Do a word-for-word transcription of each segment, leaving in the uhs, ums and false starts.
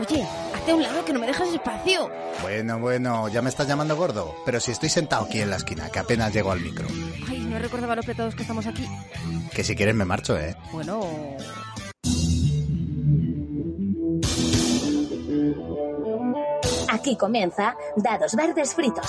Oye, hazte a un lado que no me dejas espacio. Bueno, bueno, ya me estás llamando gordo. Pero si estoy sentado aquí en la esquina, que apenas llego al micro. Ay, no recordaba lo apretados que estamos aquí. Que si quieres me marcho, ¿eh? Bueno... Aquí comienza Dados Verdes Fritos.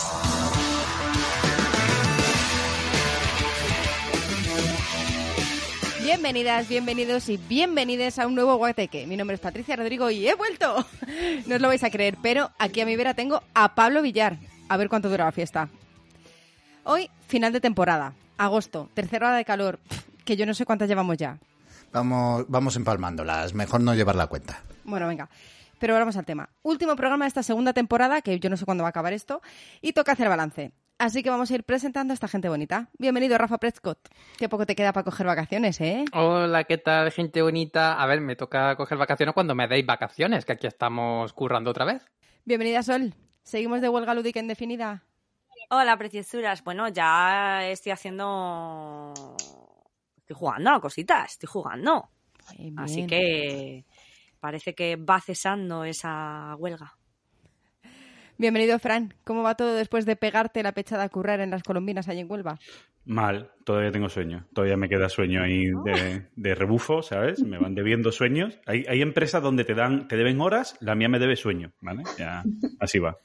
Bienvenidas, bienvenidos y bienvenides a un nuevo Guateque. Mi nombre es Patricia Rodrigo y he vuelto. No os lo vais a creer, pero aquí a mi vera tengo a Pablo Villar. A ver cuánto dura la fiesta. Hoy, final de temporada. Agosto, tercera hora de calor. Que yo no sé cuántas llevamos ya. Vamos, vamos empalmándolas. Mejor no llevar la cuenta. Bueno, venga. Pero vamos al tema. Último programa de esta segunda temporada, que yo no sé cuándo va a acabar esto, y toca hacer balance. Así que vamos a ir presentando a esta gente bonita. Bienvenido, Rafa Prescott. Qué poco te queda para coger vacaciones, ¿eh? Hola, ¿qué tal, gente bonita? A ver, me toca coger vacaciones cuando me deis vacaciones, que aquí estamos currando otra vez. Bienvenida, Sol. ¿Seguimos de huelga lúdica indefinida? Hola, preciosuras. Bueno, ya estoy haciendo... Estoy jugando a cositas, estoy jugando. Bien. Así que parece que va cesando esa huelga. Bienvenido, Fran. ¿Cómo va todo después de pegarte la pechada a currar en las colombinas allí en Huelva? Mal, todavía tengo sueño. Todavía me queda sueño ahí de, de rebufo, ¿sabes? Me van debiendo sueños. Hay, hay empresas donde te dan, te deben horas, la mía me debe sueño, ¿vale? Ya, así va.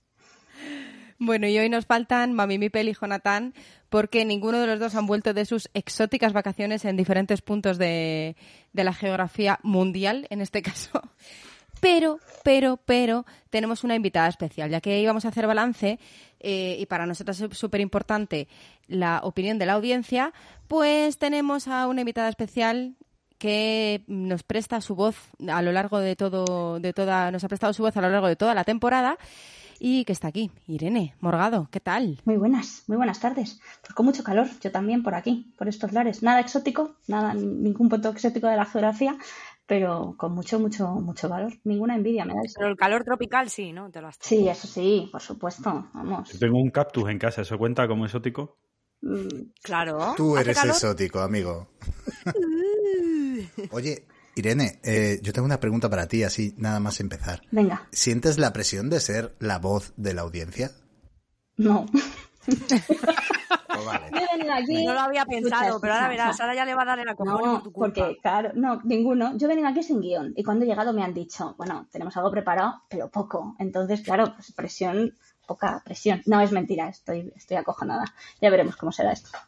Bueno, y hoy nos faltan Mami Mipel y Jonathan, porque ninguno de los dos han vuelto de sus exóticas vacaciones en diferentes puntos de, de la geografía mundial, en este caso. Pero, pero, pero, tenemos una invitada especial, ya que íbamos a hacer balance, eh, y para nosotros es súper importante la opinión de la audiencia, pues tenemos a una invitada especial que nos presta su voz a lo largo de todo, de toda, nos ha prestado su voz a lo largo de toda la temporada, y que está aquí, Irene Morgado. ¿Qué tal? Muy buenas, muy buenas tardes. Pues con mucho calor, yo también por aquí, por estos lares. Nada exótico, nada, ningún punto exótico de la geografía, pero con mucho, mucho, mucho calor. Ninguna envidia me dais. Pero el calor tropical sí, ¿no? Te lo has... Sí, eso sí, por supuesto, vamos. Yo tengo un cactus en casa, ¿eso cuenta como exótico? Mm, claro. Tú eres calor? exótico, amigo. Oye, Irene, eh, yo tengo una pregunta para ti, así nada más empezar. Venga. ¿Sientes la presión de ser la voz de la audiencia? No. Pues vale. Yo he venido aquí... No lo había pensado, Escucha, pero ahora escucha, verás, ahora ya le va a dar el acojón No, por tu culpa. porque, claro, no, ninguno. Yo he venido aquí sin guión y cuando he llegado me han dicho, bueno, tenemos algo preparado, pero poco. Entonces, claro, pues presión, poca presión. No, es mentira, estoy, estoy acojonada. Ya veremos cómo será esto.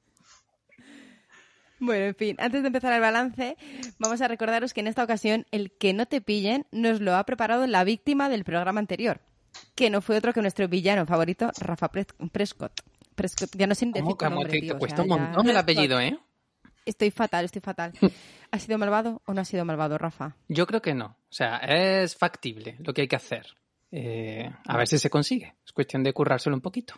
Bueno, en fin, antes de empezar el balance, vamos a recordaros que en esta ocasión el que no te pillen nos lo ha preparado la víctima del programa anterior, que no fue otro que nuestro villano favorito, Rafa Prescott. Prescott, ya no sé decir tu nombre, que tío. te cuesta O sea, un montón ya... el apellido, ¿eh? Estoy fatal, estoy fatal. ¿Ha sido malvado o no ha sido malvado, Rafa? Yo creo que no. O sea, es factible lo que hay que hacer. Eh, a ver si se consigue. Es cuestión de currárselo un poquito.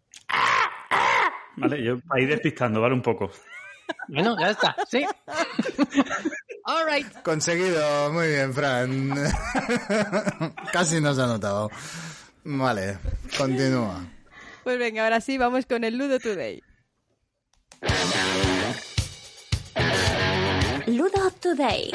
Vale, yo para ir despistando, ¿vale? Un poco. Bueno, ya está, sí. All right. Conseguido, muy bien, Fran. Casi no se ha notado. Vale, continúa. Pues venga, ahora sí, vamos con el Ludo Today. Ludo Today.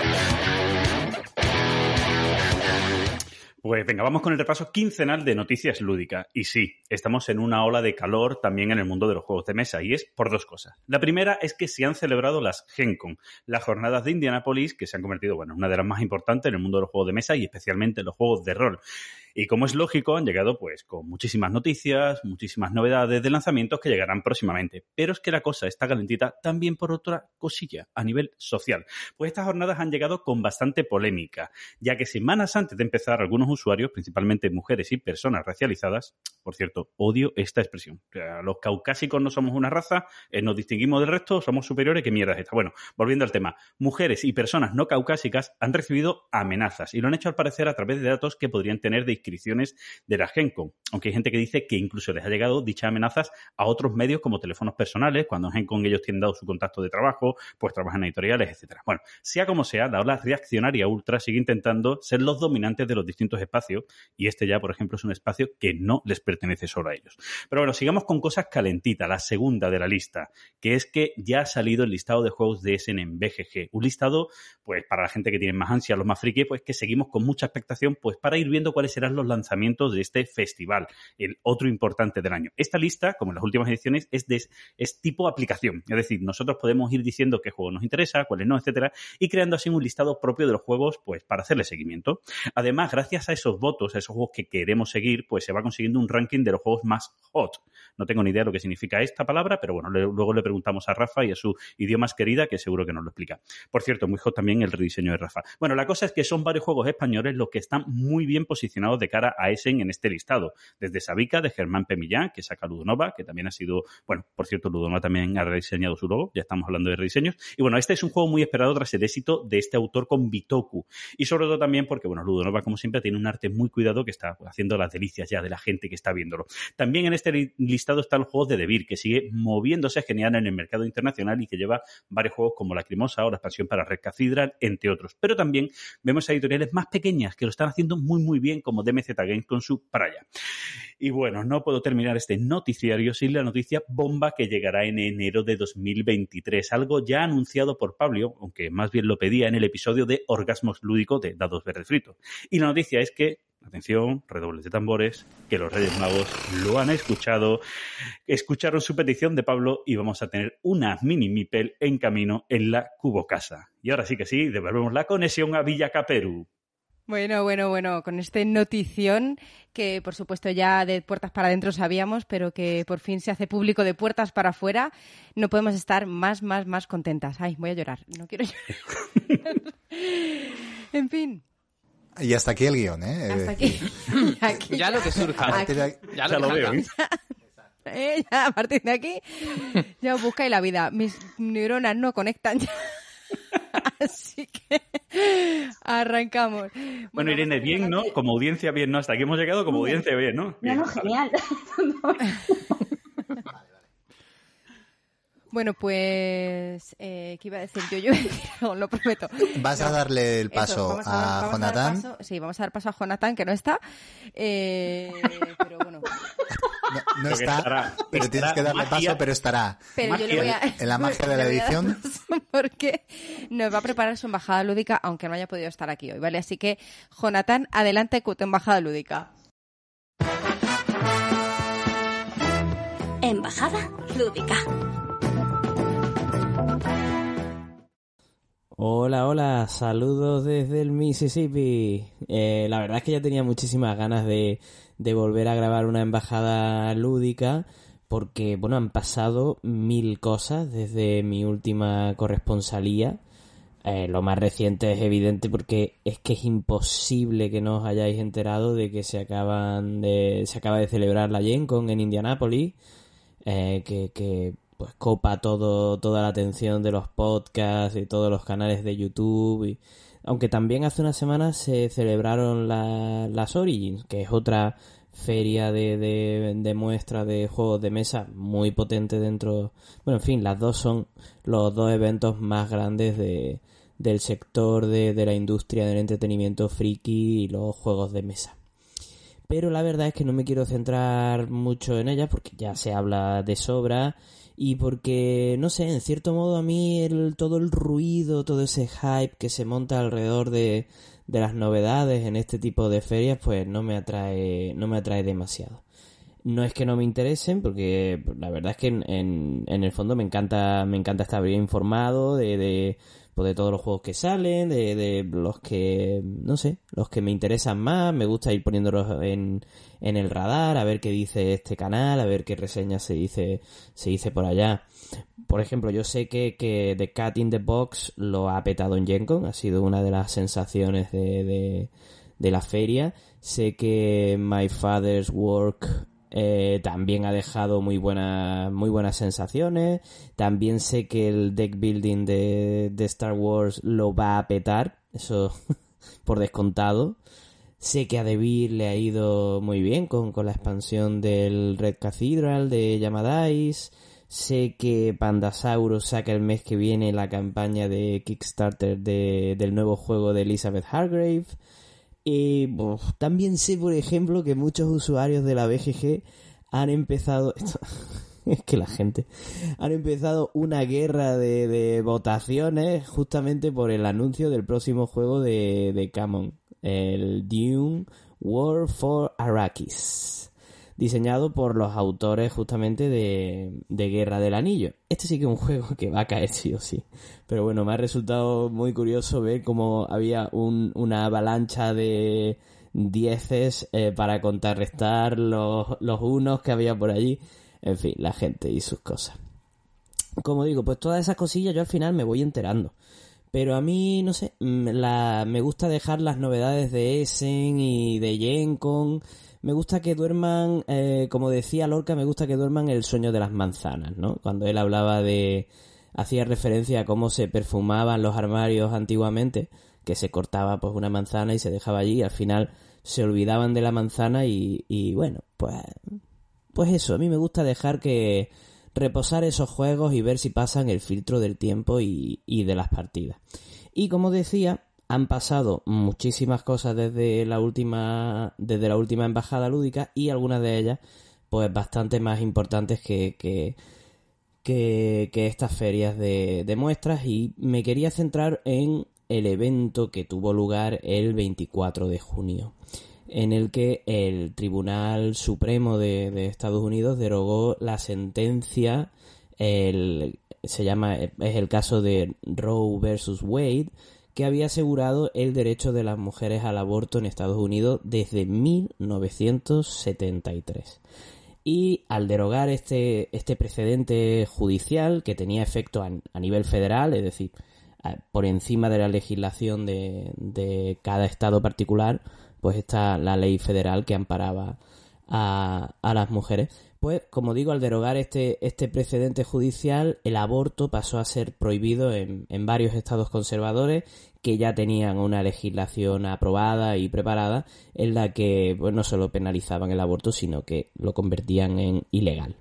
Pues venga, vamos con el repaso quincenal de noticias lúdicas. Y sí, estamos en una ola de calor también en el mundo de los juegos de mesa, y es por dos cosas. La primera es que se han celebrado las Gen Con, las jornadas de Indianápolis, que se han convertido, bueno, en una de las más importantes en el mundo de los juegos de mesa y especialmente en los juegos de rol. Y como es lógico, han llegado pues con muchísimas noticias, muchísimas novedades de lanzamientos que llegarán próximamente. Pero es que la cosa está calentita también por otra cosilla, a nivel social. Pues estas jornadas han llegado con bastante polémica, ya que semanas antes de empezar, algunos usuarios, principalmente mujeres y personas racializadas, por cierto, odio esta expresión. O sea, los caucásicos no somos una raza, eh, nos distinguimos del resto, somos superiores, ¿qué mierda es esta? Bueno, volviendo al tema, mujeres y personas no caucásicas han recibido amenazas y lo han hecho al parecer a través de datos que podrían tener de inscripciones de la Gen Con, aunque hay gente que dice que incluso les ha llegado dichas amenazas a otros medios como teléfonos personales, cuando en Gen Con ellos tienen dado su contacto de trabajo, pues trabajan en editoriales, etcétera. Bueno, sea como sea, la ola reaccionaria ultra sigue intentando ser los dominantes de los distintos ciertos espacios y este ya, por ejemplo, es un espacio que no les pertenece solo a ellos. Pero bueno, sigamos con cosas calentitas, la segunda de la lista, que es que ya ha salido el listado de juegos de Essen en B G G. Un listado, pues para la gente que tiene más ansia, los más friki, pues que seguimos con mucha expectación, pues para ir viendo cuáles serán los lanzamientos de este festival, el otro importante del año. Esta lista, como en las últimas ediciones, es, de, es tipo aplicación. Es decir, nosotros podemos ir diciendo qué juego nos interesa, cuáles no, etcétera, y creando así un listado propio de los juegos, pues para hacerle seguimiento. Además, gracias a esos votos, a esos juegos que queremos seguir, pues se va consiguiendo un ranking de los juegos más hot. No tengo ni idea de lo que significa esta palabra, pero bueno, le, luego le preguntamos a Rafa y a su idioma más querida, que seguro que nos lo explica. Por cierto, muy hot también el rediseño de Rafa. Bueno, la cosa es que son varios juegos españoles los que están muy bien posicionados de cara a Essen en este listado. Desde Sabica, de Germán P. Millán, que saca Ludonova, que también ha sido, bueno, por cierto, Ludonova también ha rediseñado su logo, ya estamos hablando de rediseños. Y bueno, este es un juego muy esperado tras el éxito de este autor con Bitoku. Y sobre todo también porque, bueno, Ludonova, como siempre, tiene un arte muy cuidado que está haciendo las delicias ya de la gente que está viéndolo. También en este listado están los juegos de Devir, que sigue moviéndose genial en el mercado internacional y que lleva varios juegos como Lacrimosa o la expansión para Red Cathedral, entre otros. Pero también vemos a editoriales más pequeñas que lo están haciendo muy muy bien, como D M Z Games con su Paraya. Y bueno, no puedo terminar este noticiario sin la noticia bomba que llegará en enero de dos mil veintitrés, algo ya anunciado por Pablo, aunque más bien lo pedía en el episodio de Orgasmos Lúdico de Dados Verdes Fritos. Y la noticia es que, atención, redobles de tambores, que los Reyes Magos lo han escuchado, escucharon su petición de Pablo y vamos a tener una mini Mipel en camino en la Cubocasa. Y ahora sí que sí, devolvemos la conexión a Villa Caperu. Bueno, bueno, bueno, con este notición que por supuesto ya de puertas para adentro sabíamos, pero que por fin se hace público de puertas para afuera, no podemos estar más, más, más contentas. Ay, voy a llorar, no quiero llorar. En fin. Y hasta aquí el guión, ¿eh? Hasta aquí. aquí ya, ya lo que surja. Aquí. Ya, ya lo, lo veo. ¿eh? Eh, ya, a partir de aquí ya os buscáis la vida. Mis neuronas no conectan ya. Así que arrancamos. Bueno, Bueno, Irene, bien, ¿no? Como audiencia, bien, ¿no? Hasta aquí hemos llegado como audiencia, bien, ¿no? Bien. No, no, genial. Bueno, pues, eh, ¿qué iba a decir yo? Yo iba a decir algo, lo prometo. ¿Vas no, a darle el paso eso, vamos a, dar, a vamos Jonathan? A dar paso, sí, vamos a dar paso a Jonathan, que no está. Eh, pero bueno. No, no está, estará, pero estará tienes que darle magia, paso, pero estará. Pero magia, yo le voy a, en la magia de la edición. Porque nos va a preparar su embajada lúdica, aunque no haya podido estar aquí hoy, ¿vale? Así que, Jonathan, adelante con tu embajada lúdica. Embajada lúdica. Hola, hola, saludos desde el Mississippi. Eh, la verdad es que ya tenía muchísimas ganas de, de volver a grabar una embajada lúdica porque, bueno, han pasado mil cosas desde mi última corresponsalía. Eh, lo más reciente es evidente porque es que es imposible que no os hayáis enterado de que se acaban de se acaba de celebrar la Gen Con en Indianápolis, eh, que... que pues copa todo toda la atención de los podcasts y todos los canales de YouTube. Y, aunque también hace unas semanas se celebraron la, las Origins, que es otra feria de, de, de muestra de juegos de mesa muy potente dentro. Bueno, en fin, las dos son los dos eventos más grandes de, del sector de, de la industria del entretenimiento friki y los juegos de mesa. Pero la verdad es que no me quiero centrar mucho en ellas porque ya se habla de sobra. Y porque, no sé, en cierto modo a mí el, todo el ruido, todo ese hype que se monta alrededor de, de las novedades en este tipo de ferias, pues no me atrae, no me atrae demasiado. No es que no me interesen, porque la verdad es que en, en, en el fondo me encanta, me encanta estar bien informado de, de, pues de todos los juegos que salen, de, de los que, no sé, los que me interesan más. Me gusta ir poniéndolos en, en el radar, a ver qué dice este canal, a ver qué reseñas se dice, se dice por allá. Por ejemplo, yo sé que, que The Cat in the Box lo ha petado en Gen Con, ha sido una de las sensaciones de, de, de la feria. Sé que My Father's Work Eh, también ha dejado muy buenas muy buenas sensaciones. También sé que el deck building de, de Star Wars lo va a petar, eso por descontado. Sé que a Devir le ha ido muy bien con, con la expansión del Red Cathedral de Yamadais. Sé que Pandasaurus saca el mes que viene la campaña de Kickstarter de, del nuevo juego de Elizabeth Hargrave. Y pues, también sé, por ejemplo, que muchos usuarios de la B G G han empezado... Esto... Es que la gente... Han empezado una guerra de, de votaciones justamente por el anuncio del próximo juego de, de Camon, el Dune War for Arrakis, diseñado por los autores justamente de, de Guerra del Anillo. Este sí que es un juego que va a caer sí o sí. Pero bueno, me ha resultado muy curioso ver cómo había un, una avalancha de dieces eh, para contrarrestar los, los unos que había por allí. En fin, la gente y sus cosas. Como digo, pues todas esas cosillas yo al final me voy enterando. Pero a mí, no sé, la, me gusta dejar las novedades de Essen y de Gencon. Me gusta que duerman, eh, como decía Lorca, me gusta que duerman el sueño de las manzanas, ¿no? Cuando él hablaba de... Hacía referencia a cómo se perfumaban los armarios antiguamente, que se cortaba pues una manzana y se dejaba allí y al final se olvidaban de la manzana y, y bueno, pues... Pues eso, a mí me gusta dejar que reposar esos juegos y ver si pasan el filtro del tiempo y, y de las partidas. Y como decía, han pasado muchísimas cosas desde la última desde la última embajada lúdica y algunas de ellas pues bastante más importantes que, que, que, que estas ferias de, de muestras, y me quería centrar en el evento que tuvo lugar el veinticuatro de junio. En el que el Tribunal Supremo de, de Estados Unidos derogó la sentencia, el, se llama, es el caso de Roe versus Wade, que había asegurado el derecho de las mujeres al aborto en Estados Unidos desde mil novecientos setenta y tres. Y al derogar este, este precedente judicial que tenía efecto a, a nivel federal, es decir, a, por encima de la legislación de, de cada estado particular, pues está la ley federal que amparaba a, a las mujeres. Pues, como digo, al derogar este, este precedente judicial, el aborto pasó a ser prohibido en, en varios estados conservadores que ya tenían una legislación aprobada y preparada en la que pues, no solo penalizaban el aborto, sino que lo convertían en ilegal.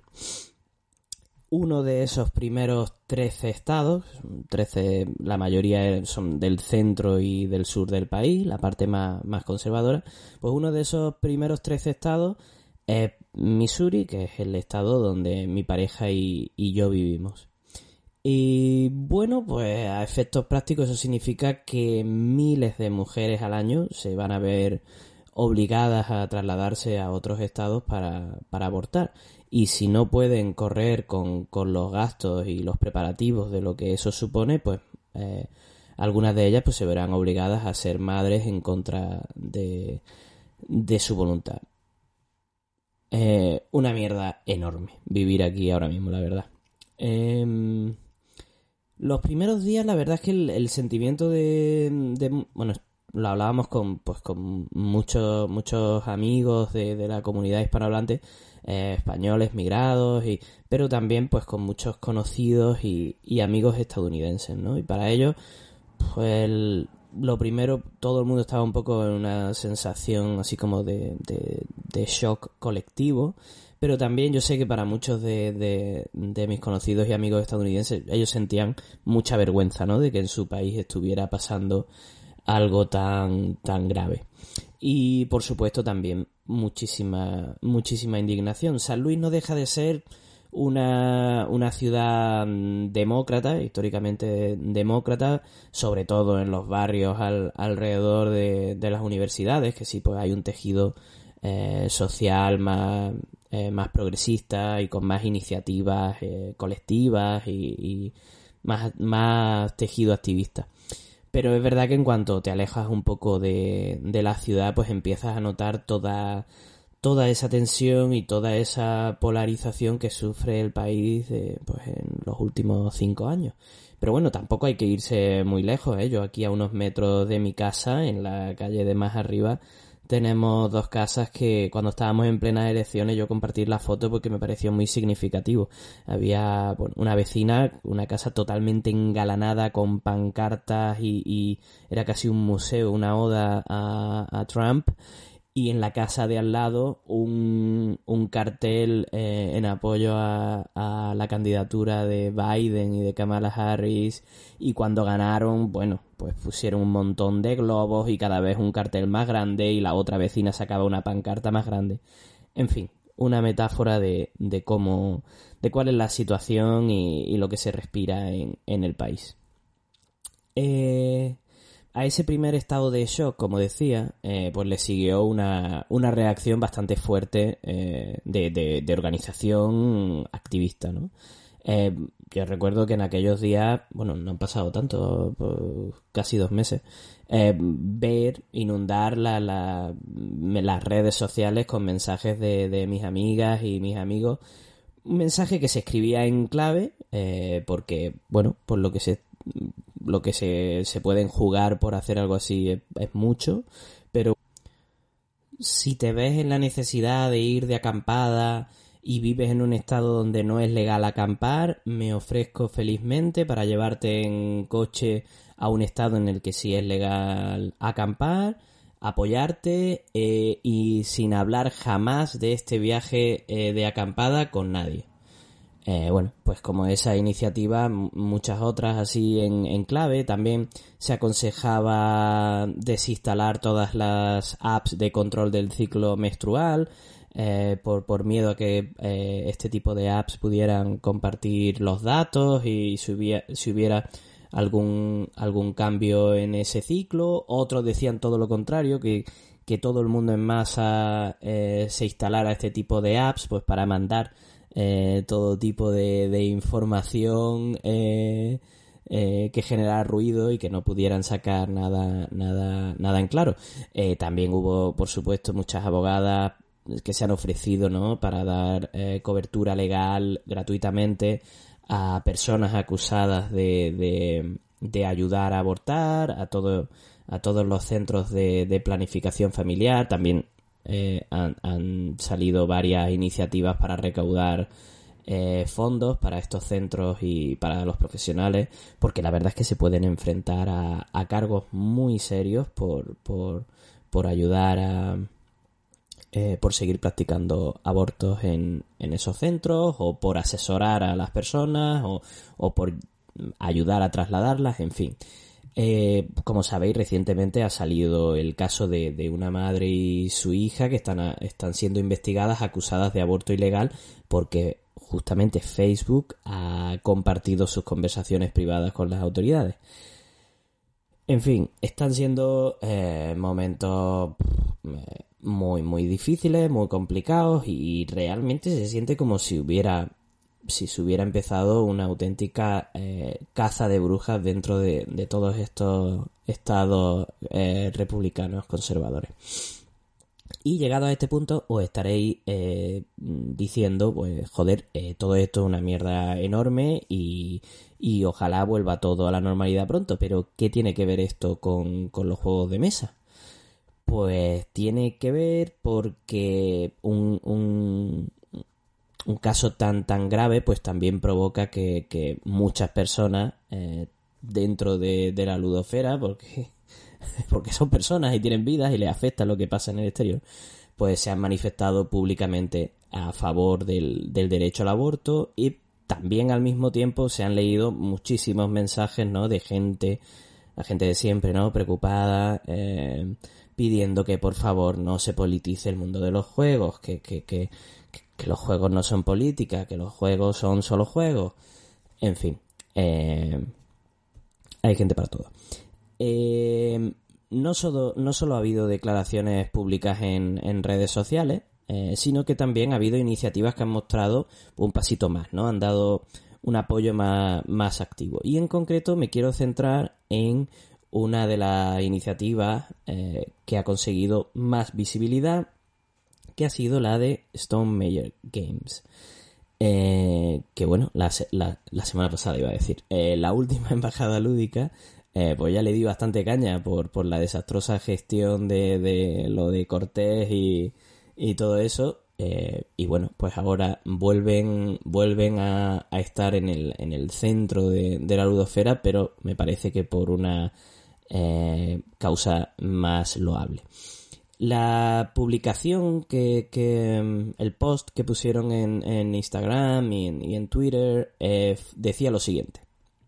Uno de esos primeros trece estados, trece, la mayoría son del centro y del sur del país, la parte más, más conservadora, pues uno de esos primeros trece estados es Missouri, que es el estado donde mi pareja y, y yo vivimos. Y bueno, pues a efectos prácticos eso significa que miles de mujeres al año se van a ver obligadas a trasladarse a otros estados para, para abortar. Y si no pueden correr con, con los gastos y los preparativos de lo que eso supone, pues eh, algunas de ellas pues se verán obligadas a ser madres en contra de, de su voluntad. Eh, una mierda enorme vivir aquí ahora mismo, la verdad. Eh, los primeros días, la verdad es que el, el sentimiento de, de... Bueno, lo hablábamos con pues con muchos muchos amigos de, de la comunidad hispanohablante, eh, españoles migrados, y pero también pues con muchos conocidos y, y amigos estadounidenses, ¿no? Y para ellos, pues el, lo primero, todo el mundo estaba un poco en una sensación así como de, de, de shock colectivo, pero también yo sé que para muchos de, de, de mis conocidos y amigos estadounidenses, ellos sentían mucha vergüenza, ¿no? De que en su país estuviera pasando algo tan tan grave. Y por supuesto también muchísima muchísima indignación. San Luis no deja de ser una una ciudad demócrata, históricamente demócrata, sobre todo en los barrios al, alrededor de, de las universidades, que sí pues hay un tejido eh, social más eh, más progresista y con más iniciativas eh, colectivas y, y más más tejido activista. Pero es verdad que en cuanto te alejas un poco de, de la ciudad, pues empiezas a notar toda, toda esa tensión y toda esa polarización que sufre el país eh, pues en los últimos cinco años. Pero bueno, tampoco hay que irse muy lejos, ¿eh? Yo aquí a unos metros de mi casa, en la calle de más arriba, tenemos dos casas que cuando estábamos en plenas elecciones yo compartí la foto porque me pareció muy significativo. Había bueno, una vecina, una casa totalmente engalanada con pancartas y, y era casi un museo, una oda a, a Trump. y en la casa de al lado un, un cartel eh, en apoyo a, a la candidatura de Biden y de Kamala Harris, y cuando ganaron, bueno, pues pusieron un montón de globos y cada vez un cartel más grande, y la otra vecina sacaba una pancarta más grande. En fin, una metáfora de, de cómo, de cuál es la situación y, y lo que se respira en, en el país. Eh... A ese primer estado de shock, como decía, eh, pues le siguió una, una reacción bastante fuerte eh, de, de, de organización activista, ¿no? Eh, yo recuerdo que en aquellos días, bueno, no han pasado tanto, pues, casi dos meses, eh, ver inundar la, la, las redes sociales con mensajes de, de mis amigas y mis amigos. Un mensaje que se escribía en clave, eh, porque, bueno, por lo que se lo que se, se pueden jugar por hacer algo así es, es mucho, pero si te ves en la necesidad de ir de acampada y vives en un estado donde no es legal acampar, me ofrezco felizmente para llevarte en coche a un estado en el que sí es legal acampar, apoyarte eh, y sin hablar jamás de este viaje eh, de acampada con nadie. Eh, bueno, pues como esa iniciativa, muchas otras así en, en clave. También se aconsejaba desinstalar todas las apps de control del ciclo menstrual, eh, por, por miedo a que eh, este tipo de apps pudieran compartir los datos y si hubiera, si hubiera algún, algún cambio en ese ciclo. Otros decían todo lo contrario, que, que todo el mundo en masa eh, se instalara este tipo de apps pues para mandar Eh, todo tipo de, de información eh, eh, que generara ruido y que no pudieran sacar nada nada nada en claro. Eh, también hubo, por supuesto, muchas abogadas que se han ofrecido, ¿no?, para dar eh, cobertura legal gratuitamente a personas acusadas de, de, de ayudar a abortar, a todo, a todos los centros de, de planificación familiar. También Eh, han, han salido varias iniciativas para recaudar eh, fondos para estos centros y para los profesionales, porque la verdad es que se pueden enfrentar a, a cargos muy serios por, por, por ayudar a eh, por seguir practicando abortos en, en esos centros, o por asesorar a las personas, o, o por ayudar a trasladarlas, en fin. Eh, como sabéis, recientemente ha salido el caso de, de una madre y su hija que están, a, están siendo investigadas, acusadas de aborto ilegal, porque justamente Facebook ha compartido sus conversaciones privadas con las autoridades. En fin, están siendo eh, momentos eh, muy, muy difíciles, muy complicados, y, y realmente se siente como si hubiera... si se hubiera empezado una auténtica eh, caza de brujas dentro de, de todos estos estados eh, republicanos conservadores. Y llegado a este punto os estaréis eh, diciendo, pues joder, eh, todo esto es una mierda enorme y, y ojalá vuelva todo a la normalidad pronto. Pero ¿qué tiene que ver esto con, con los juegos de mesa? Pues tiene que ver porque un... un Un caso tan tan grave pues también provoca que, que muchas personas eh, dentro de, de la ludosfera, porque, porque son personas y tienen vidas y les afecta lo que pasa en el exterior, pues se han manifestado públicamente a favor del, del derecho al aborto, y también al mismo tiempo se han leído muchísimos mensajes, ¿no?, de gente, la gente de siempre, ¿no?, preocupada, eh, pidiendo que por favor no se politice el mundo de los juegos, que, que, que que los juegos no son política, que los juegos son solo juegos. En fin, eh, hay gente para todo. Eh, no, solo, no solo ha habido declaraciones públicas en, en redes sociales, eh, sino que también ha habido iniciativas que han mostrado un pasito más, ¿no? Han dado un apoyo más, más activo. Y en concreto me quiero centrar en una de las iniciativas eh, que ha conseguido más visibilidad, que ha sido la de Stone Major Games. Eh, que bueno, la, la, la semana pasada iba a decir, eh, la última embajada lúdica, eh, pues ya le di bastante caña por, por la desastrosa gestión de, de lo de Cortés y, y todo eso. Eh, y bueno, pues ahora vuelven vuelven a, a estar en el, en el centro de, de la ludosfera, pero me parece que por una eh, causa más loable. La publicación que, que el post que pusieron en, en Instagram y en, y en Twitter eh, decía lo siguiente.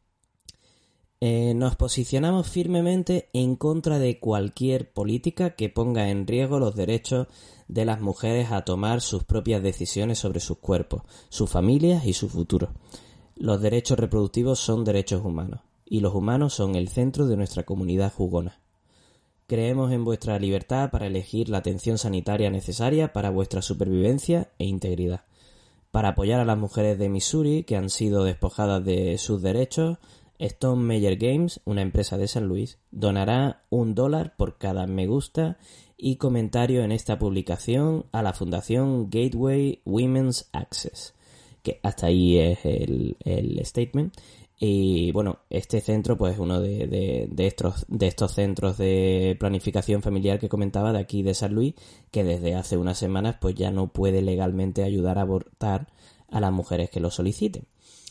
Eh, nos posicionamos firmemente en contra de cualquier política que ponga en riesgo los derechos de las mujeres a tomar sus propias decisiones sobre sus cuerpos, sus familias y su futuro. Los derechos reproductivos son derechos humanos y los humanos son el centro de nuestra comunidad jugona. Creemos en vuestra libertad para elegir la atención sanitaria necesaria para vuestra supervivencia e integridad. Para apoyar a las mujeres de Missouri que han sido despojadas de sus derechos, Stone Meyer Games, una empresa de San Luis, donará un dólar por cada me gusta y comentario en esta publicación a la Fundación Gateway Women's Access, que hasta ahí es el, el statement. Y bueno, este centro pues es uno de, de, de, estos, de estos centros de planificación familiar que comentaba de aquí de San Luis, que desde hace unas semanas pues ya no puede legalmente ayudar a abortar a las mujeres que lo soliciten.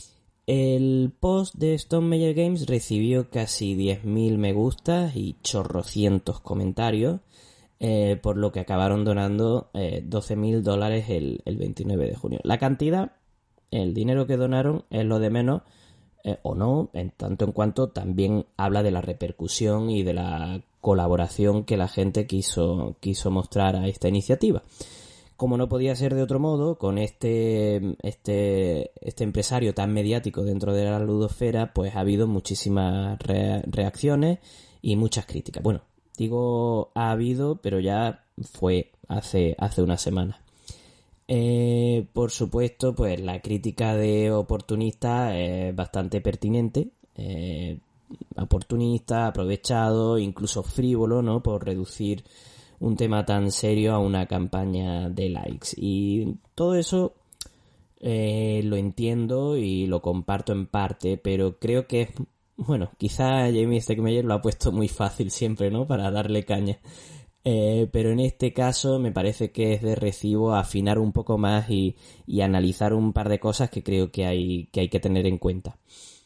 El post de Stone Meyer Games recibió casi diez mil me gustas y chorrocientos comentarios, eh, por lo que acabaron donando eh, doce mil dólares el, el veintinueve de junio. La cantidad, el dinero que donaron es lo de menos, eh, o no, en tanto en cuanto también habla de la repercusión y de la colaboración que la gente quiso, quiso mostrar a esta iniciativa. Como no podía ser de otro modo, con este, este, este empresario tan mediático dentro de la ludosfera, pues ha habido muchísimas re- reacciones y muchas críticas. Bueno, digo ha habido, pero ya fue hace, hace una semana. Eh, por supuesto, pues la crítica de oportunista es bastante pertinente. Eh, oportunista, aprovechado, incluso frívolo, ¿no? Por reducir un tema tan serio a una campaña de likes. Y todo eso eh, lo entiendo y lo comparto en parte, pero creo que es, bueno, quizá Jamie Stegmaier lo ha puesto muy fácil siempre, ¿no? Para darle caña. Eh, pero en este caso me parece que es de recibo afinar un poco más y, y analizar un par de cosas que creo que hay que, hay que tener en cuenta.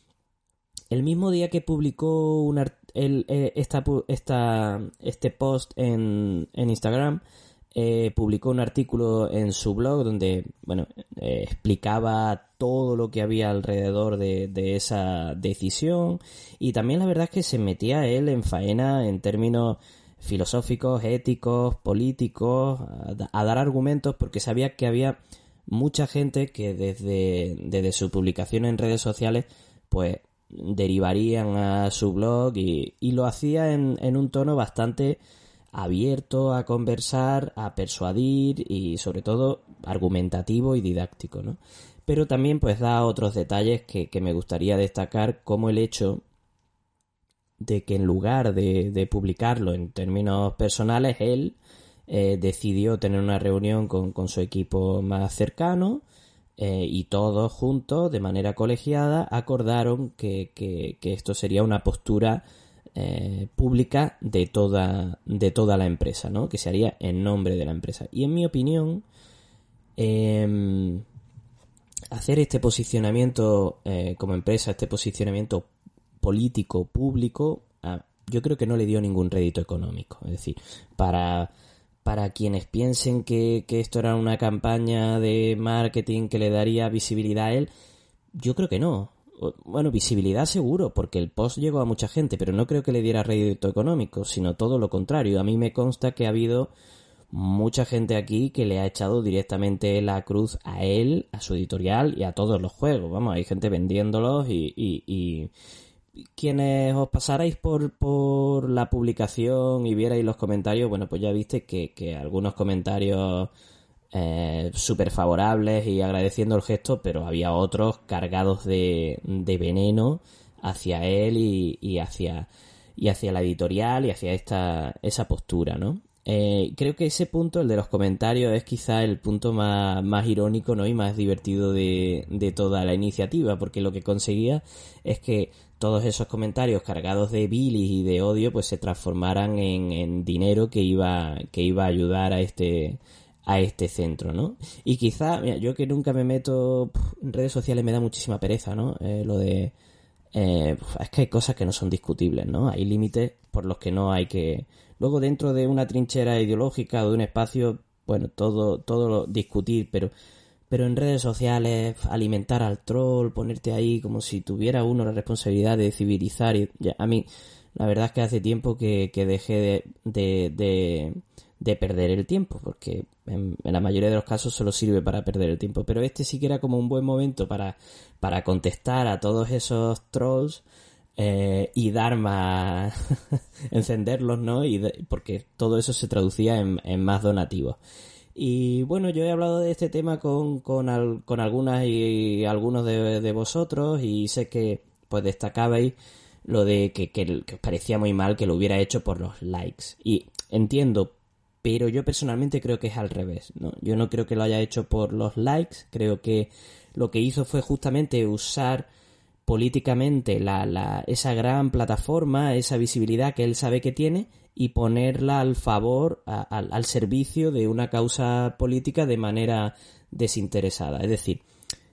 El mismo día que publicó un art- el, eh, esta, esta, este post en, en Instagram, eh, publicó un artículo en su blog donde, bueno, eh, explicaba todo lo que había alrededor de, de esa decisión, y también la verdad es que se metía él en faena en términos filosóficos, éticos, políticos, a, a dar argumentos, porque sabía que había mucha gente que desde, desde su publicación en redes sociales pues derivarían a su blog, y, y lo hacía en, en un tono bastante abierto a conversar, a persuadir y sobre todo argumentativo y didáctico, ¿no? Pero también pues da otros detalles que, que me gustaría destacar, como el hecho de que en lugar de, de publicarlo en términos personales, él eh, decidió tener una reunión con, con su equipo más cercano, Eh, y todos juntos, de manera colegiada, acordaron que, que, que esto sería una postura eh, pública de toda, de toda la empresa, ¿no? Que se haría en nombre de la empresa. Y en mi opinión, eh, hacer este posicionamiento eh, como empresa, este posicionamiento político, público, ah, yo creo que no le dio ningún rédito económico. Es decir, para... Para quienes piensen que, que esto era una campaña de marketing que le daría visibilidad a él, yo creo que no. Bueno, visibilidad seguro, porque el post llegó a mucha gente, pero no creo que le diera rédito económico, sino todo lo contrario. A mí me consta que ha habido mucha gente aquí que le ha echado directamente la cruz a él, a su editorial y a todos los juegos. Vamos, hay gente vendiéndolos y... y, y quienes os pasarais por, por la publicación y vierais los comentarios, bueno, pues ya viste que, que algunos comentarios eh, súper favorables y agradeciendo el gesto, pero había otros cargados de, de veneno hacia él y, y hacia y hacia la editorial y hacia esta esa postura, ¿no? Eh, creo que ese punto, el de los comentarios, es quizá el punto más, más irónico, ¿no? Y más divertido de, de toda la iniciativa, porque lo que conseguía es que todos esos comentarios cargados de bilis y de odio pues se transformaran en, en dinero que iba que iba a ayudar a este a este centro, ¿no? Y quizá, mira, yo que nunca me meto en redes sociales, me da muchísima pereza, ¿no? Eh, lo de eh, es que hay cosas que no son discutibles, ¿no? Hay límites por los que no hay que Luego dentro de una trinchera ideológica o de un espacio, bueno, todo, todo lo discutir, pero, pero en redes sociales alimentar al troll, ponerte ahí como si tuviera uno la responsabilidad de civilizar. Y ya, a mí, la verdad es que hace tiempo que, que dejé de, de, de, de perder el tiempo, porque en, en la mayoría de los casos solo sirve para perder el tiempo. Pero este sí que era como un buen momento para, para contestar a todos esos trolls. Eh, y dar más encenderlos, ¿no? Y de, porque todo eso se traducía en, en más donativos. Y bueno, yo he hablado de este tema con, con, al, con algunas y algunos de, de vosotros, y sé que pues destacabais lo de que, que, que os parecía muy mal que lo hubiera hecho por los likes. Y entiendo, pero yo personalmente creo que es al revés, ¿no? Yo no creo que lo haya hecho por los likes, creo que lo que hizo fue justamente usar políticamente la, la, esa gran plataforma, esa visibilidad que él sabe que tiene, y ponerla al favor, a, al, al servicio de una causa política de manera desinteresada. Es decir,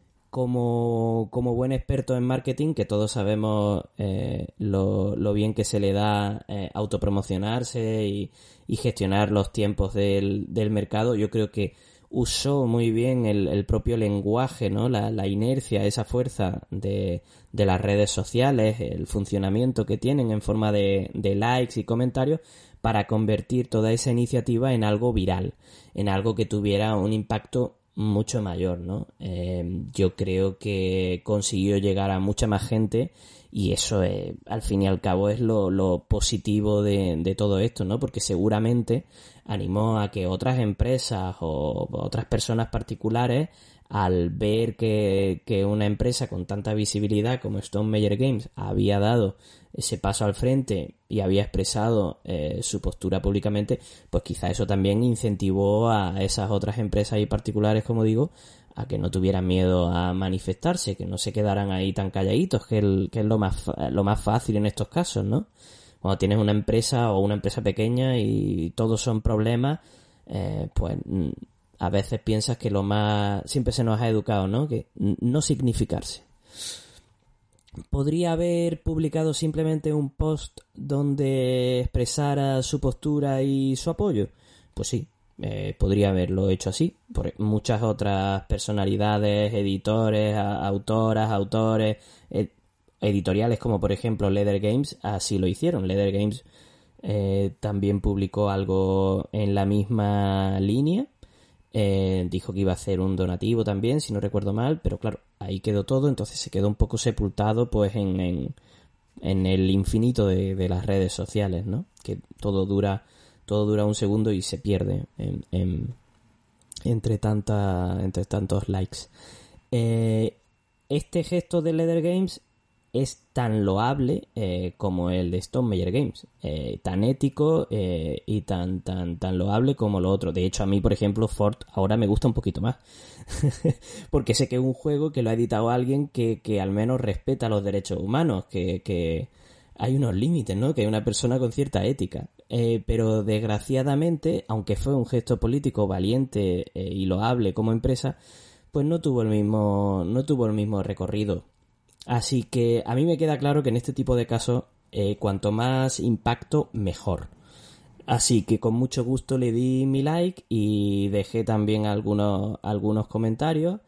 como, como buen experto en marketing, que todos sabemos eh, lo, lo bien que se le da eh, autopromocionarse y, y gestionar los tiempos del, del mercado, yo creo que usó muy bien el, el propio lenguaje, ¿no? La, la inercia, esa fuerza de, de las redes sociales, el funcionamiento que tienen en forma de, de likes y comentarios, para convertir toda esa iniciativa en algo viral, en algo que tuviera un impacto mucho mayor, ¿no? Eh, yo creo que consiguió llegar a mucha más gente, y eso eh, al fin y al cabo es lo, lo positivo de, de todo esto, ¿no? Porque seguramente animó a que otras empresas o otras personas particulares, al ver que, que una empresa con tanta visibilidad como Stone Meyer Games había dado ese paso al frente y había expresado eh, su postura públicamente, pues quizá eso también incentivó a esas otras empresas y particulares, como digo, a que no tuvieran miedo a manifestarse, que no se quedaran ahí tan calladitos, que, el, que es lo más, lo más fácil en estos casos, ¿no? Cuando tienes una empresa o una empresa pequeña y todos son problemas, eh, pues a veces piensas que lo más... Siempre se nos ha educado, ¿no? Que no significarse. ¿Podría haber publicado simplemente un post donde expresara su postura y su apoyo? Pues sí, eh, podría haberlo hecho así. Por muchas otras personalidades, editores, a, autoras, autores... Eh, editoriales como por ejemplo Leather Games así lo hicieron. Leather Games eh, también publicó algo en la misma línea, eh, dijo que iba a hacer un donativo también, si no recuerdo mal, pero claro, ahí quedó todo, entonces se quedó un poco sepultado pues en, en, en el infinito de, de las redes sociales, ¿no? Que todo dura todo dura un segundo y se pierde en, en, entre tanta entre tantos likes. Eh, este gesto de Leather Games es tan loable eh, como el de Stone Meyer Games, eh, tan ético eh, y tan tan tan loable como lo otro. De hecho, a mí, por ejemplo, Fort ahora me gusta un poquito más porque sé que es un juego que lo ha editado alguien que, que al menos respeta los derechos humanos, que, que hay unos límites, ¿no? Que hay una persona con cierta ética. Eh, pero desgraciadamente, aunque fue un gesto político valiente eh, y loable como empresa, pues no tuvo el mismo no tuvo el mismo recorrido. Así que a mí me queda claro que en este tipo de casos, eh, cuanto más impacto, mejor. Así que con mucho gusto le di mi like y dejé también algunos, algunos comentarios.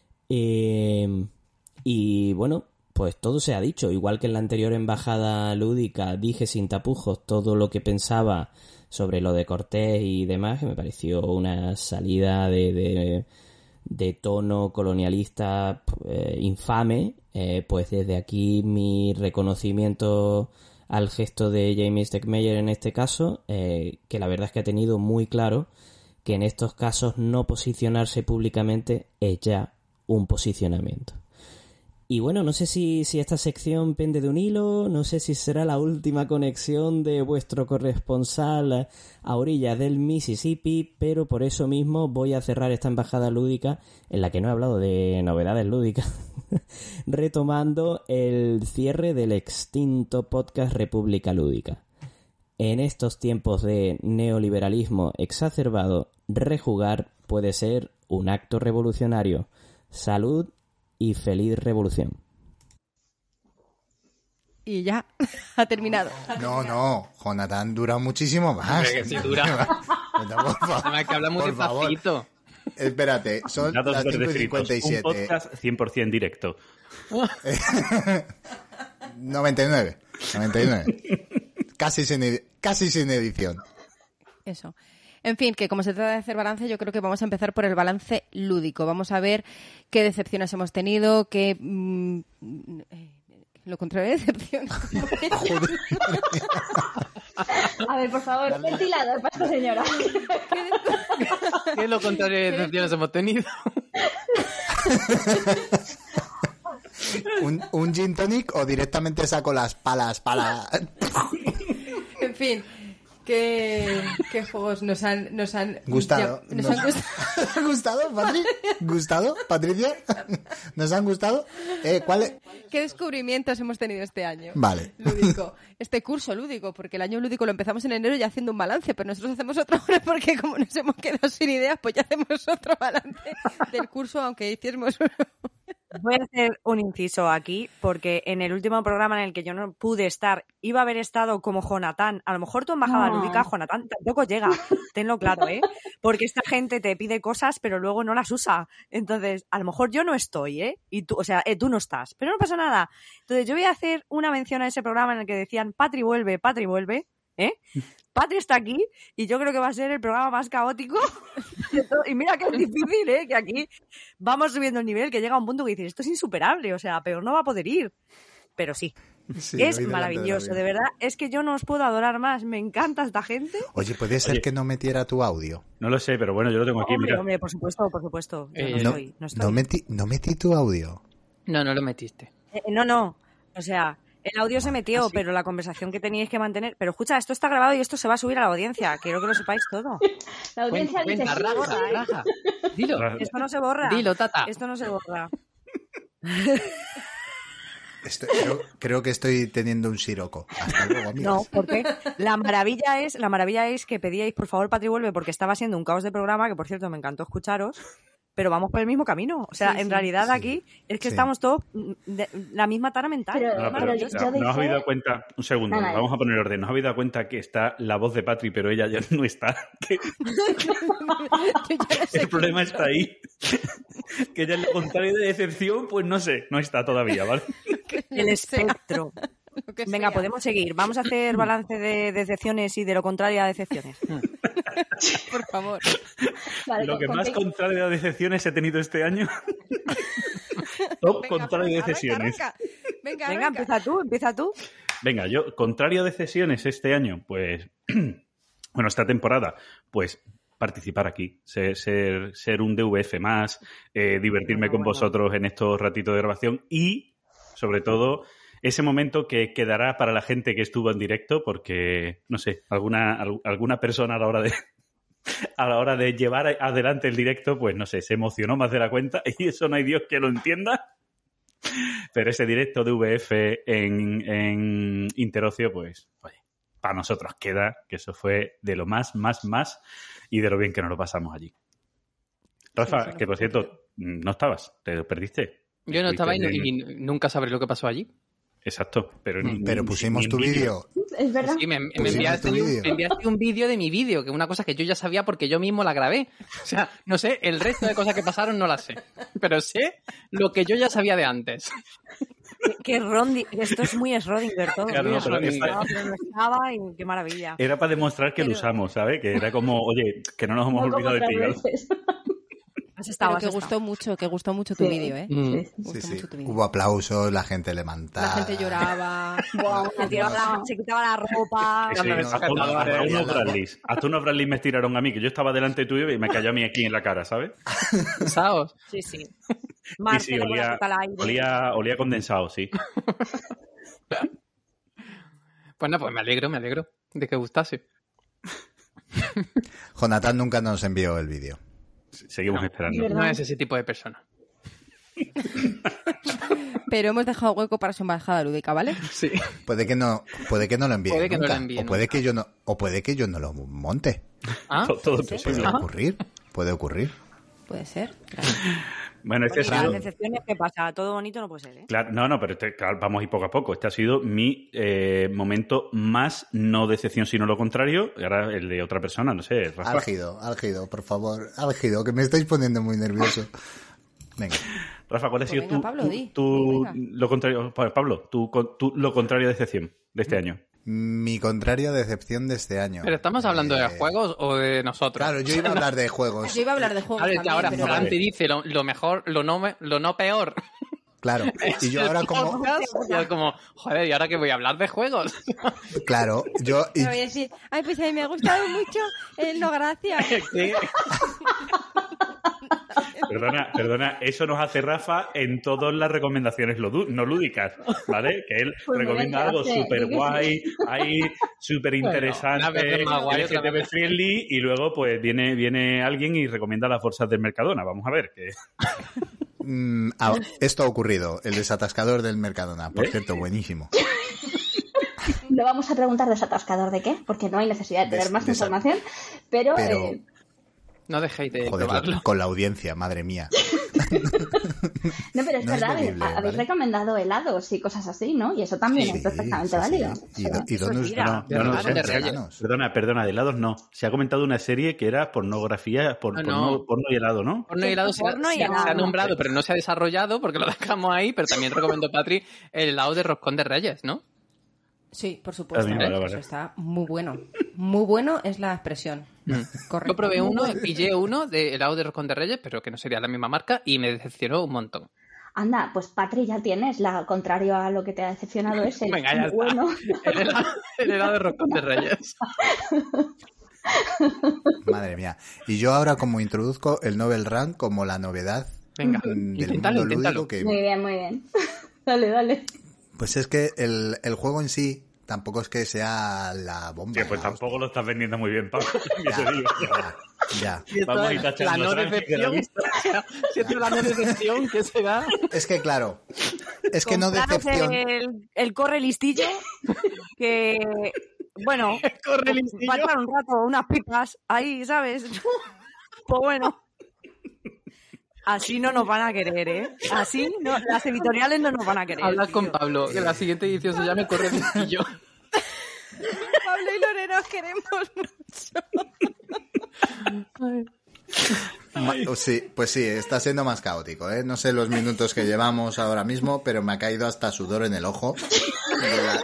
Eh, y bueno, pues todo se ha dicho. Igual que en la anterior embajada lúdica dije sin tapujos todo lo que pensaba sobre lo de Cortés y demás, que me pareció una salida de... de de tono colonialista eh, infame, eh, pues desde aquí mi reconocimiento al gesto de Jamie Stegmaier en este caso, eh, que la verdad es que ha tenido muy claro que en estos casos no posicionarse públicamente es ya un posicionamiento. Y bueno, no sé si, si esta sección pende de un hilo, no sé si será la última conexión de vuestro corresponsal a orillas del Mississippi, pero por eso mismo voy a cerrar esta embajada lúdica, en la que no he hablado de novedades lúdicas, retomando el cierre del extinto podcast República Lúdica. En estos tiempos de neoliberalismo exacerbado, rejugar puede ser un acto revolucionario. Salud y feliz revolución. y ya, ha terminado. No, no, Jonathan dura muchísimo más. Hombre, que sí dura. Por favor, Además que hablamos por favor. despacito. Espérate, son Datos las cinco y Verdes Fritos, cincuenta y un siete. podcast cien por ciento directo. noventa y nueve. noventa y nueve. Casi sin, edi- casi sin edición. Eso. En fin, que como se trata de hacer balance, yo creo que vamos a empezar por el balance lúdico. Vamos a ver qué decepciones hemos tenido, qué... Mm, eh, lo contrario de decepción. A ver, por favor, ventilador para esta señora. ¿Qué es lo contrario de decepciones hemos tenido? ¿Un, un gin tonic o directamente saco las palas para... En fin, ¿qué, qué juegos nos han... Nos han Gustado. ya- nos Nos- han gustado? ¿Nos han gustado, Patri? ¿Gustado, Patricia? ¿Nos han gustado? Eh, ¿cuál es? ¿Qué descubrimientos hemos tenido este año? Vale. Lúdico. Este curso lúdico, porque el año lúdico lo empezamos en enero ya haciendo un balance, pero nosotros hacemos otro ahora porque como nos hemos quedado sin ideas, pues ya hacemos otro balance del curso, aunque hiciésemos uno. Voy a hacer un inciso aquí, porque en el último programa en el que yo no pude estar, iba a haber estado como Jonathan. A lo mejor tu embajada No. lúdica, Jonathan, tampoco llega. Tenlo claro, ¿eh? Porque esta gente te pide cosas, pero luego no las usa. Entonces, a lo mejor yo no estoy, ¿eh? Y tú, o sea, eh, tú no estás. Pero no pasa nada. Entonces, yo voy a hacer una mención a ese programa en el que decían, Patri vuelve, Patri vuelve, ¿eh? Patri está aquí y yo creo que va a ser el programa más caótico de todo. Y mira que es difícil, ¿eh? Que aquí vamos subiendo el nivel, que llega un punto que dices, esto es insuperable, o sea, peor no va a poder ir. Pero sí, Sí, es hoy delante maravilloso, la de vida. verdad. Es que yo no os puedo adorar más, me encanta esta gente. Oye, ¿puede ser Oye. que no metiera tu audio? No lo sé, pero bueno, yo lo tengo aquí. Hombre, Mira. hombre, por supuesto, por supuesto. Yo Eh, no, No, estoy, no estoy. no metí, no metí tu audio. No, no lo metiste. Eh, no, no, o sea... El audio se metió, ¿Ah, sí? pero la conversación que teníais que mantener... Pero escucha, esto está grabado y esto se va a subir a la audiencia. Quiero que lo sepáis todo. La audiencia Cuenta, dice, cuenta, sí, raja, sí. raja. Dilo. Esto no se borra. Dilo, tata. Esto no se borra. Estoy- creo, creo que estoy teniendo un siroco. Hasta luego, amigos. No, porque la maravilla es, la maravilla es que pedíais, por favor, Patri vuelve, porque estaba siendo un caos de programa, que por cierto me encantó escucharos, pero vamos por el mismo camino. O sea, Sí, en sí, realidad sí. aquí es que Sí. estamos todos mm, de la misma tara mental. Pero- No, pero pero, yo- o sea, yo ¿no os dije- habéis dado cuenta? Un segundo, Nada, vamos a poner orden. ¿No os habéis dado cuenta que está la voz de Patri, pero ella ya no está? Que Yo ya no sé el problema está ahí. Que ella, lo contrario de decepción, pues no sé, no está todavía, ¿vale? qué- El lo que sea, espectro. lo que Venga, sea. podemos seguir. Vamos a hacer balance de decepciones y de lo contrario a decepciones. Por favor. Vale, Lo que con- más contigo- contrario a decepciones he tenido este año. Top Venga, contrario de arranca, decepciones. arranca. Venga, Venga, arranca. empieza tú, empieza tú. Venga, yo, contrario a decepciones este año, pues, bueno, esta temporada, pues participar aquí, ser, ser, ser un D V F más, eh, divertirme Bueno, con bueno. vosotros en estos ratitos de grabación y, sobre todo, ese momento que quedará para la gente que estuvo en directo, porque, no sé, alguna, al- alguna persona a la hora de a la hora de llevar adelante el directo, pues no sé, se emocionó más de la cuenta y eso no hay Dios que lo entienda. Pero ese directo de V F en, en Interocio, pues, oye, para nosotros queda que eso fue de lo más, más, más y de lo bien que nos lo pasamos allí. Rafa, Sí, sí, que por cierto, no estabas, te lo perdiste. Yo no estaba y, no- Estuviste y en- nunca sabré lo que pasó allí. Exacto, pero, ni- Pero ni- pusimos ni en tu vídeo. Es verdad. Sí, me, me Pusimos enviaste, tu un- vídeo. me enviaste un vídeo de mi vídeo, que es una cosa que yo ya sabía porque yo mismo la grabé. O sea, no sé, el resto de cosas que pasaron no las sé. Pero sé lo que yo ya sabía de antes. Que, que Rondi, esto es muy Schrödinger todo. Claro, muy no, pero Schrödinger. esta- Estaba, pero no estaba y qué maravilla. Era para demostrar que lo Pero- usamos, ¿sabes? Que era como, oye, que no nos hemos No como olvidado de ti. otras ¿vale? veces. Has estado, Pero has que estado. gustó mucho, que gustó mucho tu Sí. vídeo, ¿eh? Mm. Sí. Sí, Gustó sí. mucho tu vídeo. Hubo aplausos, la gente le La mantaba. gente lloraba. Buah, se, tiraba la- se quitaba la ropa. Sí, sí, Cámbiame hasta, sujetadores. unos- hasta unos Ya la- Bradleys. Hasta unos Bradleys me tiraron a mí, que yo estaba delante tuyo y me cayó a mí aquí en la cara, ¿sabes? ¿Sabes? Sí, sí. Y sí, Marcelo con la olía, boca al aire. olía, olía condensado, sí. Pues no, pues me alegro, me alegro de que gustase. Jonathan nunca nos envió el vídeo. Seguimos No. esperando. ¿Verdad? No es ese tipo de persona. Pero hemos dejado hueco para su embajada lúdica, ¿vale? Sí. Puede que no, puede que no lo envíe Puede que no nunca. lo envíe o puede que yo no, o puede que yo no lo monte. ¿Ah? To- Todo es Puede posible. ocurrir, puede ocurrir. Puede ser. Claro. Bueno, este Oye, ha sido... las decepciones, ¿qué pasa? Todo bonito no puede ser, ¿eh? Claro, no, no, pero este, claro, vamos a ir poco a poco. Este ha sido mi eh, momento más no decepción, sino lo contrario. Y ahora el de otra persona, no sé, Rafa. Álgido, álgido, por favor. Álgido, que me estáis poniendo muy nervioso. Venga. Rafa, ¿cuál ha Pues sido venga, tu, Pablo, tu- di. tu- Venga. lo contrario? Pablo, tu, tu- lo contrario de decepción de este año? Mi contraria decepción de este año. ¿Pero estamos hablando Eh, de juegos o de nosotros? Claro, yo iba a hablar de juegos. Yo iba a hablar de juegos Claro, es que también, ahora pero... Fran te dice lo, lo mejor, lo no, me- lo no peor. Claro. Y yo ahora como... Podcast, y es como, joder, ¿y ahora que voy a hablar de juegos? Claro, yo... y- Me voy a decir, ay, pues a mí me ha gustado mucho el No Gracias. Sí. Perdona, perdona, eso nos hace Rafa en todas las recomendaciones lo du- no lúdicas, ¿vale? Que él Pues me recomienda algo hace, súper guay, ahí súper una interesante, vez es más guay, otra L G T B vez- friendly, y luego pues viene, viene alguien y recomienda las bolsas del Mercadona. Vamos a ver, que mm, ah, esto ha ocurrido, el desatascador del Mercadona. Por ¿Eh? cierto, buenísimo. No vamos a preguntar desatascador de qué, porque no hay necesidad de tener Des- más desa- información, pero... Pero, eh, No dejéis de joder, probarlo. con la audiencia, madre mía. no, pero es no es verdad, bebible, habéis ¿vale? recomendado helados y cosas así, ¿no? Y eso también Sí, es perfectamente sí, sí. válido. ¿Y, O sea, do- y eso dónde tira. no, De no, no, Reyes, son de Reyes. veganos? perdona, perdona, de helados no. Se ha comentado una serie que era pornografía, por, No, porno, no. porno y helado, ¿no? Porno y helado se, ha- Porno y se ha- helado. se ha nombrado, pero no se ha desarrollado porque lo dejamos ahí, pero también recomendó Patri el helado de roscón de Reyes, ¿no? Sí, por supuesto. Ah, vale, vale. Eso está muy bueno. Muy bueno es la expresión. Correcto. Yo probé uno, pillé uno de helado de roscón de Reyes, pero que no sería la misma marca, y me decepcionó un montón. Anda, pues Patri ya tienes, la contrario a lo que te ha decepcionado es el Venga, ya está. bueno. El helado, el helado de roscón de Reyes. Madre mía. Y yo ahora como introduzco el Novel Run como la novedad Venga, mm, del inténtalo, mundo inténtalo. lúdico que... Muy bien, muy bien. dale, dale. Pues es que el, el juego en sí tampoco es que sea la bomba. Que pues la tampoco lo estás vendiendo muy bien, Pablo. Ya te digo. hostia. Ya. Y esto Vamos a ir es tachando la no tranqui de la decepción. lista. O sea, si esto es la no decepción, ¿qué será? Es que claro, es que no Compraros decepción. El, el corre listillo, que, bueno, Corre listillo. para echar un rato, unas pipas, ahí, ¿sabes? Pues bueno. Así no nos van a querer, ¿eh? Así no, las editoriales no nos van a querer. Habla con tío. Pablo, que la siguiente edición se llame Corre listillo. Pablo y Lorena os queremos mucho. Ma- oh, sí, pues sí, está siendo más caótico, ¿eh? No sé los minutos que llevamos ahora mismo, pero me ha caído hasta sudor en el ojo. De la-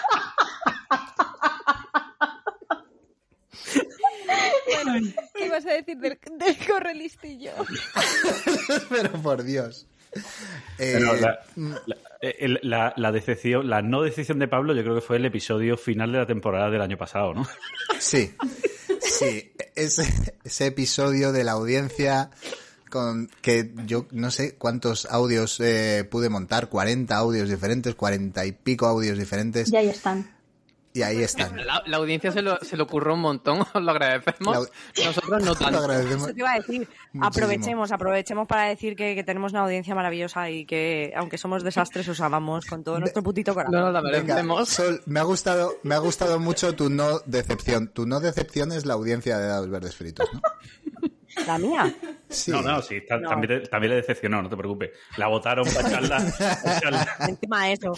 Bueno, ¿qué ibas a decir del, del correlistillo? Pero por Dios. Eh, Pero la, la- el- la- la decepción, la no decepción de Pablo, yo creo que fue el episodio final de la temporada del año pasado, ¿no? Sí, sí, ese, ese episodio de la audiencia con que yo no sé cuántos audios eh, pude montar, cuarenta audios diferentes, cuarenta y pico audios diferentes, Y ahí están. y ahí están. La, la audiencia se lo, se lo ocurrió un montón, os lo agradecemos. La- Nosotros no Lo tanto. agradecemos. Eso te iba a decir. Muchísimo. Aprovechemos, aprovechemos para decir que, que tenemos una audiencia maravillosa y que, aunque somos desastres, os amamos con todo nuestro putito corazón. No nos la Venga, merecemos. Sol, me ha gustado, me ha gustado mucho tu no decepción. Tu no decepción es la audiencia de Dados Verdes Fritos, ¿no? La mía. Sí. No, no, sí, ta- No. También, también le decepcionó, no te preocupes. La votaron para echarla. para echarla. Encima de eso.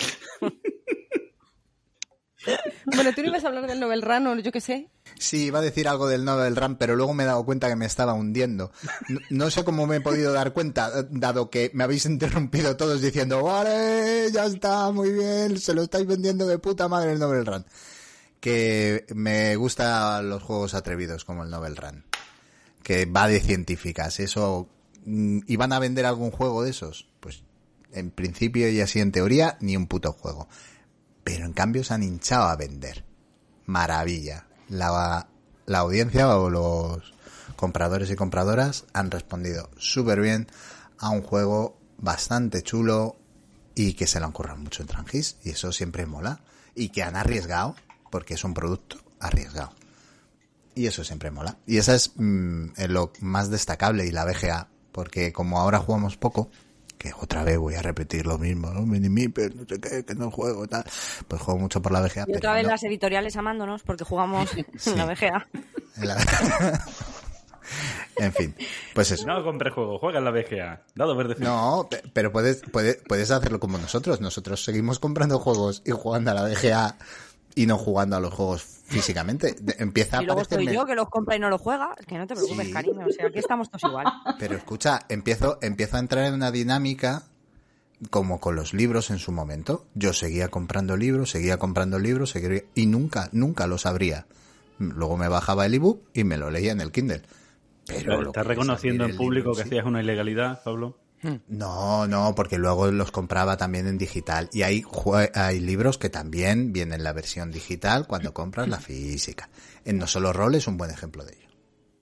Bueno, tú no ibas a hablar del Novel Run o yo qué sé. Sí, iba a decir algo del Novel Run, pero luego me he dado cuenta que me estaba hundiendo. No, no sé cómo me he podido dar cuenta, dado que me habéis interrumpido todos diciendo, vale, ya está, muy bien, se lo estáis vendiendo de puta madre el Novel Run. Que me gustan los juegos atrevidos como el Novel Run. Que va de científicas. Eso, mm, ¿iban a vender algún juego de esos? Pues en principio y así en teoría, ni un puto juego. Pero en cambio se han hinchado a vender. Maravilla. La, la audiencia o los compradores y compradoras han respondido súper bien a un juego bastante chulo y que se lo han currado mucho en Trangis, y eso siempre mola. Y que han arriesgado, porque es un producto arriesgado. Y eso siempre mola. Y esa es mm, lo más destacable, y la V G A, porque como ahora jugamos poco, que otra vez voy a repetir lo mismo, ¿no? Minimiper, no sé qué, que no juego, tal. Pues juego mucho por la V G A. Y otra pero vez no. las editoriales amándonos porque jugamos Sí. en la V G A. En la... En fin, pues eso. No compres juego, juega en la V G A. Dado verde. No, pe- pero puedes, puedes, puedes hacerlo como nosotros. Nosotros seguimos comprando juegos y jugando a la V G A y no jugando a los juegos físicamente. De- Empieza a Y luego estoy parecerme... yo que los compra y no los juega. Que no te preocupes, Sí. cariño. O sea, aquí estamos todos igual. Pero escucha, empiezo, empiezo a entrar en una dinámica como con los libros en su momento. Yo seguía comprando libros, seguía comprando libros, seguía, y nunca, nunca los abría. Luego me bajaba el ebook y me lo leía en el Kindle. Pero lo ¿Estás que es reconociendo abrir en el público libro, que sí. hacías una ilegalidad, Pablo? No, no, porque luego los compraba también en digital. Y hay, jue- hay libros que también vienen en la versión digital cuando compras la física. En No Solo Rol es un buen ejemplo de ello.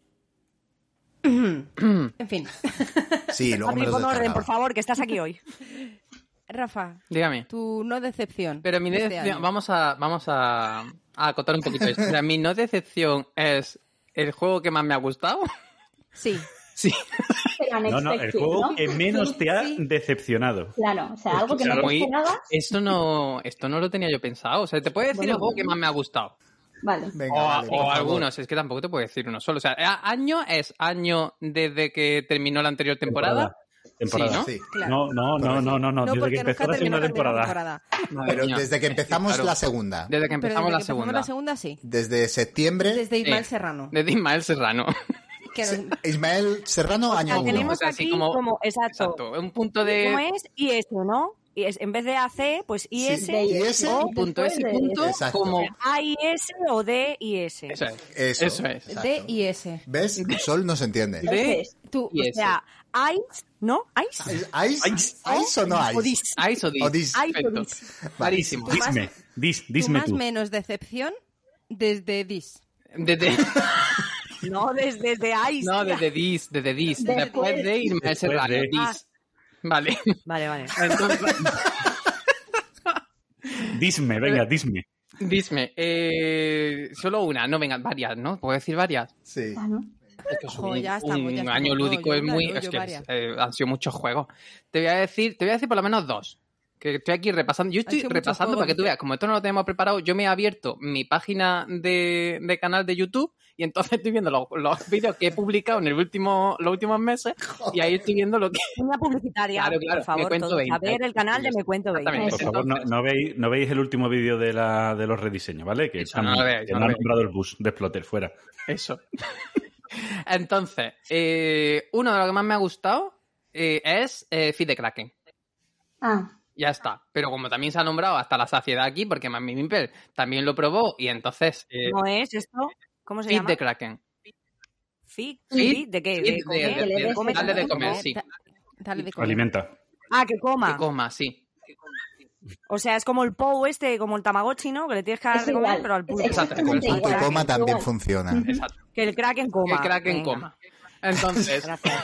En fin. Sí, luego me Papi, los pon orden, descargaba. por favor, que estás aquí hoy. Rafa, Dígame. tu no decepción. Pero mi de este decepción, año. vamos a, vamos a, a acotar un poquito esto. O sea, mi no decepción es el juego que más me ha gustado. Sí. Sí. Pero No, no, el unexpected, juego ¿no? que menos te ha Sí. decepcionado. Claro, o sea, algo que no Claro, te muy- esperabas. esto no, esto no lo tenía yo pensado. O sea, te puedo decir Bueno, el juego que más me ha gustado. Vale. Venga, O, vale, o por favor. algunos, es que tampoco te puedo decir uno solo. O sea, a- año es año desde que terminó la anterior temporada. Temporada. Sí, ¿no? Sí. Claro. No, no, no, no, no, no. No, Desde porque que empezó nunca la segunda terminó la temporada. temporada. Madre Pero mía. desde que empezamos Claro. la segunda. Desde que Pero empezamos desde la que segunda. empezamos la segunda, sí. Desde septiembre. Desde Ismael Sí. Serrano. Desde Ismael Serrano. Que nos- Se- Ismael Serrano, año sea, uno. tenemos O sea, así aquí como- como, exacto, Exacto. Un punto ¿cómo de. es? I S, ¿no? Y es, en vez de A C, pues I S, Sí, de y ese- o Punto después ese de- punto Exacto. como. A I S o D I S. Eso es. Eso, Eso es. exacto. D y S. ¿Ves? Sol no se entiende. De Entonces, Tú, y O ese. sea, Ice, ¿no? Ice. ¿Ice? ¿Ice o no O ice? dis. Ice o dis. O dis. Ice o Perfecto. dis. Clarísimo. Tú más- Disme, dis, tu disme más tú. menos decepción desde Dis. Desde, No, desde, desde Ice. no, desde dis, desde dis. Después. Después de Ismael Después Serrano. de- Dis. Vale. Vale, vale. Entonces, Disme, venga, disme. disme, eh, solo una, no, venga, varias, ¿no? ¿Puedo decir varias? Sí. ah, ¿no? Es que es Ojo, un, ya estamos, un ya estamos. año No, lúdico yo es una, muy... no, es yo que varias. eh, han sido muchos juegos. Te voy a decir, te voy a decir por lo menos dos. Que estoy aquí repasando. Yo estoy sido muchos repasando juegos, para que tú dice. veas, como esto no lo tenemos preparado, yo me he abierto mi página de, de canal de YouTube y entonces estoy viendo los, los vídeos que he publicado en el último, los últimos meses y ahí estoy viendo lo que... Una publicitaria, Claro, claro, por favor, Me Cuento todos. veinte. A ver el canal de Me Cuento veinte. Exactamente. Por favor, no, no veis, no veis el último vídeo de, la, de los rediseños, ¿vale? Que, Eso, están- no lo veáis, que no me lo han veáis. nombrado el bus de Exploter, fuera. Eso. Entonces, eh, uno de los que más me ha gustado eh, es eh, Feed the Kraken. Ah, Ya está. Pero como también se ha nombrado hasta la saciedad aquí, porque Mami Mipel también lo probó y entonces... Eh, ¿Cómo es esto? ¿Cómo se Feed llama? the Kraken. Feed, Feed- feed, ¿de qué? feed ¿De de- comer? de- Que le de- des ¿Come Dale de también? comer, sí. Da- Dale de comer. Alimenta. Ah, que coma. Que coma, sí. O sea, es como el Pou este, como el Tamagotchi, ¿no? Que le tienes que dar es de comer, igual. pero al Es pulpo. exactamente Punto y igual. coma también Igual. funciona. Exacto. Que el Kraken coma. Que Kraken Venga. coma. Entonces, Gracias.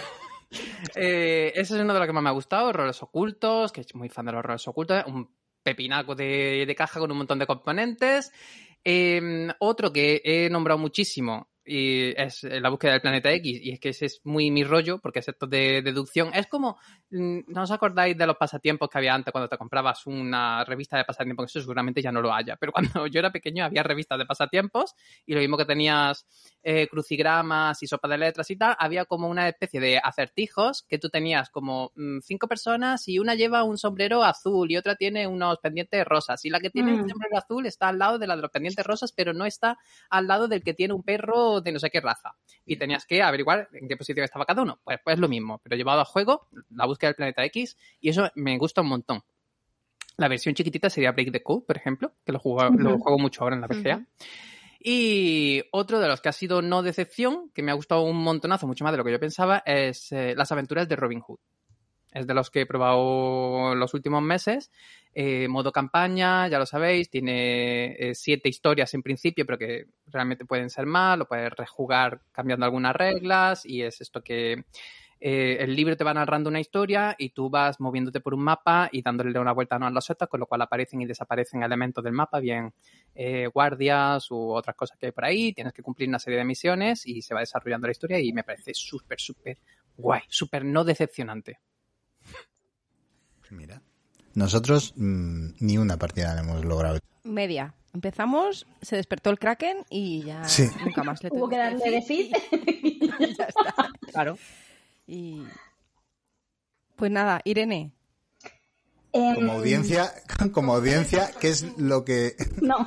eh, ese es uno de los que más me ha gustado, roles ocultos, que es muy fan de los roles ocultos, un pepinaco de, de caja con un montón de componentes. Eh, otro que he nombrado muchísimo y es La Búsqueda del Planeta X, y es que ese es muy mi rollo, porque es esto de deducción. Es como, mm, ¿no os acordáis de los pasatiempos que había antes cuando te comprabas una revista de pasatiempos? Eso seguramente ya no lo haya, pero cuando yo era pequeño había revistas de pasatiempos y lo mismo que tenías eh, crucigramas y sopa de letras y tal, había como una especie de acertijos que tú tenías como mm, cinco personas y una lleva un sombrero azul y otra tiene unos pendientes rosas y la que tiene Mm. el sombrero azul está al lado de la de los pendientes rosas, pero no está al lado del que tiene un perro de no sé qué raza. Y tenías que averiguar en qué posición estaba cada uno. Pues, pues lo mismo, pero llevado a juego, La Búsqueda del Planeta X, y eso me gusta un montón. La versión chiquitita sería Break the Code, por ejemplo, que lo juego, Ujú. lo juego mucho ahora en la P G A. Ujú. Y otro de los que ha sido no decepción, que me ha gustado un montonazo, mucho más de lo que yo pensaba, es eh, Las Aventuras de Robin Hood. Es de los que he probado los últimos meses. Eh, modo campaña, ya lo sabéis, tiene eh, siete historias en principio, pero que realmente pueden ser más, lo puedes rejugar cambiando algunas reglas, y es esto que eh, el libro te va narrando una historia y tú vas moviéndote por un mapa y dándole una vuelta a las setas, con lo cual aparecen y desaparecen elementos del mapa, bien eh, guardias u otras cosas que hay por ahí, tienes que cumplir una serie de misiones y se va desarrollando la historia y me parece súper, súper guay, súper no decepcionante. Mira. Nosotros mmm, ni una partida la hemos logrado. Media. Empezamos, se despertó el Kraken y ya Sí. nunca más le Hubo tuvimos que darle de feed. Ya está. Claro. Y pues nada, Irene. Em, Como audiencia, como audiencia, ¿qué es lo que...? No,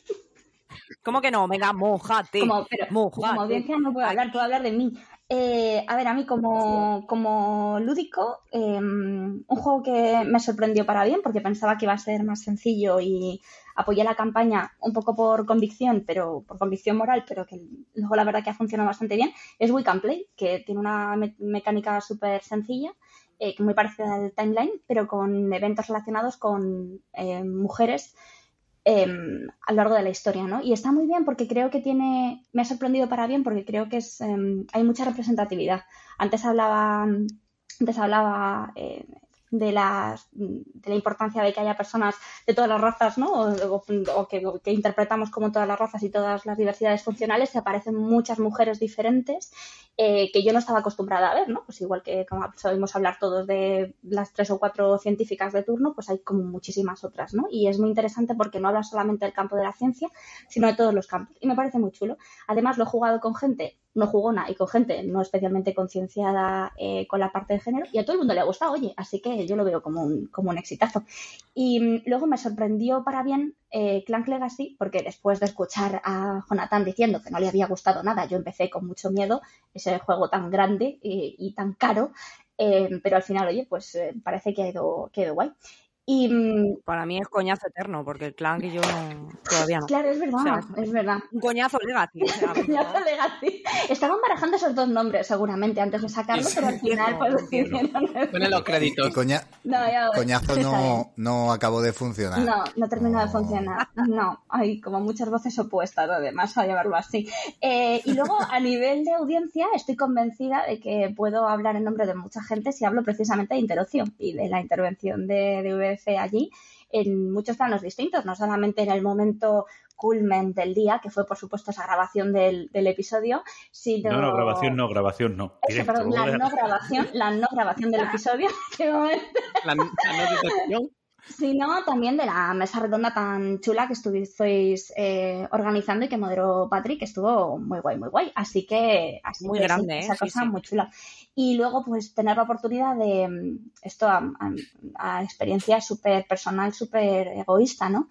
¿Cómo que no? Venga, mójate. como, pero, mójate. como audiencia no puedo hablar, puedo hablar de mí. Eh, a ver, a mí como, como lúdico, eh, un juego que me sorprendió para bien porque pensaba que iba a ser más sencillo y apoyé la campaña un poco por convicción, pero por convicción moral, pero que luego la verdad que ha funcionado bastante bien, es We Can Play, que tiene una me- mecánica súper sencilla, eh, muy parecida al Timeline, pero con eventos relacionados con eh, mujeres eh, a lo largo de la historia, ¿no? Y está muy bien porque creo que tiene, me ha sorprendido para bien porque creo que es, eh, hay mucha representatividad. Antes hablaba, antes hablaba eh, de, las, de la importancia de que haya personas de todas las razas, ¿no? O, o, o que, o que interpretamos como todas las razas y todas las diversidades funcionales, se aparecen muchas mujeres diferentes eh, que yo no estaba acostumbrada a ver, ¿no? Pues igual que como sabemos hablar todos de las tres o cuatro científicas de turno, pues hay como muchísimas otras, ¿no? Y es muy interesante porque no habla solamente del campo de la ciencia, sino de todos los campos. Y me parece muy chulo. Además, lo he jugado con gente no jugona y con gente no especialmente concienciada eh, con la parte de género, y a todo el mundo le ha gustado, oye, así que yo lo veo como un, como un exitazo. Y mm, luego me sorprendió para bien eh, Clank Legacy, porque después de escuchar a Jonathan diciendo que no le había gustado nada, yo empecé con mucho miedo, ese juego tan grande y, y tan caro, eh, pero al final, oye, pues eh, parece que ha ido, que ha ido guay. Y mm, Para mí es coñazo eterno, porque el Clank y yo no, todavía no. claro, es verdad, O sea, es verdad. Un coñazo Legacy. O sea, Coñazo Legacy. Estaban barajando esos dos nombres seguramente antes de sacarlo, pero al final pues decidieron... Ponen los créditos. Y coña- No, ya- coñazo está bien. no, no acabó de funcionar. No, no terminó de No. funcionar. No, hay como muchas voces opuestas, además, a llamarlo así. Eh, y luego, a nivel de audiencia, estoy convencida de que puedo hablar en nombre de mucha gente si hablo precisamente de Interocio y de la intervención de, de V F allí en muchos planos distintos, no solamente en el momento culmen del día, que fue, por supuesto, esa grabación del, del episodio, sino... No, no, grabación no, grabación no. Eso, Directo, perdón, la joder. no grabación, la no grabación del episodio, que momento. La, la notificación. Sino también de la mesa redonda tan chula que estuvisteis eh, organizando y que moderó Patrick, que estuvo muy guay, muy guay. Así que, así Muy que grande, sí, ¿eh? esa Sí, cosa sí. muy chula. Y luego, pues, tener la oportunidad de mm, esto a, a, a experiencia súper personal, súper egoísta, ¿no?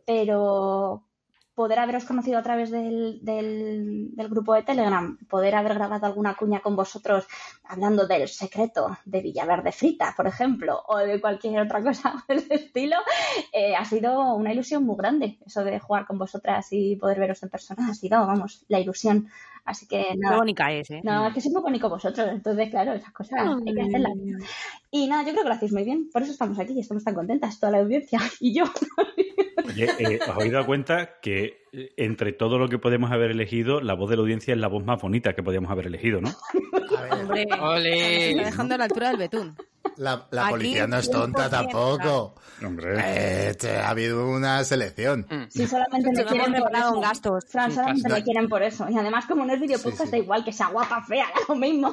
Pero poder haberos conocido a través del, del, del grupo de Telegram, poder haber grabado alguna cuña con vosotros hablando del secreto de Villaverde Frita, por ejemplo, o de cualquier otra cosa del estilo, eh, ha sido una ilusión muy grande. Eso de jugar con vosotras y poder veros en persona ha sido, vamos, la ilusión. Así que Qué nada. bonita es, ¿eh? No, es que soy muy bonito vosotros, entonces, claro, esas cosas hay que hacerlas. Y nada, yo creo que lo hacéis muy bien, por eso estamos aquí y estamos tan contentas, toda la audiencia y yo. Oye, eh, ¿os habéis dado cuenta que eh, entre todo lo que podemos haber elegido, la voz de la audiencia es la voz más bonita que podíamos haber elegido, ¿no? A ver, Hombre, Se está ¡Ole! dejando a la altura del betún. la, la Aquí, policía no es cien por tonta cien, tampoco. Hombre. Eh, te- ha habido una selección. Mm. Si solamente Se me lo quieren hemos por preparado eso. en gastos. Fran, Sí, solamente casi. me quieren por eso. Y además, como no es video Sí, podcast, sí. da igual que sea guapa, fea, da lo mismo.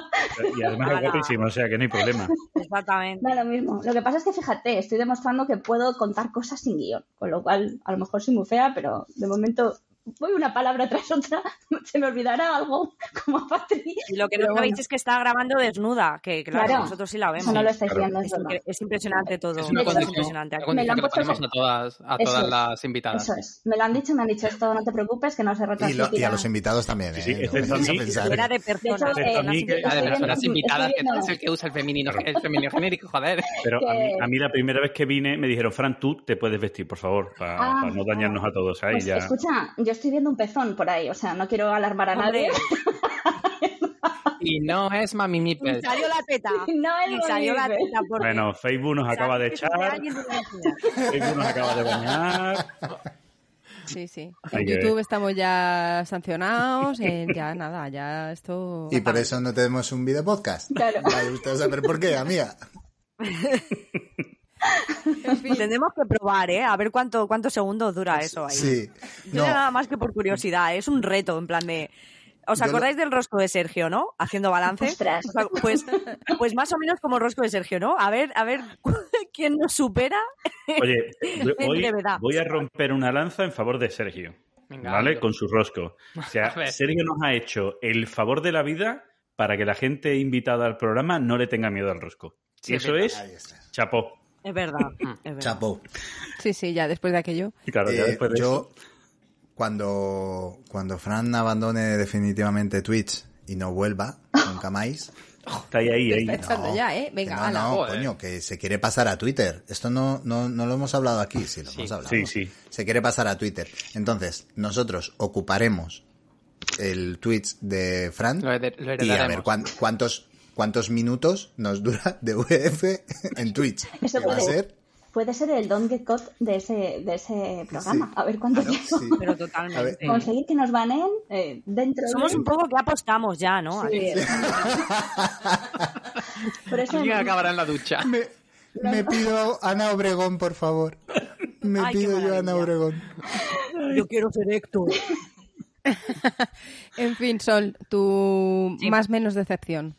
Y además es guapísimo, o sea que no hay problema. Exactamente. Da lo mismo. Lo que pasa es que, fíjate, estoy demostrando que puedo contar cosas sin guión. Con lo cual, a lo mejor soy muy fea, pero de momento voy una palabra tras otra. Se me olvidará algo, como a Patrick. Y lo que no Pero sabéis bueno. es que está grabando desnuda, que claro, Claro. nosotros sí la vemos. Eso no lo estáis Claro. viendo, es Es, verdad. incre- es impresionante todo. Es una De hecho, es condición, impresionante. una Me lo condición han que le puesto ponemos a todas, a Eso todas es. las invitadas. Eso es. Me lo han dicho, me han dicho esto, no te preocupes, que no se Y, lo- retransmitirá. y a los invitados también, Sí, sí, ¿eh? excepto No vayas a a mí, pensar. Era de De hecho, personas. eh, Excepto a mí, que- estoy Además, son las viendo- invitadas, que estoy tú viendo- eres el que usa el femenino, el femenino genérico, joder. Pero a mí, que- a mí la primera vez que vine me dijeron, Fran, tú te puedes vestir, por favor, para, Ah, para no dañarnos a todos. Ahí Pues, ya. escucha, yo estoy viendo un pezón por ahí, o sea, no quiero alarmar a Hombre, nadie. Y no es Mami y Mipel. salió la teta. No es Y salió la bonito. teta. Porque Bueno, Facebook nos acaba de sabes que echar, alguien te lo va a enseñar. Facebook nos acaba de bañar. Sí, sí. Hay En que ver. YouTube estamos ya sancionados, en ya nada, ya esto... Y por eso no tenemos un video podcast. Claro. Vaya usted a saber por qué, amiga. En fin. Tendremos que probar, ¿eh? A ver cuánto, cuántos segundos dura eso ahí. Sí. Yo No, ya nada más que por curiosidad, es un reto, en plan de... ¿Os Yo lo- acordáis del rosco de Sergio, no? Haciendo balance. Ostras. O sea, pues, pues más o menos como el rosco de Sergio, ¿no? A ver, a ver quién nos supera. Oye, En hoy brevedad. voy a romper una lanza en favor de Sergio. Venga, ¿vale? Aldo. Con su rosco. O sea, A ver. Sergio nos ha hecho el favor de la vida para que la gente invitada al programa no le tenga miedo al rosco. Sí, y es eso verdad. es Ahí está. chapó. Es verdad, es verdad. Chapó. Sí, sí, ya después de aquello. Y claro, ya Eh, después de yo, cuando, cuando Fran abandone definitivamente Twitch y no vuelva nunca más, eso, está ahí, ahí, ahí. Está echando ya, ¿eh? Venga, que no, ala. no, joder. coño, que se quiere pasar a Twitter. Esto no, no, no lo hemos hablado aquí, sí lo Sí. hemos hablado. Sí, sí. Se quiere pasar a Twitter. Entonces, nosotros ocuparemos el Twitch de Fran Lo, hered- lo y a heredaremos. ver cuán- cuántos, cuántos minutos nos dura de U F en Twitch. Eso que va a puede- ser... Puede ser el Don't Get Caught de ese, de ese programa. Sí. A ver cuánto Claro, tiempo. sí. Pero A ver. totalmente. Conseguir que nos baneen eh, dentro Somos de... un poco que apostamos ya, ¿no? Sí. Por eso Alguien acabará en la ducha. Me, me pido Ana Obregón, por favor. Me Ay, qué pido yo Ana maravilla. Obregón. Yo quiero ser Héctor. En fin, Sol, tu Sí. más menos decepción.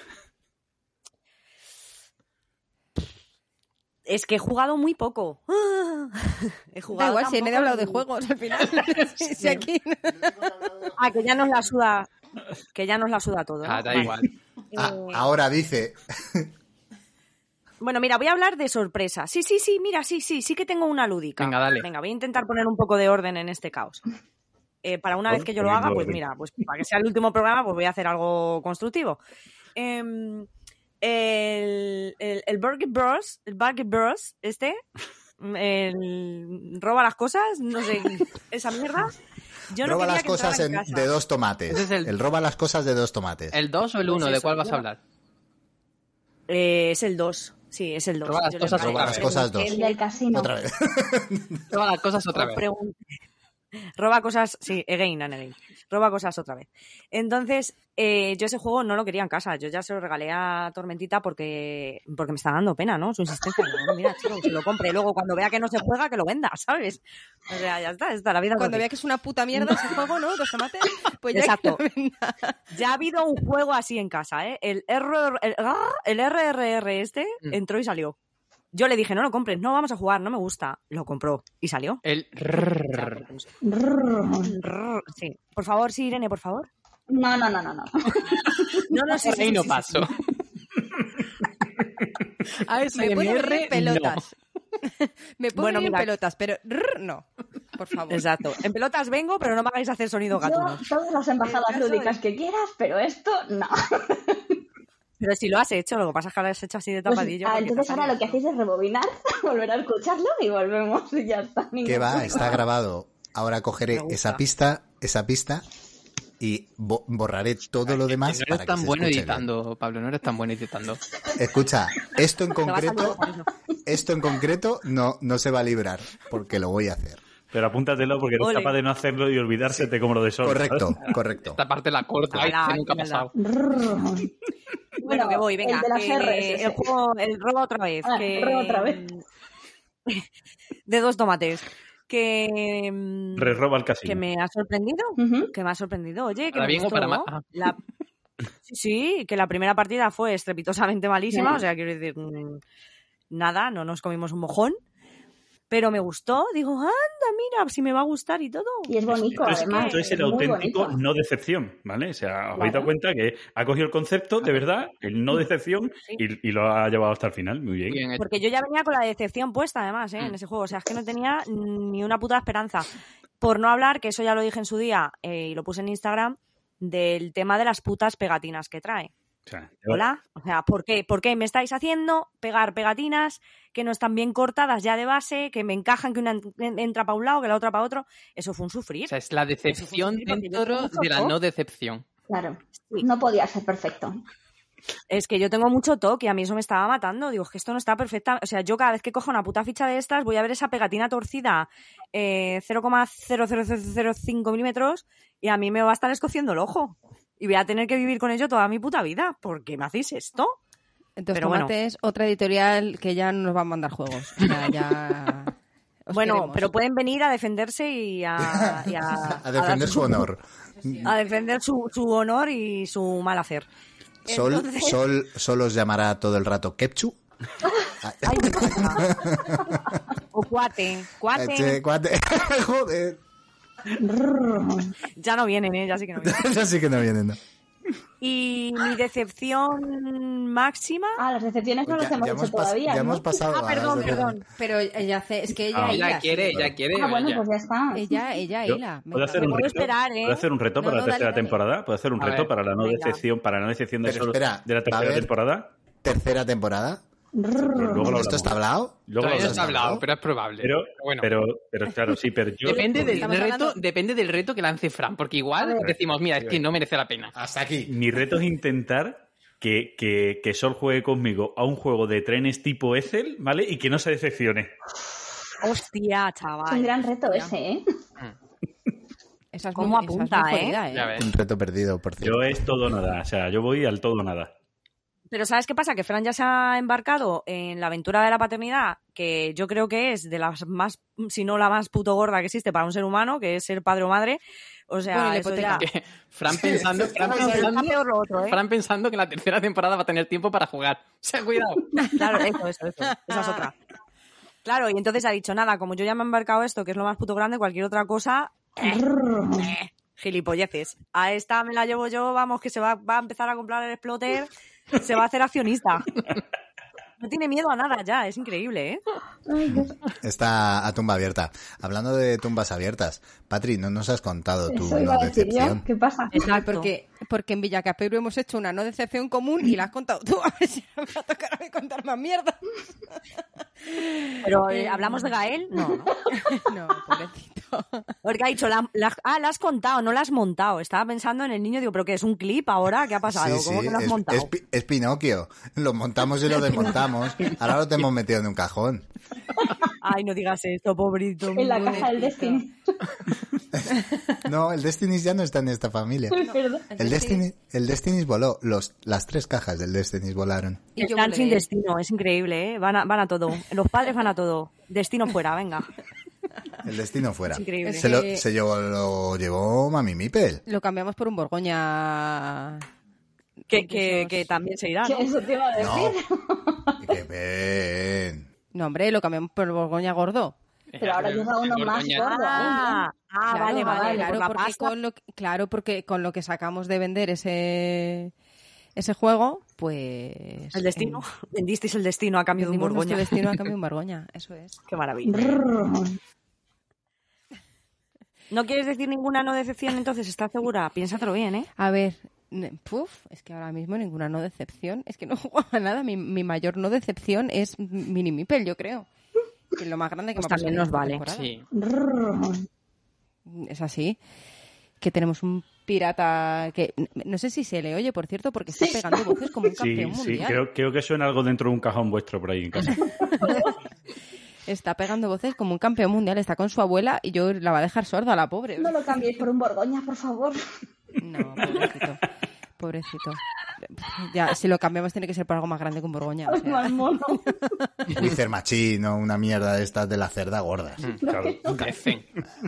Es que he jugado muy poco. He Da jugado igual, tan si nadie ha poco hablado de que- juegos al final. Si- si aquí... Ah, que ya nos la suda. Que ya nos la suda todo. ¿no? Ah, da Vale. igual. Ah, Eh, ahora dice... Bueno, mira, voy a hablar de sorpresa. Sí, sí, sí, mira, sí, sí, sí que tengo una lúdica. Venga, dale. Venga, voy a intentar poner un poco de orden en este caos. Eh, para una Pon- vez que yo lo poniendo haga, pues orden. mira, pues para que sea el último programa, pues voy a hacer algo constructivo. Em, el, el, el Burger Bros, el Burger Bros, este, el roba las cosas, no sé, esa mierda. Yo no roba quería las que cosas entrara en- en casa. de dos tomates. Ese es el- el... roba las cosas de dos tomates. ¿El dos o el Pues uno? ¿De eso, cuál vas a yo- hablar? Eh, es el dos. Sí, es el dos. Roba las Yo le cosas pre- Roba las pregunté- cosas dos. El del casino. Otra vez. Todas las cosas otra Os vez. pregunté- Roba cosas, sí, again and again. Roba cosas otra vez. Entonces, eh, yo ese juego no lo quería en casa. Yo ya se lo regalé a Tormentita porque, porque me está dando pena, ¿no? Su insistencia. Digo, mira, chico, que lo compre. Luego, cuando vea que no se juega, que lo venda, ¿sabes? O sea, ya está, está la vida. Cuando es vea así. que es una puta mierda ese juego, ¿no? Dos tomates, pues ya Exacto. que lo venda. Ya ha habido un juego así en casa, ¿eh? El, R, el, el R R R este Mm. entró y salió. Yo le dije, no lo compres, no vamos a jugar, no me gusta. Lo compró y salió. El... rrrr. Rrr, Sí. Por favor, sí, Irene, por favor. No, no, no, no, no. No, no, sí, Por sí, ahí sí, no sí, paso. A ver si Me puedo R, venir en pelotas. Me puedo Bueno, venir en mira. pelotas, pero rrr, no. Por favor. Exacto. En pelotas vengo, pero no me hagáis hacer sonidos Yo, gatunos. todas las embajadas El caso lúdicas es- que quieras, pero esto no. Pero si lo has hecho, lo que pasa es que lo has hecho así de Pues, tapadillo. ah, porque te entonces ha ahora lo salido. que hacéis es rebobinar, volver a escucharlo y volvemos y ya está. Que Ningún va, problema. está grabado. Ahora Me cogeré gusta. esa pista, esa pista y bo- borraré todo lo demás No para eres que tan se bueno escuche bien. editando, Pablo, no eres tan bueno editando. Escucha, esto en Te vas a concreto, liar por eso. esto en concreto no, no se va a librar, porque lo voy a hacer. Pero apúntatelo porque eres Ole. capaz de no hacerlo y olvidársete como lo de Sol. Correcto, correcto. Esta parte la corta, Ala, que nunca ha qué maldad. pasado. Bueno, que voy, venga. El de las que R's, ese. el juego, el robo otra vez. Ah, que... robo otra vez. De dos tomates. Que... mm, Reroba el casino. que me ha sorprendido. Ujú. Que me ha sorprendido. Oye, que ¿Para me bien o gustó. para mal? Ah. La- Sí, sí, que la primera partida fue estrepitosamente malísima. Ya. O sea, quiero decir, mm, nada, no nos comimos un mojón. Pero me gustó. Digo, anda, mira, si me va a gustar y todo. Y es bonito, Esto es, además. esto es el muy auténtico bonito. no decepción, ¿vale? O sea, os habéis Claro. dado cuenta que ha cogido el concepto de verdad, el no decepción, y, y lo ha llevado hasta el final. Muy bien. Bien hecho. Porque yo ya venía con la decepción puesta, además, ¿eh? en Mm. ese juego. O sea, es que no tenía ni una puta esperanza. Por no hablar, que eso ya lo dije en su día eh, y lo puse en Instagram, del tema de las putas pegatinas que trae. O sea, Hola, o sea, ¿por qué? ¿Por qué me estáis haciendo pegar pegatinas que no están bien cortadas ya de base, que me encajan, que una en- entra para un lado, que la otra para otro? Eso fue un sufrir. O sea, es la decepción Eso fue porque yo dentro tengo mucho de la toque. no decepción. Claro. Sí. No podía ser perfecto. Es que yo tengo mucho toque y a mí eso me estaba matando. Digo, es que esto no está perfecta. O sea, yo cada vez que cojo una puta ficha de estas voy a ver esa pegatina torcida eh, cero coma cero cero cero cero cinco milímetros y a mí me va a estar escociendo el ojo. Y voy a tener que vivir con ello toda mi puta vida. ¿Por qué me hacéis esto? Entonces, Pero bueno. Tomates, otra editorial que ya nos va a mandar juegos. O sea, ya... os Bueno, queremos. pero pueden venir a defenderse y a... y a, A defender dar su honor. A defender su, su honor y su mal hacer. Sol, Entonces- Sol, Sol os llamará todo el rato Kepchu. Ay, me gusta. O cuate. Cuate. Che, cuate. Joder. Ya no vienen, ¿eh? Ya sí que no vienen. Ya sí que no vienen, ¿no? Y mi decepción máxima... Ah, las decepciones no Pues las ya, hemos ya hecho hemos pas- todavía, ya ¿no? hemos pasado Ah, a las perdón, decepciones. perdón. Pero ella hace, es que ella Ah, hila. Ella quiere, siempre. ella quiere. Ah, bueno, ella. pues ya está. Ella, ella Yo- hila. ¿Puedo Venga, hacer va. un puedo reto? esperar, ¿eh? ¿Puedo hacer un reto No, para no, la dale, tercera dale. temporada? ¿Puedo hacer un A reto ver, para la no venga. decepción, para la no decepción de, Pero solo- espera, de la va a tercera haber- temporada? Tercera temporada. Luego lo ¿Esto está hablamos. hablado? Luego lo Todavía no hablamos. se ha hablado, pero es probable. Pero, bueno, pero, pero claro, sí, pero yo... depende del Estamos reto, hablando- depende del reto que lance Fran, porque igual A ver. decimos, mira, es que no merece la pena. Hasta aquí. Mi reto es intentar que, que, que Sol juegue conmigo a un juego de trenes tipo Ethel, ¿vale? Y que no se decepcione. Hostia, Es un chaval. gran reto ese, ¿eh? Esa es ¿Cómo muy- esa es apunta, muy eh? jodida, Ya ves. Un reto perdido, por cierto. Yo es todo o nada, o sea, yo voy al todo o nada. Pero ¿sabes qué pasa? Que Fran ya se ha embarcado en la aventura de la paternidad, que yo creo que es de las más, si no la más puto gorda que existe para un ser humano, que es ser padre o madre. O sea, Bueno, y la eso hipoteca. ya... Que Fran pensando, Fran, Bueno, está pensando, peor lo otro, ¿eh? Fran pensando que la tercera temporada va a tener tiempo para jugar. O sea, cuidado. Claro, eso, eso, eso. Esa es otra. Claro, y entonces ha dicho, nada, como yo ya me he embarcado esto, que es lo más puto grande, cualquier otra cosa... eh, eh, gilipolleces. A esta me la llevo yo, vamos, que se va, va a empezar a comprar el exploter, se va a hacer accionista. No tiene miedo a nada ya, es increíble, ¿eh? Está a tumba abierta. Hablando de tumbas abiertas, Patri, no nos has contado tu Eso iba no a decir yo. decepción. ¿Qué pasa? Exacto. Porque, porque en Villacapero hemos hecho una no decepción común y la has contado tú. A ver si me va a tocar a mí contar más mierda. Pero, eh, ¿hablamos de Gael? No, no. No, pobrecito. Porque ha dicho, la, la- ah, la has contado, no la has montado. Estaba pensando en el niño, digo, ¿pero qué es un clip ahora? ¿Qué ha pasado? Sí, ¿Cómo sí, que lo has es, montado? es Pi- es Pinocchio. Lo montamos y lo desmontamos. Ahora lo tenemos metido en un cajón. Ay, no digas esto, pobrito. En la mío. caja del Destiny. No, el Destiny ya no está en esta familia. Perdón. El Destiny, el Destiny voló. Los, las tres cajas del Destiny volaron. Y yo Están volveré. sin destino, es increíble, ¿eh? Van a, van a todo. Los padres van a todo. Destino fuera, venga. El destino fuera. Es increíble. Se lo, Eh, se llevó, lo llevó Mami Mipel. Lo cambiamos por un Borgoña. Que, que, que también se irá, ¿no? ¿Qué eso te iba a decir? No. Qué bien. No, hombre, lo cambiamos por el Borgoña gordo. Pero ahora llega uno más Borgoña. gordo. Ah, ah, Claro, vale, vale, claro, por la porque pasta. con lo que, claro, porque con lo que sacamos de vender ese ese juego, pues El destino. Vendisteis el destino a eh, cambio de un vendimos nuestro Borgoña. destino a cambio de un Borgoña, eso es. Qué maravilla. ¿No quieres decir ninguna no decepción entonces? ¿Estás segura? Piénsatelo bien, ¿eh? A ver, ne- puf, es que ahora mismo ninguna no decepción, es que no jugaba nada, mi, mi mayor no decepción es Mini Mipel, yo creo. Que es lo más grande que Pues me ha pasado también en nos esta vale. temporada. Sí. Es así. Que tenemos un pirata que n- no sé si se le oye, por cierto, porque está pegando voces como un Sí, campeón sí, mundial. creo, creo que suena algo dentro de un cajón vuestro por ahí en casa. Está pegando voces como un campeón mundial, está con su abuela y yo la va a dejar sorda la pobre. No lo cambiéis por un Borgoña, por favor. No, pobrecito. Pobrecito. Ya, si lo cambiamos tiene que ser por algo más grande que un Borgoña. o sea. Más mono. Wither Machine o una mierda de estas de la cerda gordas. Claro. Decen.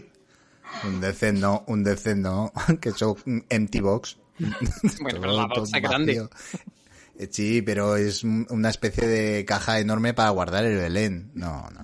Un Decen no, un Decen no, que son un empty box. Bueno, pero la Todo- box todo es grande. vacío. Eh, Sí, pero es un- una especie de caja enorme para guardar el Belén. No, no.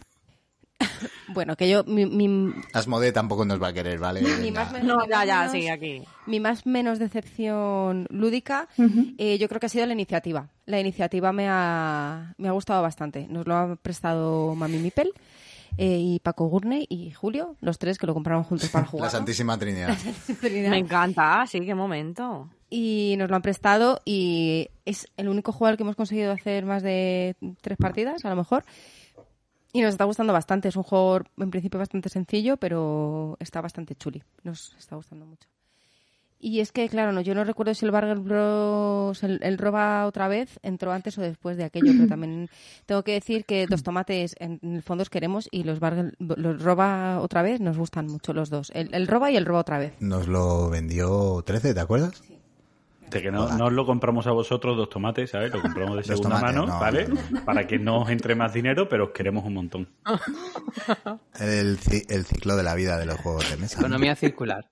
Bueno, que yo, mi, mi, Asmodee tampoco nos va a querer, ¿vale? mi Venga. más, No, mi ya, más ya, menos- sí, aquí. mi más menos decepción lúdica, eh, yo creo que ha sido la iniciativa. La iniciativa me ha, me ha gustado bastante. Nos lo ha prestado Mami Mipel eh, y Paco Gurney y Julio, los tres que lo compraron juntos para jugar. La Santísima Trinidad. Me encanta, sí, qué momento. Y nos lo han prestado y es el único juego al que hemos conseguido hacer más de tres partidas, a lo mejor. Y nos está gustando bastante. Es un juego en principio bastante sencillo, pero está bastante chuli. Nos está gustando mucho. Y es que, claro, no, yo no recuerdo si el Barger Bros, el, el roba otra vez, entró antes o después de aquello, pero también tengo que decir que Dos Tomates en, en el fondo os queremos y los, Barger, los roba otra vez nos gustan mucho los dos. El, el roba y el roba otra vez. Nos lo vendió trece, ¿te acuerdas? De que no, no os lo compramos a vosotros dos tomates, ¿sabes? Lo compramos de Dos segunda tomates, mano, no, ¿vale? no, no. Para que no os entre más dinero, pero os queremos un montón. El, ci- el ciclo de la vida de los juegos de mesa. Economía circular.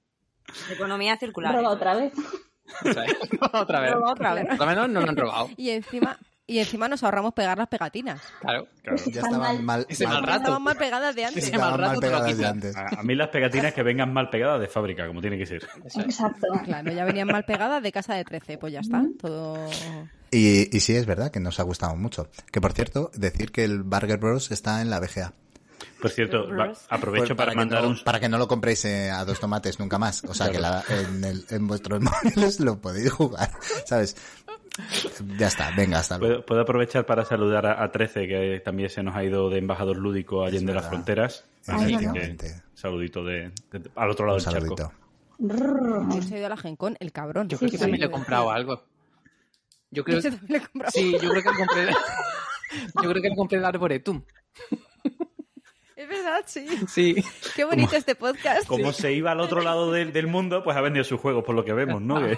Economía circular. Roba otra vez. O sea, otra vez. Roba otra vez. Por lo menos no lo han robado. Y encima Y encima nos ahorramos pegar las pegatinas. Claro. Claro. Ya estaban mal, Ese mal mal, rato. Estaban mal pegadas de antes. Ese estaban mal rato mal te lo pegadas de quitan. antes. A, a mí las pegatinas que vengan mal pegadas de fábrica, como tiene que ser. Exacto. Claro, ya venían mal pegadas de casa de trece, pues ya está, todo... Y, y sí, es verdad que nos ha gustado mucho. Que por cierto, decir que el Burger Bros está en la B G A. Por cierto, va- aprovecho Pues para, que mandar no, un... para que no lo compréis eh, a dos tomates nunca más. O sea, Claro. que la, en, el, en vuestros móviles lo podéis jugar, ¿sabes? Ya está, venga, hasta luego. ¿Puedo, puedo aprovechar para saludar a, a trece, que también se nos ha ido de embajador lúdico allende Es las verdad. fronteras. Ay, Así efectivamente. que, saludito de, de- al otro lado Un del charco. saludito. Él se ha ido a la Gencon, el cabrón. Yo creo que sí. también le he comprado algo. Yo creo Ese también le he comprado. Sí, yo creo que le compré... Yo creo que le compré el Arboretum. Es verdad, sí. Sí. Qué bonito este podcast. Como se iba al otro lado del, del mundo, pues ha vendido sus juegos, por lo que vemos, ¿no? Que-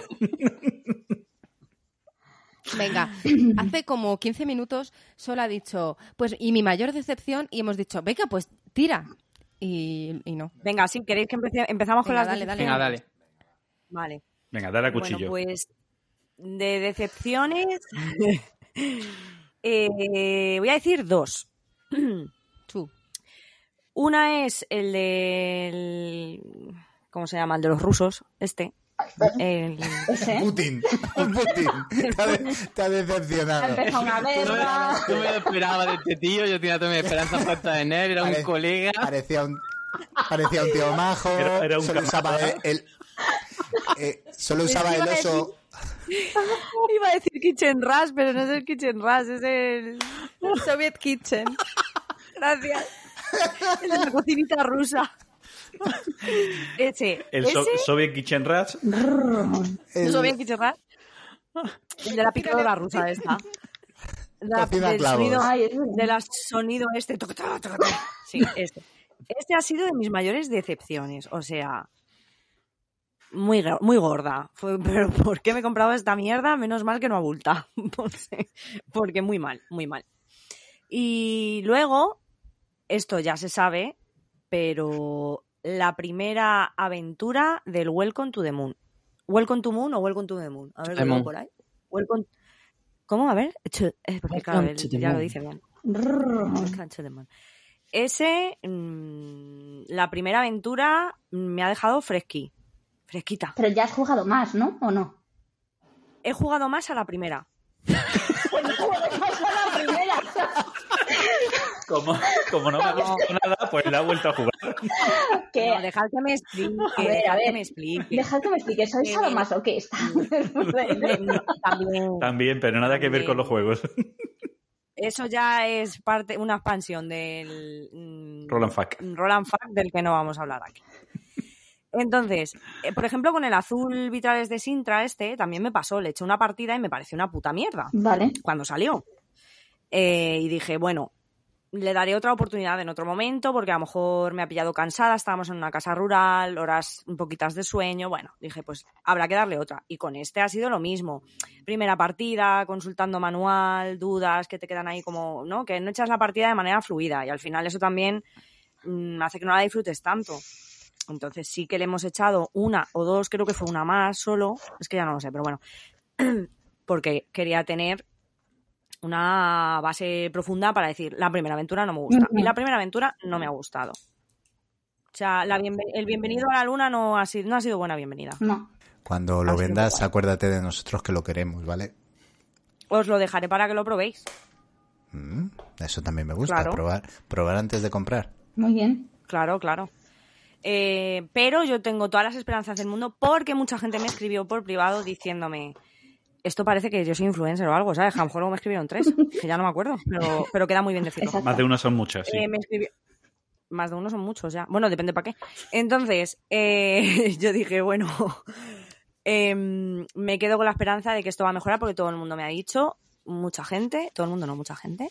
Venga, hace como quince minutos solo ha dicho, pues, y mi mayor decepción, y hemos dicho, venga, pues tira. Y, y no. Venga, si queréis que empece- empezamos con Venga, las dale, dale. Venga, dale. Vale. Venga, dale a cuchillo. Bueno, pues de decepciones eh, voy a decir dos. Tú. Una es el del... ¿Cómo se llama? El de los rusos, este. El... Ese. Putin, Putin, te ha, de- te ha decepcionado. Empezó una No me, verga. no me lo esperaba de este tío, yo tenía toda mi esperanza puesta en él, era un Pare- colega. Parecía un, parecía un tío majo, Era- era un solo usaba el, camarada. el- eh, solo usaba el Iba a oso. Iba a decir Kitchen Rush, pero no es el Kitchen Rush, es el... Soviet Kitchen. Gracias. El de la cocinita rusa. Ese. El so- ese, Soviet Kitchen Rush. el- ¿no bien Kitchen Rush? El de la picadora rusa esta. De la- Cocina del clavos. sonido, Ay, es verdad. de la sonido este. toc, toc, toc, toc. Sí, este. Este ha sido de mis mayores decepciones. O sea, muy, gr- muy gorda. Fue, pero ¿por qué me he comprado esta mierda? Menos mal que no abulta. No sé, porque muy mal, muy mal. Y luego, esto ya se sabe, pero la primera aventura del Welcome to the Moon. ¿Welcome to Moon o Welcome to the Moon? A ver, The lo Moon. por ahí. Welcome... ¿Cómo? A ver. To- eh, porque claro, Welcome él to the ya lo Moon. dice bien. Welcome to the Moon. Ese, mm, la primera aventura me ha dejado fresqui. Fresquita. Pero ya has jugado más, ¿no? ¿O no? He jugado más a la primera. la primera. Como, como no me ha gustado nada, pues la ha vuelto a jugar. Que, No, dejad que me explique. A ver, a dejad ver. que me explique. dejad que me explique, ¿sois Eh, sadomasoquista? No, también. También, pero nada que ver con los juegos. Eso ya es parte, una expansión del mm, Roll and Fuck. Roll and Fuck del que no vamos a hablar aquí. Entonces, eh, por ejemplo, con el azul vitrales de Sintra este, también me pasó, le eché una partida y me pareció una puta mierda Vale. cuando salió. Eh, y dije, bueno, le daré otra oportunidad en otro momento porque a lo mejor me ha pillado cansada, estábamos en una casa rural, horas un poquitas de sueño, bueno, dije, pues habrá que darle otra. Y con este ha sido lo mismo. Primera partida, consultando manual, dudas que te quedan ahí como, ¿no? Que no echas la partida de manera fluida y al final eso también mmm, hace que no la disfrutes tanto. Entonces sí que le hemos echado una o dos, creo que fue una más solo, es que ya no lo sé, pero bueno, porque quería tener una base profunda para decir, la primera aventura no me gusta. Ujú. Y la primera aventura no me ha gustado. O sea, la bienve- el bienvenido a la luna no ha sido, no ha sido buena bienvenida. No. Cuando lo Ha sido vendas, guay. acuérdate de nosotros que lo queremos, ¿vale? Os lo dejaré para que lo probéis. Mm, eso también me gusta, Claro. probar, probar antes de comprar. Muy bien. Claro, claro. Eh, pero yo tengo todas las esperanzas del mundo porque mucha gente me escribió por privado diciéndome, esto parece que yo soy influencer o algo, ¿sabes? A lo mejor luego me escribieron tres, que ya no me acuerdo, pero, pero queda muy bien decirlo. Exacto. Más de una son muchas, sí. Eh, me escribió... Más de uno son muchos ya. Bueno, depende para qué. Entonces, eh, yo dije, bueno, em, me quedo con la esperanza de que esto va a mejorar porque todo el mundo me ha dicho, mucha gente, todo el mundo no, mucha gente,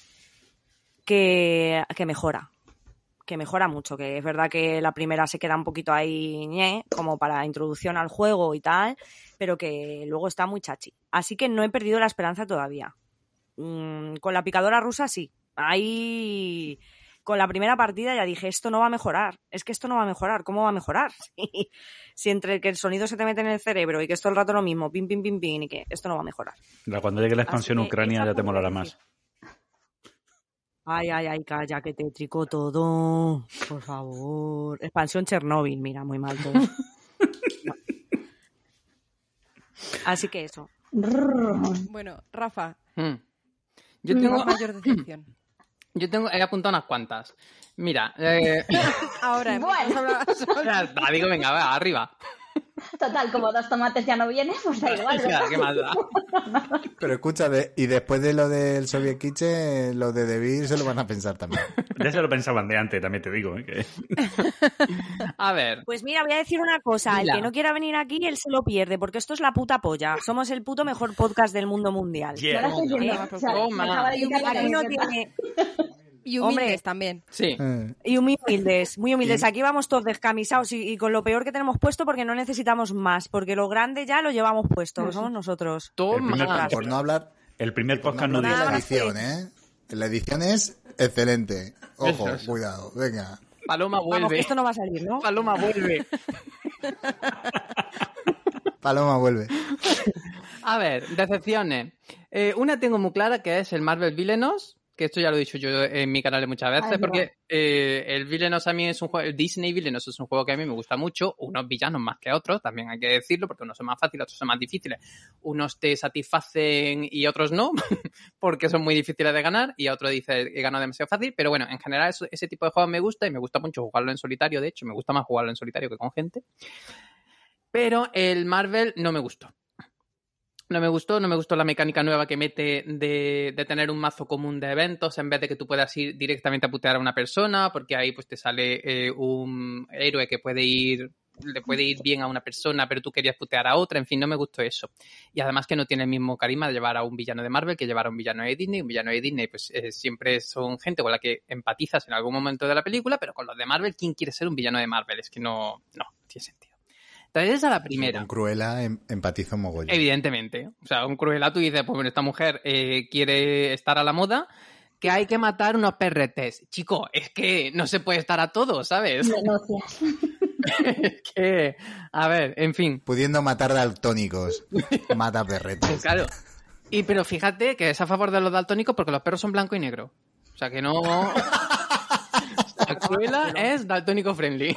que, que mejora. Que mejora mucho, que es verdad que la primera se queda un poquito ahí, ñe, como para introducción al juego y tal, pero que luego está muy chachi. Así que no he perdido la esperanza todavía. Mm, con la picadora rusa sí. Ahí con la primera partida ya dije, esto no va a mejorar, es que esto no va a mejorar, ¿cómo va a mejorar? Si entre que el sonido se te mete en el cerebro y que es todo el rato lo mismo, pim, pim, pim, pim, y que esto no va a mejorar. Cuando llegue la expansión Ucrania ya te molará más. Ay, ay, ay, calla, que tétrico todo. Por favor. Expansión Chernóbil, mira, muy mal todo. Así que eso. Bueno, Rafa. Hmm. Yo tengo... mayor decepción. Yo tengo, he apuntado unas cuantas. Mira, eh... ahora, bueno. La digo, venga, va, arriba. Total, como dos tomates ya no vienen, pues da igual. O sea, ¿qué más da? Pero escucha, de, y después de lo del Soviet Kitchen, lo de Debir se lo van a pensar también. Ya se lo pensaban de antes, también te digo. ¿eh? Que... A ver. Pues mira, voy a decir una cosa. Mira. El que no quiera venir aquí, él se lo pierde, porque esto es la puta polla. Somos el puto mejor podcast del mundo mundial. Yeah. No la estoy viendo. O sea, Toma. me acaba de quitar la Aquí no camiseta. tiene... Y humildes Hombre. también. Sí. Eh, Y muy humildes, muy humildes. Y- Aquí vamos todos descamisados y, y con lo peor que tenemos puesto porque no necesitamos más, porque lo grande ya lo llevamos puesto, que somos nosotros. El primer Toma. podcast. por no hablar, El primer por no podcast no hablar de dice la dice- edición, ¿eh? La edición es excelente. Ojo, Eso es. cuidado, venga. Paloma Vamos, que vuelve. esto no va a salir, ¿no? Paloma vuelve. Paloma vuelve. A ver, decepciones. Eh, una tengo muy clara que es el Marvel Villainous, que esto ya lo he dicho yo en mi canal muchas veces, Ay, porque eh, el Villainous a mí es un juego, el Disney Villainous es un juego que a mí me gusta mucho, unos villanos más que otros, también hay que decirlo, porque unos son más fáciles, otros son más difíciles. Unos te satisfacen y otros no, porque son muy difíciles de ganar, y a otro dice he ganado demasiado fácil, pero bueno, en general eso, ese tipo de juegos me gusta, y me gusta mucho jugarlo en solitario, de hecho, me gusta más jugarlo en solitario que con gente. Pero el Marvel no me gustó. No me gustó, no me gustó la mecánica nueva que mete de, de tener un mazo común de eventos en vez de que tú puedas ir directamente a putear a una persona, porque ahí pues te sale eh, un héroe que puede ir, le puede ir bien a una persona, pero tú querías putear a otra, en fin, no me gustó eso. Y además que no tiene el mismo carisma de llevar a un villano de Marvel que llevar a un villano de Disney. Un villano de Disney pues eh, siempre son gente con la que empatizas en algún momento de la película, pero con los de Marvel, ¿quién quiere ser un villano de Marvel? Es que no, no, tiene sentido. Entonces esa es la primera. Con Cruella em- empatizo mogollón. Evidentemente. O sea, un Cruella tú dices, pues bueno, esta mujer eh, quiere estar a la moda, que hay que matar unos perretes. Chico, es que no se puede estar a todo, ¿sabes? Denuncias. Es que, a ver, en fin. Pudiendo matar daltónicos. Mata perretes. Claro. Y pero fíjate que es a favor de los daltónicos porque los perros son blanco y negro. O sea que no... La Cruella es daltónico friendly.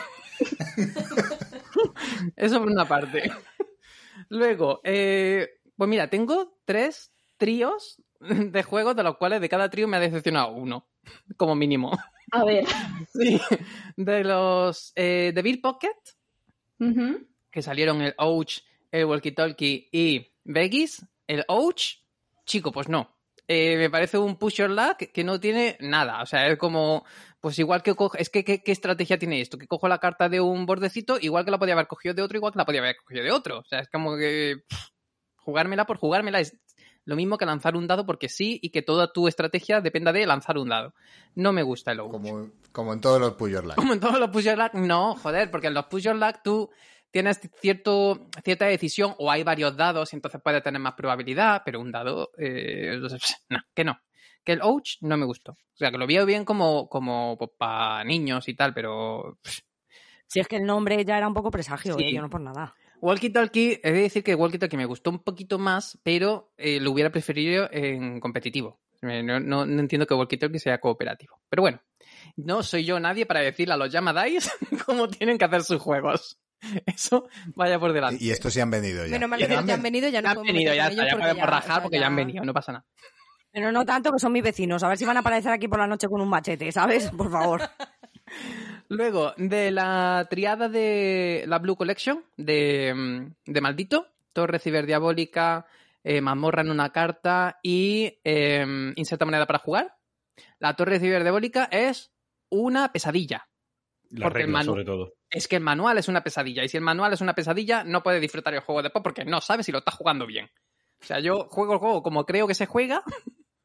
Eso por una parte. Luego, eh, pues mira, tengo tres tríos de juegos de los cuales de cada trío me ha decepcionado uno, como mínimo. A ver. Sí. De los eh, de Bill Pocket, Ujú. que salieron el Ouch, el Walkie Talkie y Vegas, el Ouch, chico, pues no. Eh, me parece un push your luck que no tiene nada. O sea, es como, pues igual que cojo, es que ¿qué, qué estrategia tiene esto? Que cojo la carta de un bordecito, igual que la podía haber cogido de otro, igual que la podía haber cogido de otro. O sea, es como que pff, jugármela por jugármela es lo mismo que lanzar un dado porque sí y que toda tu estrategia dependa de lanzar un dado. No me gusta el Ouch. Como, como en todos los Push Your Luck. Como en todos los push your luck, no, joder, porque en los push your luck tú tienes cierto, cierta decisión o hay varios dados y entonces puedes tener más probabilidad, pero un dado, eh, no, que no. Que el Ouch no me gustó. O sea, que lo veo bien como, como pues, para niños y tal, pero... Si es que el nombre ya era un poco presagio, Sí. tío, no por nada. Walkie Talkie, he de decir que Walkie Talkie me gustó un poquito más, pero eh, lo hubiera preferido en competitivo. Eh, No, no, no entiendo que Walkie Talkie sea cooperativo. Pero bueno, no soy yo nadie para decirle a los Yamadais cómo tienen que hacer sus juegos. Eso vaya por delante. Y estos se han venido ya. Menos mal que Ya ya han venido, ya no Ya han podemos venido, meter ya con está, ellos ya porque podemos rajar o sea, porque ya han venido, no pasa nada. Pero no tanto, que son mis vecinos. A ver si van a aparecer aquí por la noche con un machete, ¿sabes? Por favor. Luego, de la triada de la Blue Collection, de, de Maldito, Torre Ciberdiabólica, eh, Mazmorra en una carta y eh, Inserta moneda para jugar, la Torre Ciberdiabólica es una pesadilla. La Porque el regla, manu- sobre todo. Es que el manual es una pesadilla, y si el manual es una pesadilla, no puedes disfrutar el juego después porque no sabes si lo estás jugando bien. O sea, yo juego el juego como creo que se juega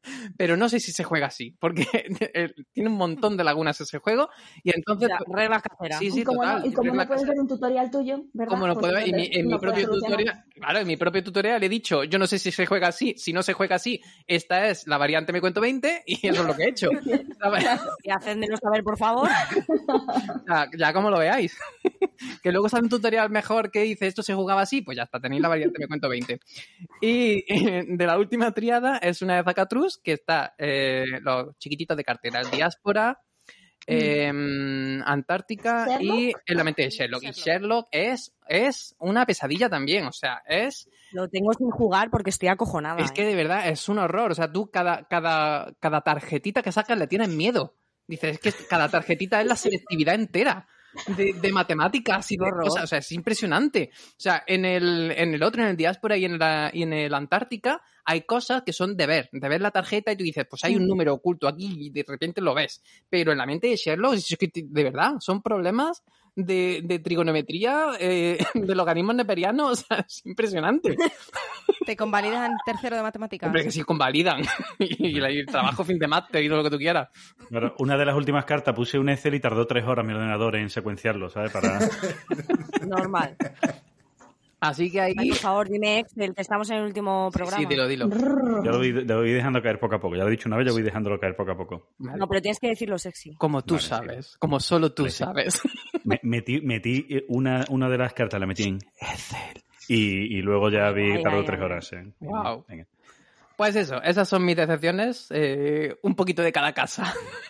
pero no sé si se juega así, porque tiene un montón de lagunas ese juego y entonces... Ya, reglas caseras. Sí, sí, y como total. no, y como no reglas puedes caseras. ver un tutorial tuyo, ¿verdad? Como no Pues puedo ver, y mi- entonces en mi no puedes propio solucionar. tutorial, claro, en mi propio tutorial he dicho, yo no sé si se juega así, si no se juega así, esta es la variante me cuento veinte y eso es lo que he hecho. Y hacednos saber, por favor. ya, ya como lo veáis. Que luego sale un tutorial mejor que dice esto se jugaba así, pues ya está, tenéis la variante me cuento veinte. Y eh, de la última triada es una de Zacatrus, que está eh, los chiquititos de cartera, el Diáspora, eh, Antártica ¿Sherlock? y en la mente de Sherlock. Y Sherlock es, es una pesadilla también, o sea, es... Lo tengo sin jugar porque estoy acojonada. Es que ¿eh? de verdad es un horror. O sea, tú cada, cada, cada tarjetita que sacas le tienes miedo. Dices, es que cada tarjetita es la selectividad entera de, de matemáticas y de Horror. cosas. O sea, es impresionante. O sea, en el, en el otro, en el Diáspora y en, la, y en el Antártica, hay cosas que son de ver. De ver la tarjeta y tú dices, pues hay un número oculto aquí y de repente lo ves. Pero en la mente de Sherlock, es que de verdad, son problemas de, de trigonometría, eh, de logaritmos neperianos. O sea, es impresionante. ¿Te convalidan tercero de matemáticas? Hombre, que sí convalidan. y, y el trabajo fin de máster y todo lo que tú quieras. Claro, una de las últimas cartas puse un Excel y tardó tres horas mi ordenador en secuenciarlo, ¿sabes? Para... Normal. Así que ahí... Ay, por favor, dime Excel, que estamos en el último programa. Sí, dilo, dilo. Ya lo voy, lo voy dejando caer poco a poco. Ya lo he dicho una vez, ya voy dejándolo caer poco a poco. No, pero tienes que decirlo sexy. Como tú Vale, sí. sabes. Como solo tú Vale, sí. sabes. Me- metí metí una, una de las cartas, la metí en Excel. Y, y luego ya vi, Ay, tardó ay, tres ay. horas. eh. Wow. Venga. Pues eso, esas son mis decepciones. eh, un poquito de cada casa.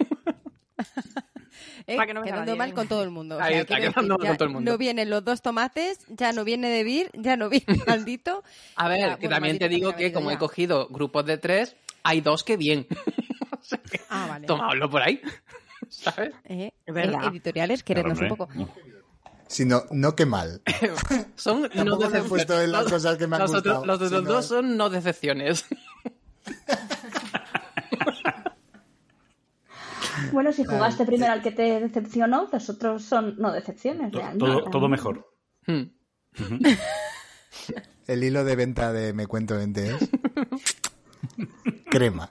¿Eh? Para que no me Quedando salga mal bien. con todo el mundo. O Ahí sea, está, quiero quedando decir, mal con ya todo el mundo. No vienen los dos tomates, ya no viene de Vir, ya no viene maldito. A ver, Ya, que bueno, también te maldito digo ha que venido como he ya. cogido grupos de tres, hay dos que bien. O sea que, Ah, vale. tomadlo por ahí. ¿Sabes? Eh, Es verdad. eh, editoriales, querernos un Claro, poco. hombre. Si no, no que mal. Son no Tampoco lo he decepciones. puesto en las Los- cosas que me han los otros- gustado, Los otros sino- dos son no decepciones. Bueno, si jugaste primero al que te decepcionó, los otros son no decepciones, To- realmente. Todo, todo mejor. Hmm. El hilo de venta de Me Cuento veinte es crema.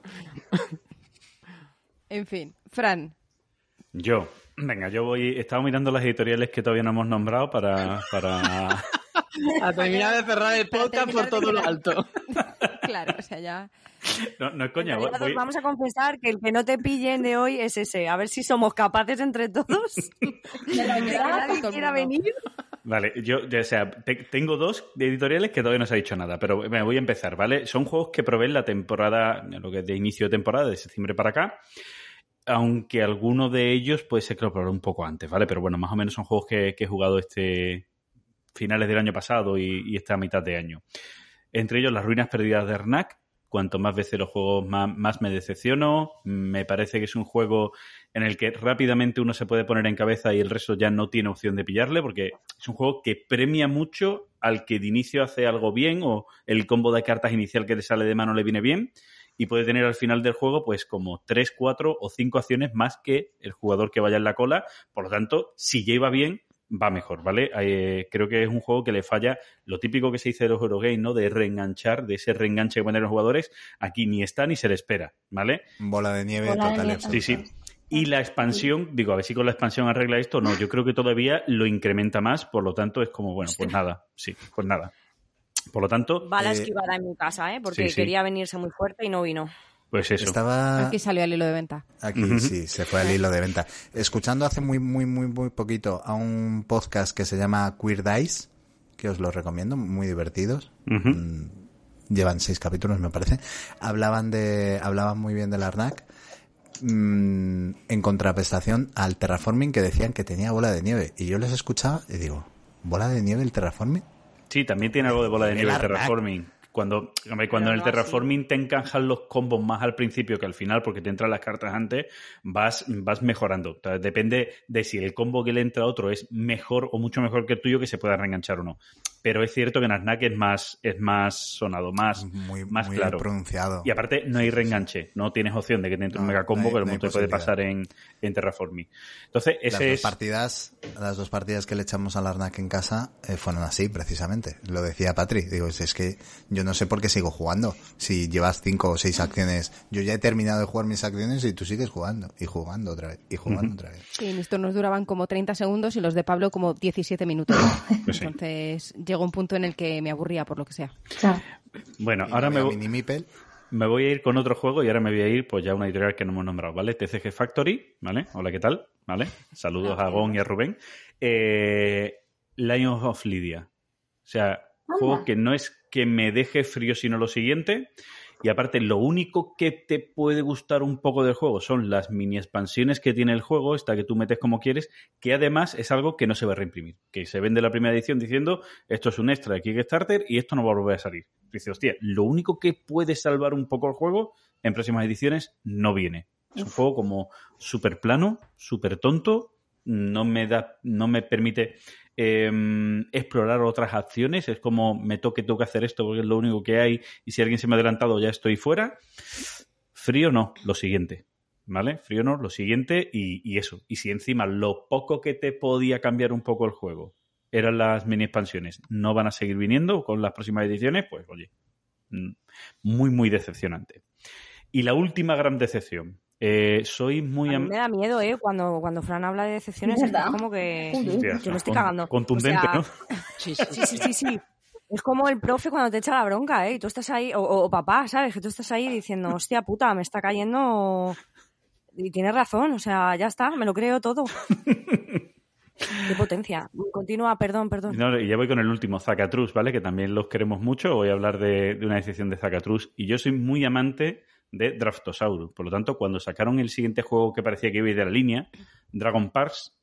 En fin, Fran, Yo. Venga, yo voy... Estaba mirando las editoriales que todavía no hemos nombrado para... para... A terminar de cerrar el Para podcast por terminar de todo lo cerrar. alto. claro, o sea, ya... No, no es En coña. realidad, voy- os vamos a confesar que el que no te pillen de hoy es ese. A ver si somos capaces entre todos de que nadie todo el quiera mundo. venir. Vale, yo, ya, o sea, te- tengo dos de editoriales que todavía no se ha dicho nada, pero me voy a empezar, ¿vale? Son juegos que proveen la temporada, lo que es de inicio de temporada, de septiembre para acá, aunque alguno de ellos puede ser que lo probé un poco antes, ¿vale? Pero bueno, más o menos son juegos que, que he jugado este finales del año pasado y, y esta mitad de año. Entre ellos, Las Ruinas Perdidas de Ernak. Cuanto más veces los juegos, más, más me decepciono. Me parece que es un juego en el que rápidamente uno se puede poner en cabeza y el resto ya no tiene opción de pillarle, porque es un juego que premia mucho al que de inicio hace algo bien o el combo de cartas inicial que le sale de mano le viene bien y puede tener al final del juego pues como tres, cuatro o cinco acciones más que el jugador que vaya en la cola. Por lo tanto, si ya iba bien, va mejor, ¿vale? Eh, creo que es un juego que le falla lo típico que se dice de los Eurogames, ¿no? De reenganchar, de ese reenganche que ponen los jugadores. Aquí ni está ni se le espera, ¿vale? Bola de nieve Bola de total y nieve. absoluta. Sí, sí. Y la expansión, digo, a ver si con la expansión arregla esto. No, yo creo que todavía lo incrementa más, por lo tanto es como, bueno, pues nada, sí, pues nada. Por lo tanto, Va la Eh, esquivada en mi casa, ¿eh? Porque sí, sí. quería venirse muy fuerte y no vino. pues eso. Estaba Aquí salió el hilo de venta. aquí, Ujú. sí, se fue al hilo de venta. Escuchando hace muy, muy, muy, muy poquito a un podcast que se llama Queer Dice, que os lo recomiendo, muy divertidos. Ujú. Mm, Llevan seis capítulos, me parece. Hablaban de, hablaban muy bien del Arnak. mm, en contraprestación al terraforming que decían que tenía bola de nieve. Y yo les escuchaba y digo, ¿bola de nieve el terraforming? Sí, también tiene algo de bola de El nieve el Arnak. terraforming. Cuando, hombre, cuando en el no así. terraforming te encajan los combos más al principio que al final, porque te entran las cartas antes, vas, vas mejorando. O sea, depende de si el combo que le entra a otro es mejor o mucho mejor que el tuyo, que se pueda reenganchar o no. Pero es cierto que en Arnak es más, es más sonado, más, Muy, más muy claro. pronunciado. Y aparte no hay reenganche, no tienes opción de que te entre un No, mega combo no hay- que el no hay mundo te puede posibilidad. pasar en, en terraforming. Entonces, Las ese dos es... partidas, las dos partidas que le echamos al Arnak en casa eh, fueron así, precisamente. Lo decía Patri. Digo, es, es que yo no sé por qué sigo jugando. Si llevas cinco o seis acciones, yo ya he terminado de jugar mis acciones y tú sigues jugando. Y jugando otra vez. Y jugando uh-huh. otra vez. Sí, estos nos duraban como treinta segundos y los de Pablo como diecisiete minutos. Pues sí. Entonces llegó un punto en el que me aburría por lo que sea. Claro. Bueno, ahora me voy, me voy a ir con otro juego y ahora me voy a ir pues ya a una editorial que no hemos nombrado, ¿vale? T C G Factory, ¿vale? Hola, ¿qué tal? ¿Vale? Saludos a Gon y a Rubén. Eh, Lions of Lydia. O sea, un juego que no es que me deje frío sino lo siguiente. Y aparte, lo único que te puede gustar un poco del juego son las mini expansiones que tiene el juego, esta que tú metes como quieres, que además es algo que no se va a reimprimir. Que se vende la primera edición diciendo, esto es un extra de Kickstarter y esto no va a volver a salir. Dice, hostia, lo único que puede salvar un poco el juego en próximas ediciones no viene. Es un juego como súper plano, súper tonto, no me da, no me permite eh, explorar otras acciones. Es como me toque, tengo que hacer esto porque es lo único que hay y si alguien se me ha adelantado ya estoy fuera. Frío no, lo siguiente, ¿vale? Frío no, lo siguiente y, y eso. Y si encima lo poco que te podía cambiar un poco el juego eran las mini expansiones, no van a seguir viniendo con las próximas ediciones, pues oye, muy, muy decepcionante. Y la última gran decepción. Eh, soy muy... A mí me da miedo, ¿eh? Cuando, cuando Fran habla de decepciones es como que... Hostia, yo me estoy con, cagando. Contundente, o sea, ¿no? Sí, sí, sí, sí, sí. Es como el profe cuando te echa la bronca, ¿eh? Y tú estás ahí, o, o papá, ¿sabes? Que tú estás ahí diciendo, hostia puta, me está cayendo... Y tienes razón, o sea, ya está, me lo creo todo. Qué potencia. Continúa, perdón, perdón. No, y ya voy con el último, Zacatrus, ¿vale? Que también los queremos mucho. Voy a hablar de, de una decepción de Zacatrus. Y yo soy muy amante de Draftosaurus. Por lo tanto, cuando sacaron el siguiente juego que parecía que iba a ir de la línea, Dragon Parks,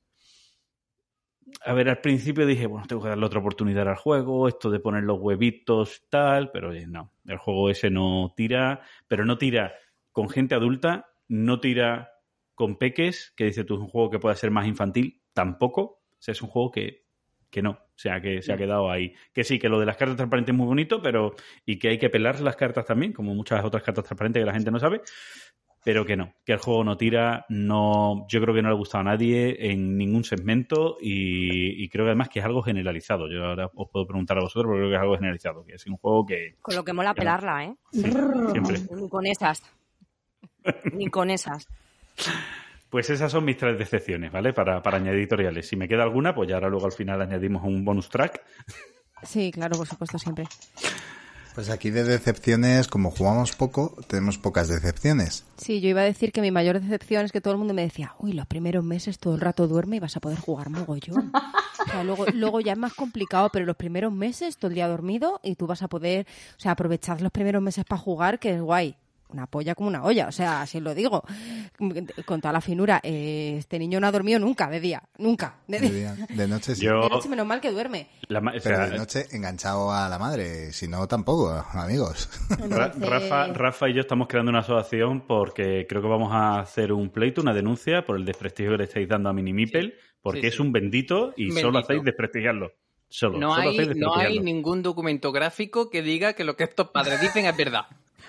a ver, al principio dije, bueno, tengo que darle otra oportunidad al juego, esto de poner los huevitos, tal, pero oye, no, el juego ese no tira, pero no tira con gente adulta, no tira con peques, que dice tú, es un juego que puede ser más infantil, tampoco, o sea, es un juego que que no, o sea, que se ha quedado ahí. Que sí, que lo de las cartas transparentes es muy bonito, pero y que hay que pelar las cartas también, como muchas otras cartas transparentes que la gente no sabe, pero que no, que el juego no tira, no, yo creo que no le ha gustado a nadie en ningún segmento y, y creo que además que es algo generalizado. Yo ahora os puedo preguntar a vosotros, pero creo que es algo generalizado, que es un juego que... Con lo que mola pelarla, ¿eh? Sí, siempre. Ni con esas. Ni con esas. Pues esas son mis tres decepciones, ¿vale? Para, para añadir editoriales. Si me queda alguna, pues ya ahora luego al final añadimos un bonus track. Sí, claro, por supuesto, siempre. Pues aquí de decepciones, como jugamos poco, tenemos pocas decepciones. Sí, yo iba a decir que mi mayor decepción es que todo el mundo me decía, uy, los primeros meses todo el rato duerme y vas a poder jugar mogollón. O sea, luego, luego ya es más complicado, pero los primeros meses todo el día dormido y tú vas a poder, o sea, aprovechar los primeros meses para jugar, que es guay. Una polla como una olla, o sea, así lo digo, con toda la finura. Eh, este niño no ha dormido nunca de día, nunca. De, de día, de noche sí. Yo... De noche menos mal que duerme. La ma- o Pero sea, de noche enganchado a la madre, si no tampoco, amigos. Ra- Rafa, Rafa y yo estamos creando una asociación porque creo que vamos a hacer un pleito, una denuncia por el desprestigio que le estáis dando a Minimipel, porque sí, es sí. un bendito y Bendito. solo hacéis desprestigiarlo. Solo, No, solo hay, hacéis no desprestigiarlo. hay ningún documento gráfico que diga que lo que estos padres dicen es verdad.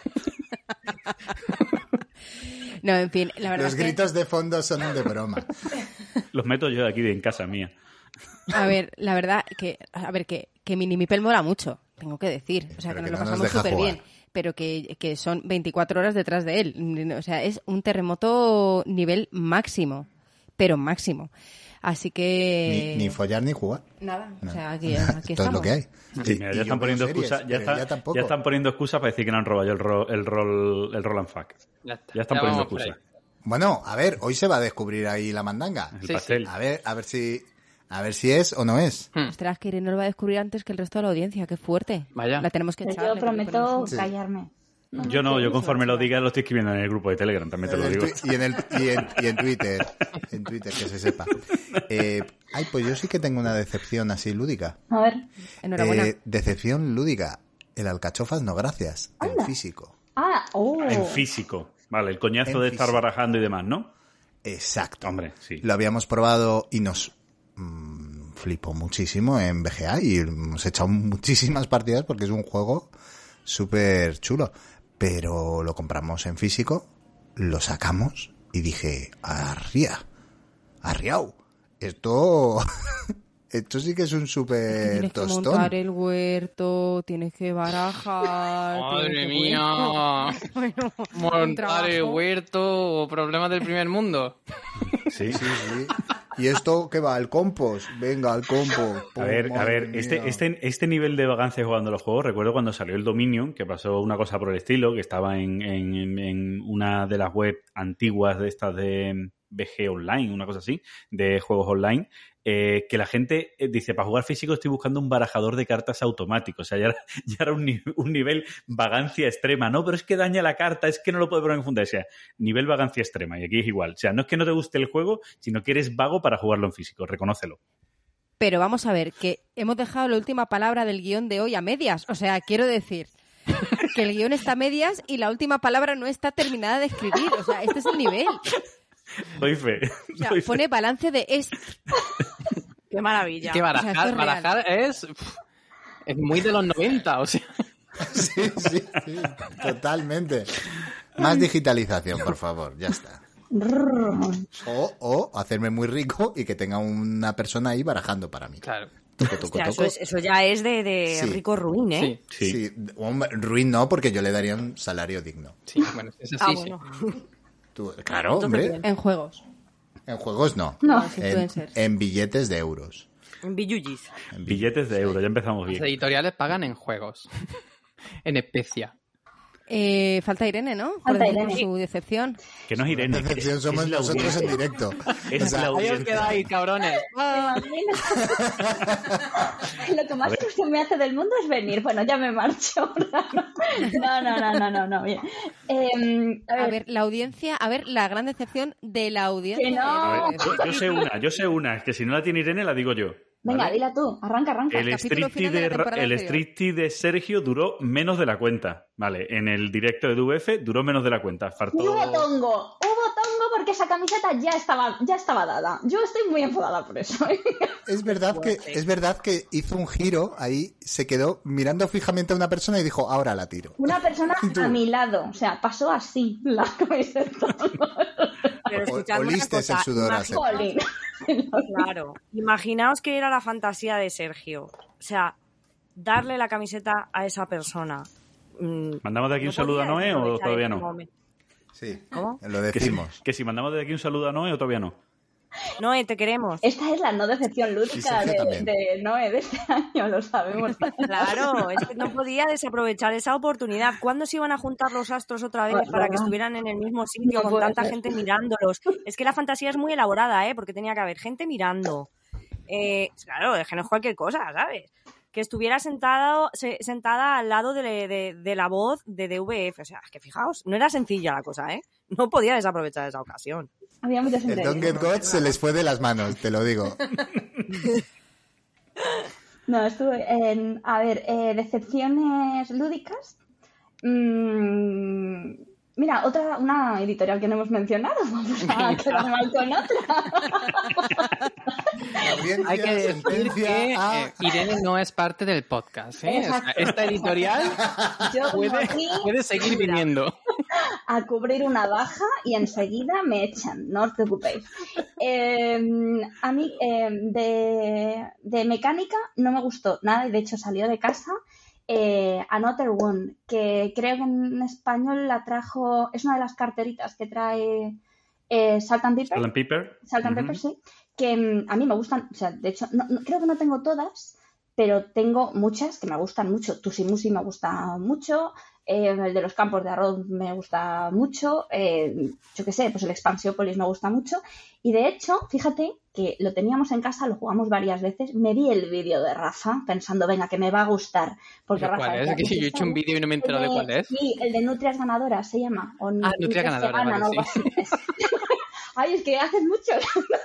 No, en fin, la verdad Los es que... gritos de fondo son de broma. Los meto yo de aquí de en casa mía. A ver, la verdad que, a ver, que, que Minimipel mola mucho, tengo que decir. O sea, Pero que nos que lo no nos pasamos deja súper jugar. bien. Pero que, que son veinticuatro horas detrás de él. O sea, es un terremoto nivel máximo. Pero máximo. Así que... Ni, ni follar ni jugar. Nada, No. o sea, aquí, aquí Todo es estamos. lo que hay. Sí, Y- mira, y ya yo están veo poniendo series, excusas, ya, pero está- ya tampoco. ya están poniendo excusas para decir que no han robado el rol, el rol, el rol and fuck. Ya está. Ya están Ya poniendo vamos por ahí. excusas. Bueno, a ver, hoy se va a descubrir ahí la mandanga. El Sí, pastel. A ver, a ver si, a ver si es o no es. Hmm. Ostras, que Irene lo va a descubrir antes que el resto de la audiencia. Qué fuerte. Vaya. La tenemos que Pero echar. yo le tenemos que prometo poner- Sí. callarme. Yo no, yo conforme lo diga diga lo estoy escribiendo en el grupo de Telegram, también te lo En el digo. twi- y, en el, y, en, y en Twitter, en Twitter, que se sepa. Eh, ay, pues yo sí que tengo una decepción así lúdica. A ver. Enhorabuena. Eh, decepción lúdica. El alcachofas no gracias. En Anda. físico. Ah, oh. En físico. Vale, el coñazo En de estar físico. barajando y demás, ¿no? Exacto. Hombre, sí. Lo habíamos probado y nos mm, flipó muchísimo en B G A y hemos echado muchísimas partidas porque es un juego súper chulo. Pero lo compramos en físico, lo sacamos y dije, arría, arriau. Esto, Esto sí que es un súper Tienes que tostón. montar el huerto, tienes que barajar... ¡Madre tienes que- mía! Bueno, un Montar el trabajo. huerto o problemas del primer mundo. Sí. Sí, sí. ¿Y esto qué va? ¿Al compost? Venga, al compost. A ver, Oh, a ver, madre este, mía. este, este nivel de vagancia jugando los juegos, recuerdo cuando salió el Dominion, que pasó una cosa por el estilo, que estaba en, en, en una de las webs antiguas de estas de B G Online, una cosa así, de juegos online, eh, que la gente eh, dice, para jugar físico estoy buscando un barajador de cartas automático. O sea, ya era, ya era un, ni- un nivel vagancia extrema. No, pero es que daña la carta, es que no lo puedo poner en funda. O sea, nivel vagancia extrema. Y aquí es igual. O sea, no es que no te guste el juego, sino que eres vago para jugarlo en físico. Reconócelo. Pero vamos a ver, que hemos dejado la última palabra del guión de hoy a medias. O sea, quiero decir que el guión está a medias y la última palabra no está terminada de escribir. O sea, este es el nivel. Doy fe. O sea, doy fe. pone balance de es. Qué maravilla. Que O sea, barajar, esto es real. barajar es, pf, es muy de los noventa, o sea. Sí, sí, sí, totalmente. Más digitalización, por favor, ya está. O, o hacerme muy rico y que tenga una persona ahí barajando para mí. Claro. Toco, toco, Hostia, eso, toco. es- eso ya es de, de Sí. rico ruin, ¿eh? Sí, Sí. Sí, hombre, ruin no, porque yo le daría un salario digno. sí, bueno, es así, Ah, sí. bueno. Tú- claro, Entonces, hombre. bien. En juegos. En juegos no. No. Sí, pueden En, ser. en billetes de euros. En Billullis. En Billetes de euro, ya empezamos Las bien. editoriales pagan en juegos. En especia. Eh, falta Irene, ¿no? Por Falta decirnos Irene. su decepción. Que no es Irene. La decepción es- somos es la nosotros audiencia. en directo. Es O sea, la Ahí os audiencia. quedáis, cabrones. Lo que más ilusión me hace del mundo es venir. Bueno, ya me marcho. No, no, no, no, no, no. Bien. Eh, a A ver, ver, la audiencia, a ver, la gran decepción de la audiencia. Que no. A ver, yo, yo sé una, yo sé una. Es que si no la tiene Irene, la digo yo. venga, ¿vale? dila tú. Arranca, arranca. El capítulo striptease final de la de, Ra- temporada el anterior. striptease de Sergio duró menos de la cuenta. Vale, en el directo de D V F duró menos de la cuenta. Faltó... Y hubo tongo. Hubo tongo porque esa camiseta ya estaba, ya estaba dada. Yo estoy muy enfadada por eso. Es verdad que es verdad que hizo un giro ahí, se quedó mirando fijamente a una persona y dijo, ahora la tiro. Una persona Tú. a mi lado. O sea, pasó así la camiseta. Pero O- escuchadme una oliste ese cosa, sudor a imagi- Sergio. Jolín. Claro, imaginaos que era la fantasía de Sergio. O sea, darle la camiseta a esa persona. Mm, ¿Mandamos de aquí no un saludo a podía Noé o desaprovechar todavía ese no? momento. Sí, ¿Cómo? lo Que si, decimos. que si mandamos de aquí un saludo a Noé o todavía no. Noé, te queremos. Esta es la no decepción Y lúdica Sergio de, también. de Noé de este año, lo sabemos. Claro, es que no podía desaprovechar esa oportunidad. ¿Cuándo se iban a juntar los astros otra vez Bueno, para que bueno. estuvieran en el mismo sitio No con puede tanta ser. gente mirándolos? Es que la fantasía es muy elaborada, ¿eh? Porque tenía que haber gente mirando. Eh, claro, es que no es cualquier cosa, ¿sabes? Que estuviera sentado, se- sentada al lado de, de- de la voz de D V F. O sea, es que fijaos, no era sencilla la cosa, ¿eh? No podía desaprovechar esa ocasión. Había muchos El Don't Get ingredientes. God se les fue de las manos, te lo digo. No, estuve en... A ver, eh, decepciones lúdicas. Mm, mira, otra, una editorial que no hemos mencionado. Vamos a quedar mal con otra. Audiencia, Hay que decir sentencia que a- eh, Irene no es parte del podcast, ¿eh? O sea, Exacto. esta editorial Yo puede, vengo aquí puede seguir viniendo. a cubrir una baja y enseguida me echan, no os preocupéis. Eh, a mí eh, de, de mecánica no me gustó nada y de hecho salió de casa eh, Another One, que creo que en español la trajo, es una de las carteritas que trae eh, Salt and Pepper. Salt and Pepper. Salt and Ujú. Pepper, sí, que mm, a mí me gustan, o sea, de hecho, no, no- creo que no tengo todas, pero tengo muchas que me gustan mucho. Tusimusi me gusta mucho, eh, el de los campos de arroz me gusta mucho, eh, yo qué sé, pues el Expansiópolis me gusta mucho. Y de hecho, fíjate que lo teníamos en casa, lo jugamos varias veces, me vi el vídeo de Rafa pensando, venga, que me va a gustar. Porque ¿Pero Rafa cuál es? ya- Que yo he hecho un vídeo y no me he enterado de cuál es. Sí, el de Nutrias Ganadoras se llama. O Ah, Nutria Nutrias que Ganadora, ganan, vale, algo sí. así. Es- Ay, es que haces mucho.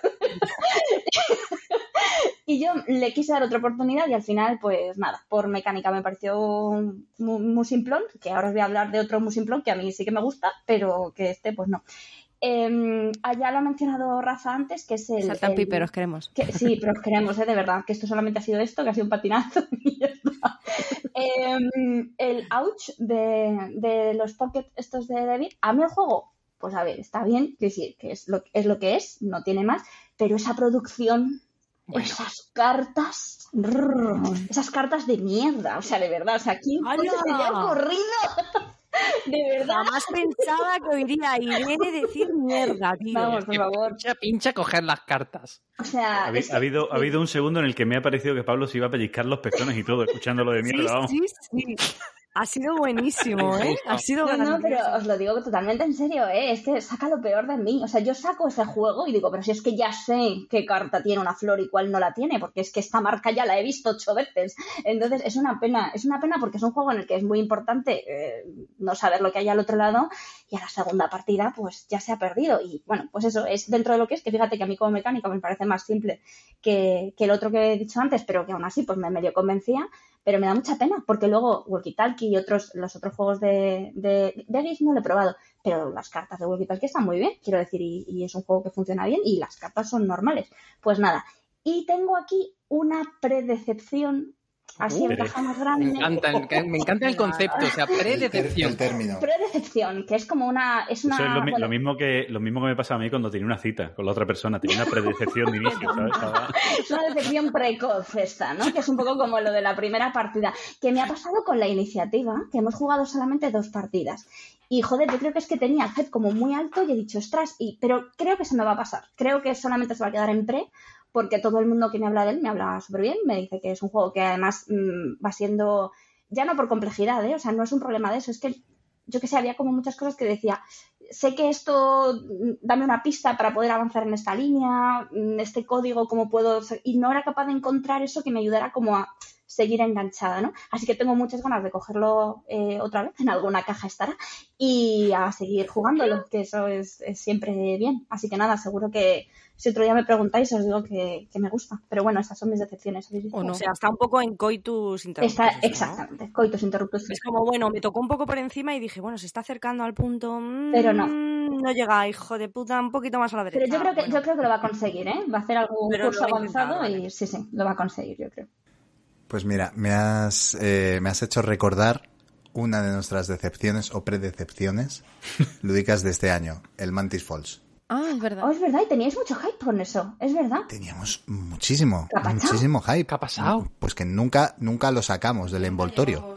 Y yo le quise dar otra oportunidad y al final, pues nada, por mecánica me pareció muy, muy simplón, que ahora os voy a hablar de otro muy simplón que a mí sí que me gusta, pero que este pues no. Eh, ya lo ha mencionado Rafa antes, que es el... Saltan el- piper, os queremos. que, sí, pero os queremos, ¿eh? De verdad, que esto solamente ha sido esto, que ha sido un patinazo y ya está. Eh, el ouch de, de los pocket estos de David, a mí el juego, pues a ver, está bien, que sí, que es lo, es lo que es, no tiene más, pero esa producción Bueno. Esas cartas... brrr, esas cartas de mierda. O sea, de verdad. O sea, ¿quién ¡Hala! coño se le ha ocurrido? De verdad. Jamás pensaba que oiría a Irene decir mierda, tío. Vamos, por favor. Pincha, pincha coger las cartas. O sea... Ha, habi- es- ha habido, ha habido un segundo en el que me ha parecido que Pablo se iba a pellizcar los pezones y todo, escuchándolo de mierda. Vamos. Sí, sí, sí. Ha sido buenísimo, ¿eh? Ha sido No, no, pero grandioso. os lo digo totalmente en serio, ¿eh? Es que saca lo peor de mí. O sea, yo saco ese juego y digo, pero si es que ya sé qué carta tiene una flor y cuál no la tiene, porque es que esta marca ya la he visto ocho veces. Entonces, es una pena, es una pena porque es un juego en el que es muy importante eh, no saber lo que hay al otro lado y a la segunda partida, pues ya se ha perdido. Y bueno, pues eso es dentro de lo que es, que fíjate que a mí como mecánica me parece más simple que, que el otro que he dicho antes, pero que aún así pues me medio convencía. Pero me da mucha pena, porque luego Walkie Talkie y otros, los otros juegos de, de, de Geeks no lo he probado, pero las cartas de Walkie Talkie están muy bien, quiero decir, y, y es un juego que funciona bien y las cartas son normales. Pues nada, y tengo aquí una predecepción, así en Pre- caja más Me grande. encanta, el- me encanta el concepto, o sea, El, predecepción. el término. Predecepción, que es como una... Es una Eso es lo, mi- bueno, lo mismo que, lo mismo que me pasa a mí cuando tenía una cita con la otra persona. Tenía una predecepción de inicio, ¿sabes? Estaba- es una decepción precoz esta, ¿no? Que es un poco como lo de la primera partida. Que me ha pasado con la iniciativa, que hemos jugado solamente dos partidas. Y, joder, yo creo que es que tenía el head como muy alto y he dicho, ostras, y, pero creo que se me va a pasar. Creo que solamente se va a quedar en pre, porque todo el mundo que me habla de él me habla súper bien. Me dice que es un juego que además mmm, va siendo, ya no por complejidad, ¿eh? O sea, no es un problema de eso, es que yo que sé, había como muchas cosas que decía, sé que esto, dame una pista para poder avanzar en esta línea, este código, cómo puedo... Y no era capaz de encontrar eso que me ayudara como a seguir enganchada, ¿no? Así que tengo muchas ganas de cogerlo eh, otra vez, en alguna caja estará, y a seguir jugándolo, que eso es, es siempre bien. Así que nada, seguro que si otro día me preguntáis os digo que, que me gusta. Pero bueno, esas son mis decepciones. ¿Habéis visto? O no. O sea, está un poco en coitus interruptus. Está, eso, ¿no? exactamente, coitus interruptus. Es como, bueno, me tocó un poco por encima y dije, bueno, se está acercando al punto. mm, Pero no. No llega, hijo de puta, un poquito más a la derecha. Pero yo creo que Bueno, yo creo que lo va a conseguir, ¿eh? Va a hacer algún Pero curso lo va a intentar, avanzado vale. y sí, sí, lo va a conseguir, yo creo. Pues mira, me has, eh, me has hecho recordar una de nuestras decepciones o predecepciones lúdicas de este año, el Mantis Falls. Ah, es verdad. Oh, es verdad, y teníais mucho hype con eso, es verdad. Teníamos muchísimo, ¿Qué ha pasado? muchísimo hype. ¿Qué ha pasado? Pues que nunca, nunca lo sacamos del envoltorio.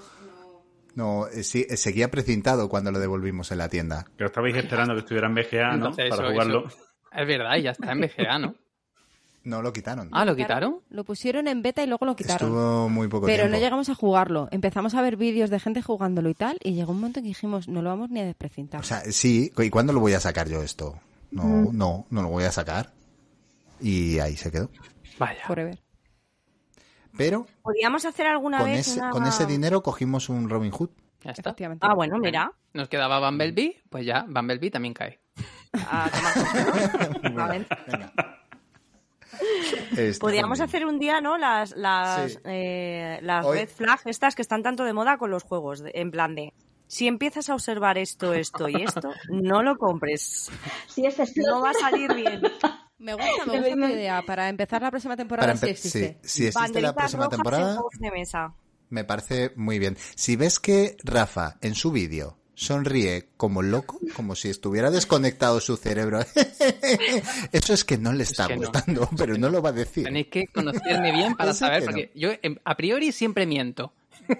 No, eh, sí, eh, seguía precintado cuando lo devolvimos en la tienda. Que estabais esperando que estuviera en V G A, ¿no? Entonces, Para eso- jugarlo. eso- Es verdad, y ya está en V G A, ¿no? No lo quitaron. Ah, ¿lo quitaron? Lo pusieron en beta y luego lo quitaron. Estuvo muy poco Pero tiempo. no llegamos a jugarlo. Empezamos a ver vídeos de gente jugándolo y tal, y llegó un momento en que dijimos, no lo vamos ni a desprecintar. O sea, sí, ¿y cuándo lo voy a sacar yo esto? No, Mm. no, no lo voy a sacar. Y ahí se quedó. Vaya. Forever. Pero podríamos hacer alguna con vez ese, una... con ese dinero cogimos un Robin Hood. Ya está. Efectivamente. Ah, bueno, mira. Nos quedaba Bumblebee, pues ya, Bumblebee también cae. A tomar. Vale. Venga. Este, Podríamos también. hacer un día, ¿no? Las, las, Sí. eh, las Hoy- red flag estas que están tanto de moda con los juegos. de- en plan de, si empiezas a observar esto, esto y esto, no lo compres. Sí, es festivo. No va a salir bien. Me gusta, me gusta tu idea. Para empezar la próxima temporada, Para sí empe- existe. sí, si existe la Banderitas próxima rojas en temporada, juegos de mesa. me parece muy bien. Si ves que Rafa en su vídeo sonríe como loco, como si estuviera desconectado su cerebro, eso es que no le está que no. gustando, pero no lo va a decir. Tenéis que conocerme bien para Eso saber, que no. porque yo em, a priori siempre miento.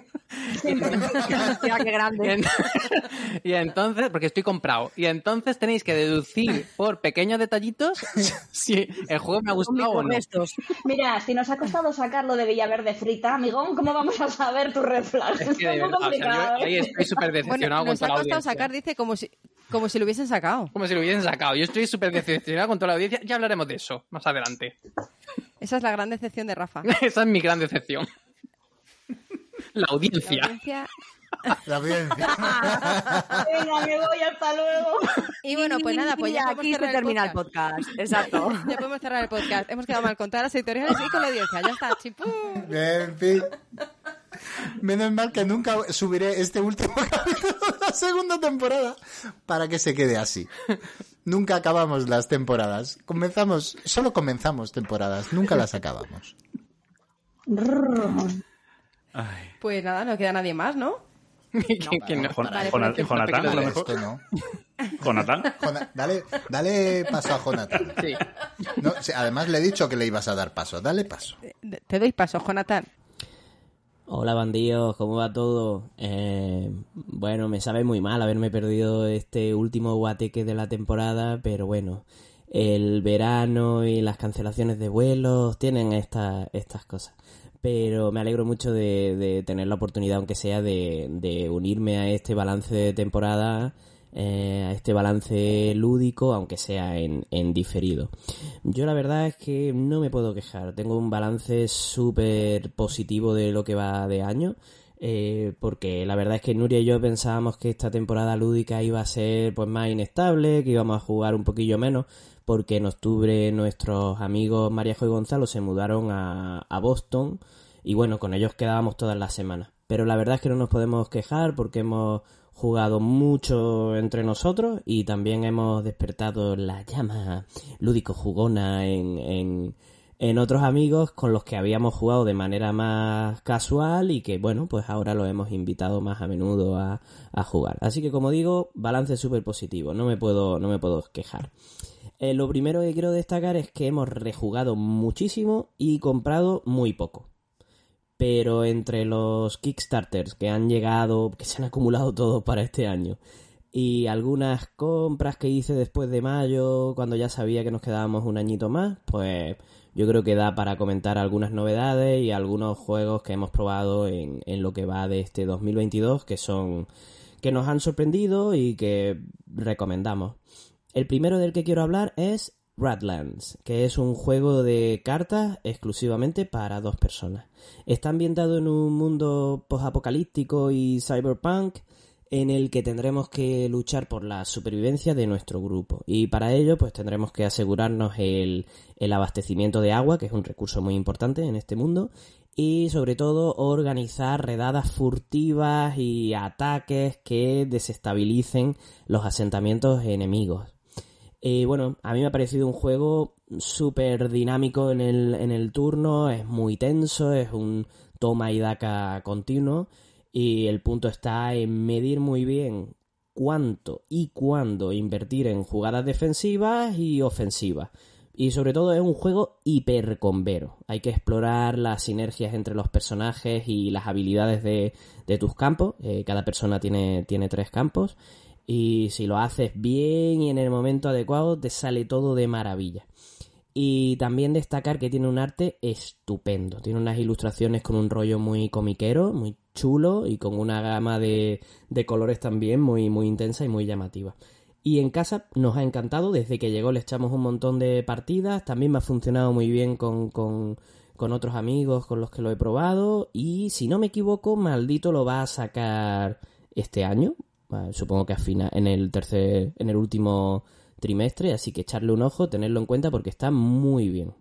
Hostia, qué Y, grande. en- y entonces, porque estoy comprado, y entonces tenéis que deducir por pequeños detallitos si el juego me ha gustado o no. Estos. Mira, si nos ha costado sacarlo de Villaverde frita, amigón, ¿cómo vamos a saber tu red flag? Es que de Es un poco verdad, o sea, complicado, yo ahí ¿eh? estoy súper Bueno, decepcionado con nos ha toda la costado audiencia. sacar, dice, como si, como si lo hubiesen sacado. Como si lo hubiesen sacado. Yo estoy súper decepcionado con toda la audiencia. Ya hablaremos de eso más adelante. Esa es la gran decepción de Rafa. Esa es mi gran decepción. La La audiencia. audiencia. La audiencia. Venga, me voy, hasta luego. Y bueno, pues nada, pues Y ya podemos aquí se cerrar termina el el podcast. Exacto. Ya podemos cerrar el podcast. Hemos quedado mal con todas las editoriales y con la audiencia. Ya está, chipú. En fin. Menos mal que nunca subiré este último capítulo de la segunda temporada para que se quede así. Nunca acabamos las temporadas. Comenzamos, solo comenzamos temporadas, nunca las acabamos. Ay. Pues nada, no queda nadie más, ¿no? ¿Quién- quién no? Jon- Vale, Jona- pero- Jonathan, a lo Vale, mejor. esto no. Jonathan. Jona- dale, dale paso a Jonathan. Sí. No, sí, además le he dicho que le ibas a dar paso. Dale paso. Te doy paso, Jonathan. Hola bandidos, ¿cómo va todo? Eh, bueno, me sabe muy mal haberme perdido este último guateque de la temporada, pero bueno, el verano y las cancelaciones de vuelos tienen esta- estas cosas. Pero me alegro mucho de, de tener la oportunidad, aunque sea, de, de unirme a este balance de temporada, eh, a este balance lúdico, aunque sea en, en diferido. Yo la verdad es que no me puedo quejar. Tengo un balance súper positivo de lo que va de año. Eh, porque la verdad es que Nuria y yo pensábamos que esta temporada lúdica iba a ser pues más inestable, que íbamos a jugar un poquillo menos, porque en octubre nuestros amigos Mariajo y Gonzalo se mudaron a, a Boston y bueno, con ellos quedábamos todas las semanas. Pero la verdad es que no nos podemos quejar porque hemos jugado mucho entre nosotros y también hemos despertado la llama lúdico jugona en, en, en otros amigos con los que habíamos jugado de manera más casual y que bueno, pues ahora los hemos invitado más a menudo a, a jugar. Así que como digo, balance súper positivo, no me puedo, no me puedo quejar. Eh, lo primero que quiero destacar es que hemos rejugado muchísimo y comprado muy poco. Pero entre los Kickstarters que han llegado, que se han acumulado todos para este año, y algunas compras que hice después de mayo, cuando ya sabía que nos quedábamos un añito más, pues yo creo que da para comentar algunas novedades y algunos juegos que hemos probado en, en lo que va de este dos mil veintidós, que son que nos han sorprendido y que recomendamos. El primero del que quiero hablar es Radlands, que es un juego de cartas exclusivamente para dos personas. Está ambientado en un mundo post-apocalíptico y cyberpunk en el que tendremos que luchar por la supervivencia de nuestro grupo. Y para ello pues tendremos que asegurarnos el, el abastecimiento de agua, que es un recurso muy importante en este mundo, y sobre todo organizar redadas furtivas y ataques que desestabilicen los asentamientos enemigos. Y bueno, a mí me ha parecido un juego súper dinámico en el, en el turno, es muy tenso, es un toma y daca continuo y el punto está en medir muy bien cuánto y cuándo invertir en jugadas defensivas y ofensivas. Y sobre todo es un juego hipercombero. Hay que explorar las sinergias entre los personajes y las habilidades de, de tus campos. Eh, cada persona tiene, tiene tres campos. Y si lo haces bien y en el momento adecuado te sale todo de maravilla. Y también destacar que tiene un arte estupendo. Tiene unas ilustraciones con un rollo muy comiquero, muy chulo y con una gama de, de colores también muy, muy intensa y muy llamativa. Y en casa nos ha encantado. Desde que llegó le echamos un montón de partidas. También me ha funcionado muy bien con, con, con otros amigos con los que lo he probado. Y si no me equivoco, Maldito lo va a sacar este año. Supongo que afina en el tercer, en el último trimestre, así que echarle un ojo, tenerlo en cuenta porque está muy bien.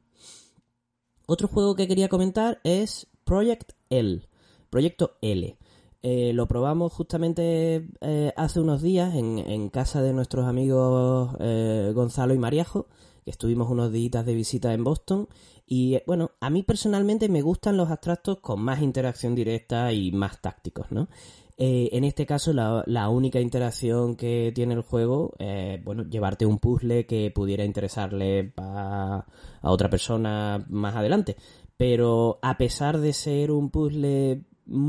Otro juego que quería comentar es Project L, Proyecto L. Eh, lo probamos justamente eh, hace unos días en, en casa de nuestros amigos eh, Gonzalo y Mariajo, que estuvimos unos días de visita en Boston. Y eh, bueno, a mí personalmente me gustan los abstractos con más interacción directa y más tácticos, ¿no? Eh, en este caso, la, la única interacción que tiene el juego es, eh, bueno, llevarte un puzzle que pudiera interesarle a, a otra persona más adelante. Pero a pesar de ser un puzzle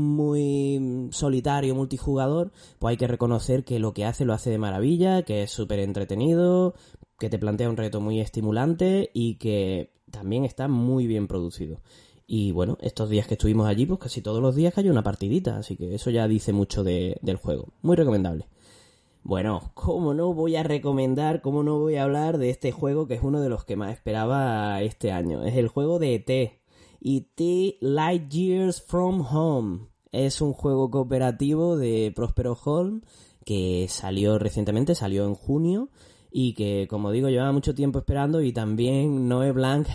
muy solitario, multijugador, pues hay que reconocer que lo que hace lo hace de maravilla, que es súper entretenido, que te plantea un reto muy estimulante y que también está muy bien producido. Y bueno, estos días que estuvimos allí, pues casi todos los días cayó una partidita, así que eso ya dice mucho de, del juego. Muy recomendable. Bueno, ¿cómo no voy a recomendar, cómo no voy a hablar de este juego que es uno de los que más esperaba este año? Es el juego de E T. E T Light Years from Home. Es un juego cooperativo de Prospero Hall que salió recientemente, salió en junio. Y que, como digo, llevaba mucho tiempo esperando y también Noé Blanc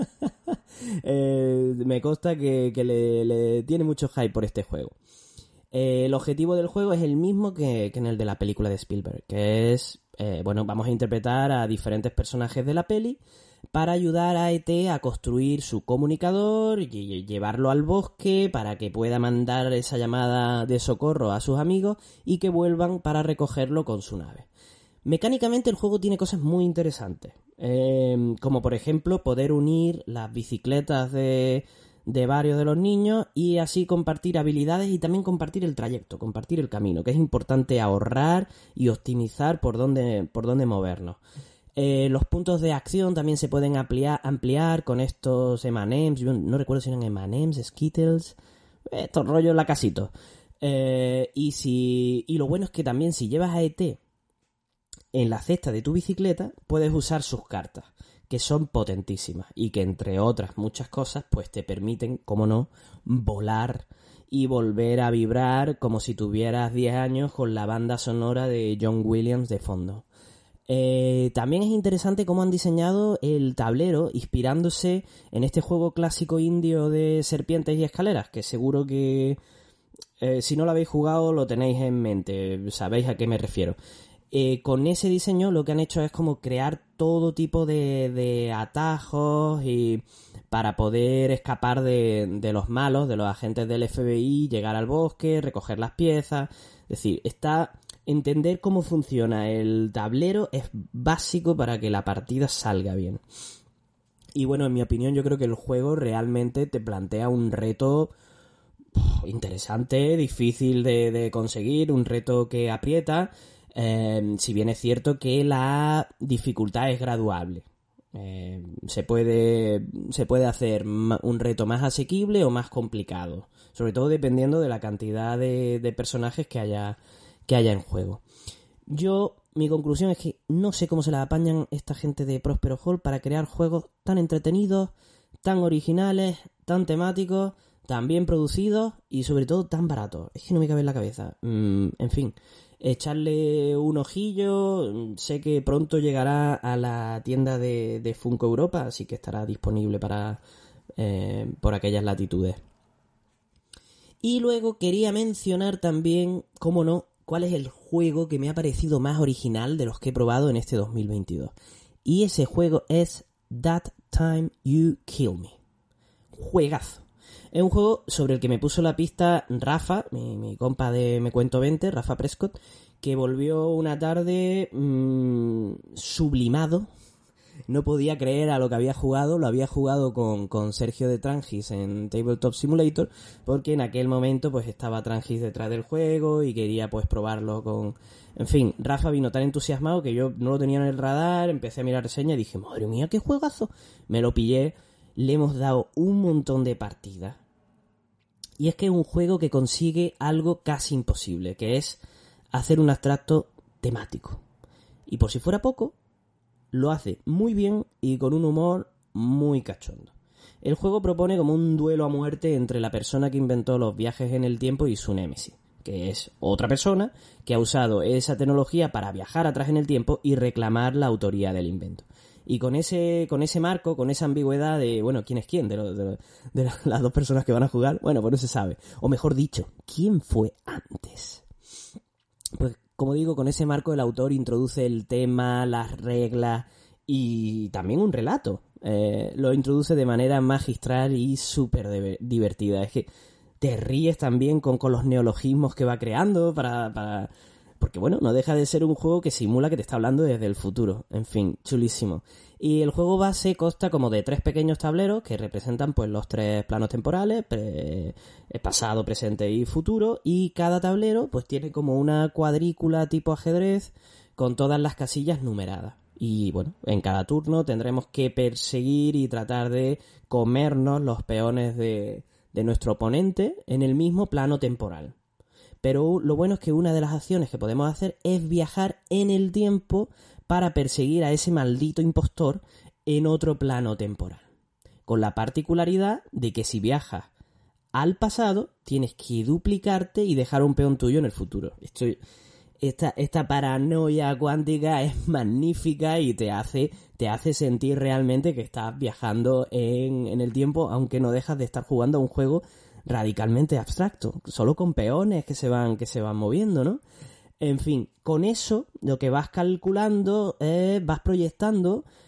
eh, me consta que, que le, le tiene mucho hype por este juego. Eh, el objetivo del juego es el mismo que, que en el de la película de Spielberg, que es, eh, bueno, vamos a interpretar a diferentes personajes de la peli para ayudar a E T a construir su comunicador y llevarlo al bosque para que pueda mandar esa llamada de socorro a sus amigos y que vuelvan para recogerlo con su nave. Mecánicamente el juego tiene cosas muy interesantes, eh, como por ejemplo poder unir las bicicletas de, de varios de los niños y así compartir habilidades y también compartir el trayecto, compartir el camino, que es importante ahorrar y optimizar por dónde, por dónde movernos. Eh, los puntos de acción también se pueden ampliar, ampliar con estos eme and eme's, yo no recuerdo si eran eme and eme's, Skittles, estos rollos lacasitos. Eh, y, si, y lo bueno es que también si llevas a E T en la cesta de tu bicicleta, puedes usar sus cartas, que son potentísimas y que entre otras muchas cosas pues te permiten, como no, volar y volver a vibrar como si tuvieras diez años con la banda sonora de John Williams de fondo. Eh, también es interesante cómo han diseñado el tablero inspirándose en este juego clásico indio de serpientes y escaleras, que seguro que eh, si no lo habéis jugado lo tenéis en mente, sabéis a qué me refiero. Eh, con ese diseño lo que han hecho es como crear todo tipo de, de atajos y para poder escapar de, de los malos, de los agentes del F B I, llegar al bosque, recoger las piezas. Es decir, está entender cómo funciona el tablero es básico para que la partida salga bien. Y bueno, en mi opinión yo creo que el juego realmente te plantea un reto interesante, difícil de, de conseguir, un reto que aprieta. Eh, si bien es cierto que la dificultad es graduable, eh, se puede se puede hacer un reto más asequible o más complicado, sobre todo dependiendo de la cantidad de, de personajes que haya que haya en juego. Yo, mi conclusión es que no sé cómo se la apañan esta gente de Prospero Hall para crear juegos tan entretenidos, tan originales, tan temáticos, tan bien producidos y sobre todo tan baratos. Es que no me cabe en la cabeza. Mm, en fin, echarle un ojillo. Sé que pronto llegará a la tienda de, de Funko Europa, así que estará disponible para eh, por aquellas latitudes. Y luego quería mencionar también, cómo no, cuál es el juego que me ha parecido más original de los que he probado en este dos mil veintidós. Y ese juego es That Time You Kill Me. Juegazo. Es un juego sobre el que me puso la pista Rafa, mi, mi compa de Me Cuento veinte, Rafa Prescott, que volvió una tarde mmm, sublimado. No podía creer a lo que había jugado. Lo había jugado con, con Sergio de Trangis en Tabletop Simulator, porque en aquel momento pues estaba Trangis detrás del juego y quería pues probarlo con... En fin, Rafa vino tan entusiasmado que yo no lo tenía en el radar, empecé a mirar reseñas y dije, madre mía, qué juegazo. Me lo pillé, le hemos dado un montón de partidas. Y es que es un juego que consigue algo casi imposible, que es hacer un abstracto temático. Y por si fuera poco, lo hace muy bien y con un humor muy cachondo. El juego propone como un duelo a muerte entre la persona que inventó los viajes en el tiempo y su némesis, que es otra persona que ha usado esa tecnología para viajar atrás en el tiempo y reclamar la autoría del invento. Y con ese con ese marco, con esa ambigüedad de, bueno, ¿quién es quién? De, lo, de, de las dos personas que van a jugar, bueno, pues no se sabe. O mejor dicho, ¿quién fue antes? Pues como digo, con ese marco el autor introduce el tema, las reglas y también un relato. Eh, lo introduce de manera magistral y súper divertida. Es que te ríes también con, con los neologismos que va creando para... para porque bueno, no deja de ser un juego que simula que te está hablando desde el futuro. En fin, chulísimo. Y el juego base consta como de tres pequeños tableros que representan pues los tres planos temporales, pre- pasado, presente y futuro. Y cada tablero pues tiene como una cuadrícula tipo ajedrez con todas las casillas numeradas. Y bueno, en cada turno tendremos que perseguir y tratar de comernos los peones de, de nuestro oponente en el mismo plano temporal. Pero lo bueno es que una de las acciones que podemos hacer es viajar en el tiempo para perseguir a ese maldito impostor en otro plano temporal. Con la particularidad de que si viajas al pasado, tienes que duplicarte y dejar un peón tuyo en el futuro. Esto, esta, esta paranoia cuántica es magnífica y te hace, te hace sentir realmente que estás viajando en, en el tiempo, aunque no dejas de estar jugando a un juego radicalmente abstracto, solo con peones que se van que se van moviendo, ¿no? En fin, con eso lo que vas calculando es, vas proyectando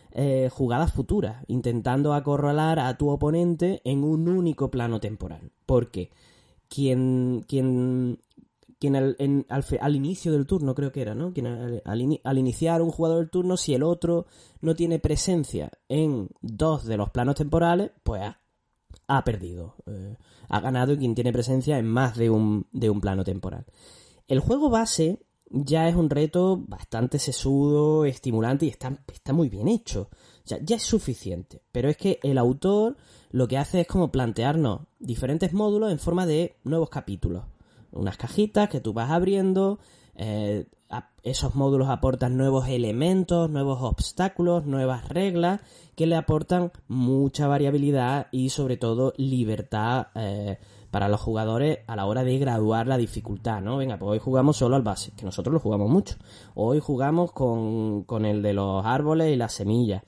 eh, jugadas futuras, intentando acorralar a tu oponente en un único plano temporal. Porque quien, quien, quien al, en, al, al inicio del turno, creo que era, ¿no? Quien al, al, in, al iniciar un jugador del turno, si el otro no tiene presencia en dos de los planos temporales, pues ha, ha perdido. Eh, ha ganado y quien tiene presencia en más de un, de un plano temporal. El juego base ya es un reto bastante sesudo, estimulante y está, está muy bien hecho. O sea, ya es suficiente. Pero es que el autor lo que hace es como plantearnos diferentes módulos en forma de nuevos capítulos. Unas cajitas que tú vas abriendo, eh, esos módulos aportan nuevos elementos, nuevos obstáculos, nuevas reglas que le aportan mucha variabilidad y sobre todo libertad eh, para los jugadores a la hora de graduar la dificultad, ¿no? Venga, pues hoy jugamos solo al base, que nosotros lo jugamos mucho. Hoy jugamos con, con el de los árboles y las semillas.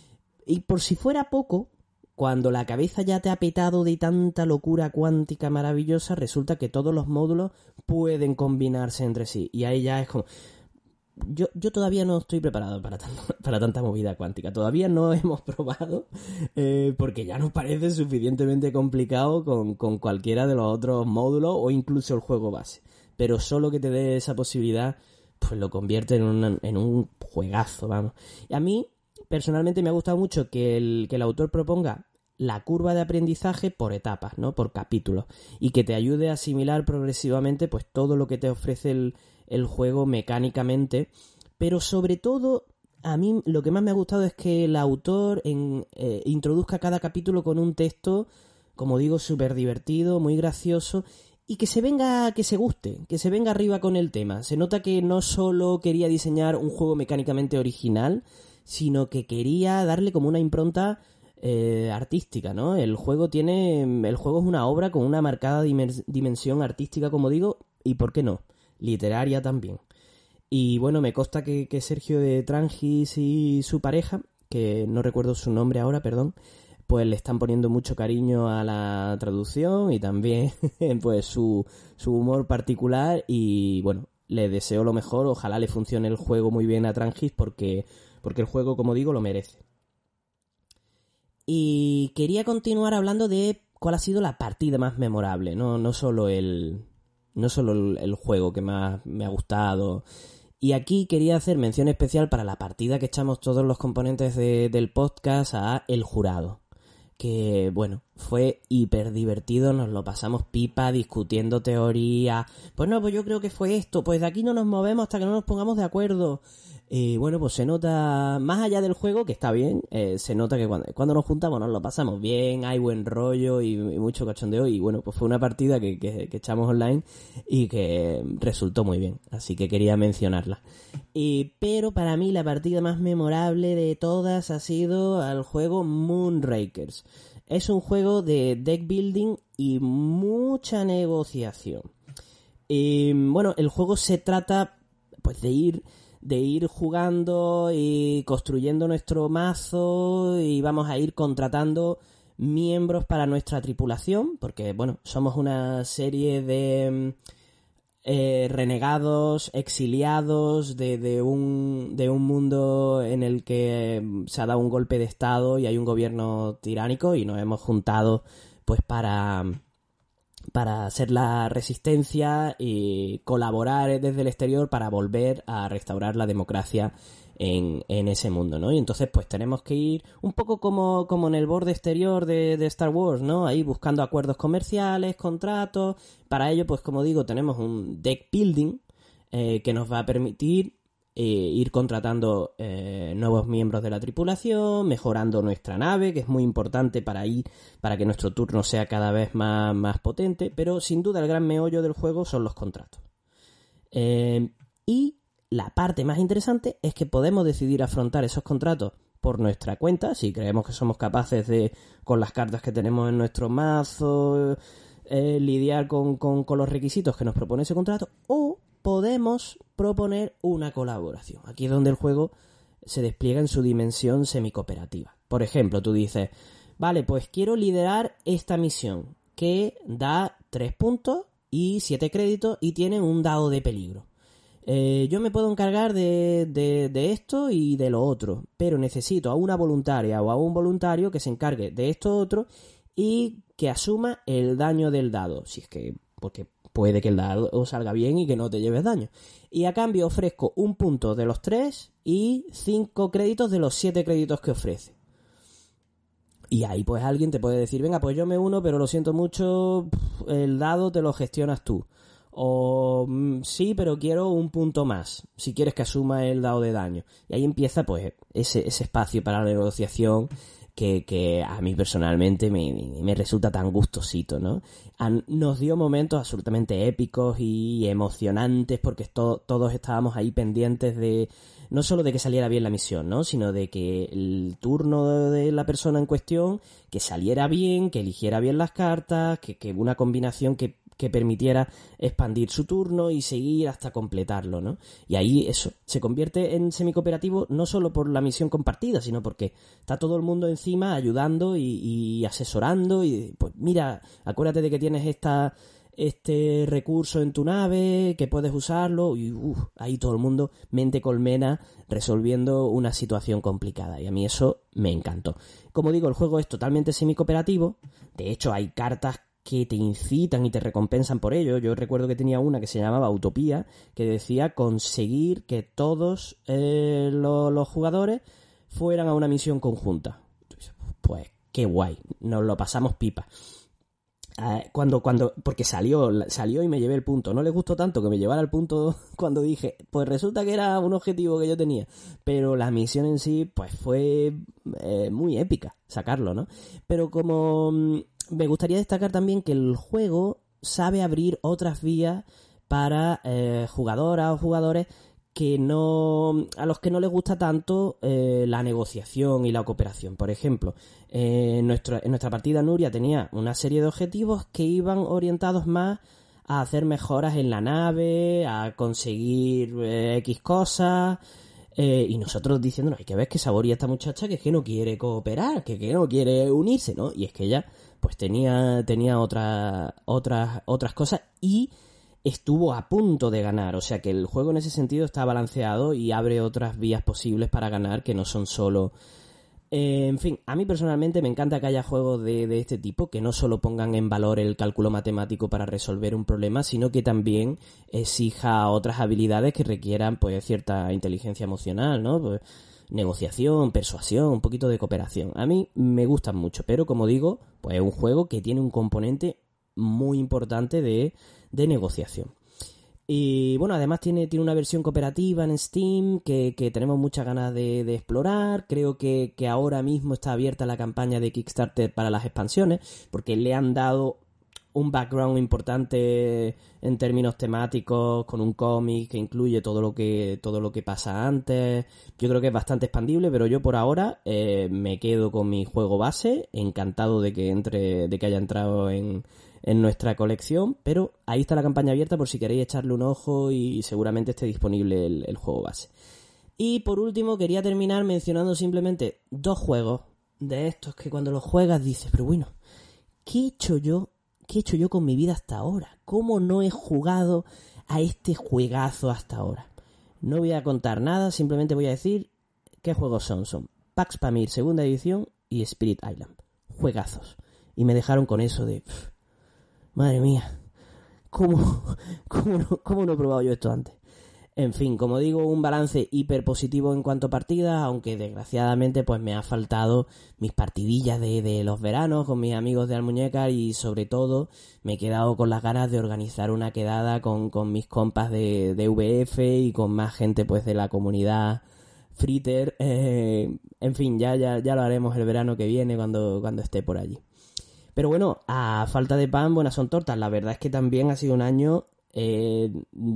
Y por si fuera poco, cuando la cabeza ya te ha petado de tanta locura cuántica maravillosa, resulta que todos los módulos pueden combinarse entre sí. Y ahí ya es como... Yo, yo todavía no estoy preparado para, tanto, para tanta movida cuántica. Todavía no hemos probado eh, porque ya nos parece suficientemente complicado con, con cualquiera de los otros módulos o incluso el juego base. Pero solo que te dé esa posibilidad, pues lo convierte en, una, en un juegazo, vamos. Y a mí, personalmente, me ha gustado mucho que el, que el autor proponga la curva de aprendizaje por etapas, ¿no? Por capítulos. Y que te ayude a asimilar progresivamente pues todo lo que te ofrece el, el juego mecánicamente. Pero sobre todo, a mí lo que más me ha gustado es que el autor en, eh, introduzca cada capítulo con un texto, como digo, súper divertido, muy gracioso, y que se venga, que se guste, que se venga arriba con el tema. Se nota que no solo quería diseñar un juego mecánicamente original, sino que quería darle como una impronta Eh, artística, ¿no? El juego tiene, el juego es una obra con una marcada dimer- dimensión artística, como digo, y ¿por qué no? Literaria también. Y bueno, me consta que, que Sergio de Trangis y su pareja, que no recuerdo su nombre ahora, perdón, pues le están poniendo mucho cariño a la traducción y también pues su, su humor particular y bueno, le deseo lo mejor, ojalá le funcione el juego muy bien a Trangis porque, porque el juego, como digo, lo merece. Y quería continuar hablando de cuál ha sido la partida más memorable, no, no solo el no solo el, el juego que más me ha gustado. Y aquí quería hacer mención especial para la partida que echamos todos los componentes de, del podcast a El Jurado. Que, bueno, fue hiper divertido, nos lo pasamos pipa discutiendo teoría. Pues no, pues yo creo que fue esto, pues de aquí no nos movemos hasta que no nos pongamos de acuerdo. Y bueno, pues se nota, más allá del juego, que está bien, eh, se nota que cuando, cuando nos juntamos nos lo pasamos bien, hay buen rollo y, y mucho cachondeo. Y bueno, pues fue una partida que, que, que echamos online y que resultó muy bien, así que quería mencionarla. Y, pero para mí la partida más memorable de todas ha sido al juego Moonrakers. Es un juego de deck building y mucha negociación. Y bueno, el juego se trata pues de ir... de ir jugando y construyendo nuestro mazo y vamos a ir contratando miembros para nuestra tripulación porque, bueno, somos una serie de eh, renegados, exiliados de, de, un, de un mundo en el que se ha dado un golpe de estado y hay un gobierno tiránico y nos hemos juntado pues para... para hacer la resistencia y colaborar desde el exterior para volver a restaurar la democracia en, en ese mundo, ¿no? Y entonces pues tenemos que ir un poco como, como en el borde exterior de, de Star Wars, ¿no? Ahí buscando acuerdos comerciales, contratos. Para ello, pues como digo, tenemos un deck building eh, que nos va a permitir Eh, ir contratando eh, nuevos miembros de la tripulación, mejorando nuestra nave, que es muy importante para ir, para que nuestro turno sea cada vez más, más potente, pero sin duda el gran meollo del juego son los contratos. Eh, y la parte más interesante es que podemos decidir afrontar esos contratos por nuestra cuenta, si creemos que somos capaces de, con las cartas que tenemos en nuestro mazo, eh, lidiar con, con, con los requisitos que nos propone ese contrato, o podemos proponer una colaboración. Aquí es donde el juego se despliega en su dimensión semicooperativa. Por ejemplo, tú dices, vale, pues quiero liderar esta misión que da tres puntos y siete créditos y tiene un dado de peligro. eh, yo me puedo encargar de, de, de esto y de lo otro, pero necesito a una voluntaria o a un voluntario que se encargue de esto otro y que asuma el daño del dado, si es que, porque puede que el dado salga bien y que no te lleves daño. Y a cambio ofrezco un punto de los tres y cinco créditos de los siete créditos que ofrece. Y ahí pues alguien te puede decir, venga, pues yo me uno, pero lo siento mucho, el dado te lo gestionas tú. O sí, pero quiero un punto más, si quieres que asuma el dado de daño. Y ahí empieza pues ese, ese espacio para la negociación que, que a mí personalmente me, me resulta tan gustosito, ¿no? Nos dio momentos absolutamente épicos y emocionantes porque to- todos estábamos ahí pendientes de, no solo de que saliera bien la misión, ¿no? Sino de que el turno de la persona en cuestión, que saliera bien, que eligiera bien las cartas, que, que una combinación que que permitiera expandir su turno y seguir hasta completarlo, ¿no? Y ahí eso, se convierte en semicooperativo no solo por la misión compartida, sino porque está todo el mundo encima ayudando y, y asesorando y pues mira, acuérdate de que tienes esta este recurso en tu nave, que puedes usarlo y uh, ahí todo el mundo mente colmena resolviendo una situación complicada y a mí eso me encantó. Como digo, el juego es totalmente semicooperativo, de hecho hay cartas que te incitan y te recompensan por ello. Yo recuerdo que tenía una que se llamaba Utopía, que decía conseguir que todos eh, lo, los jugadores fueran a una misión conjunta. Pues qué guay, nos lo pasamos pipa. Eh, cuando, cuando, porque salió, salió y me llevé el punto. No les gustó tanto que me llevara el punto cuando dije, pues resulta que era un objetivo que yo tenía. Pero la misión en sí, pues fue eh, muy épica sacarlo, ¿no? Pero como me gustaría destacar también que el juego sabe abrir otras vías para eh, jugadoras o jugadores que no, a los que no les gusta tanto eh, la negociación y la cooperación. Por ejemplo, eh, en, nuestro, en nuestra partida Nuria tenía una serie de objetivos que iban orientados más a hacer mejoras en la nave, a conseguir eh, X cosas, eh, y nosotros diciendo, no, hay que ver que Saboría esta muchacha que es que no quiere cooperar, que, que no quiere unirse, ¿no? Y es que ella pues tenía, tenía otra, otras, otras cosas y estuvo a punto de ganar, o sea que el juego en ese sentido está balanceado y abre otras vías posibles para ganar que no son solo... Eh, en fin, a mí personalmente me encanta que haya juegos de, de este tipo, que no solo pongan en valor el cálculo matemático para resolver un problema, sino que también exija otras habilidades que requieran pues cierta inteligencia emocional, ¿no? Pues, negociación, persuasión, un poquito de cooperación. A mí me gustan mucho, pero como digo, pues es un juego que tiene un componente muy importante de, de negociación. Y bueno, además tiene, tiene una versión cooperativa en Steam que, que tenemos muchas ganas de, de explorar. Creo que, que ahora mismo está abierta la campaña de Kickstarter para las expansiones, porque le han dado un background importante en términos temáticos, con un cómic que incluye todo lo que todo lo que pasa antes. Yo creo que es bastante expandible, pero yo por ahora eh, me quedo con mi juego base, encantado de que entre, de que haya entrado en, en nuestra colección, pero ahí está la campaña abierta por si queréis echarle un ojo y seguramente esté disponible el, el juego base. Y por último quería terminar mencionando simplemente dos juegos de estos que cuando los juegas dices, pero bueno, ¿qué he hecho yo? ¿Qué he hecho yo con mi vida hasta ahora? ¿Cómo no he jugado a este juegazo hasta ahora? No voy a contar nada, simplemente voy a decir qué juegos son. Son Pax Pamir segunda edición y Spirit Island. Juegazos. Y me dejaron con eso de... Pff, madre mía, ¿cómo, cómo, no, ¿cómo no he probado yo esto antes? En fin, como digo, un balance hiper positivo en cuanto a partidas, aunque desgraciadamente pues me ha faltado mis partidillas de, de los veranos con mis amigos de Almuñécar y sobre todo me he quedado con las ganas de organizar una quedada con, con mis compas de, de V F y con más gente pues de la comunidad Fritter. Eh, en fin, ya, ya, ya lo haremos el verano que viene cuando, cuando esté por allí. Pero bueno, a falta de pan, buenas son tortas. La verdad es que también ha sido un año Eh,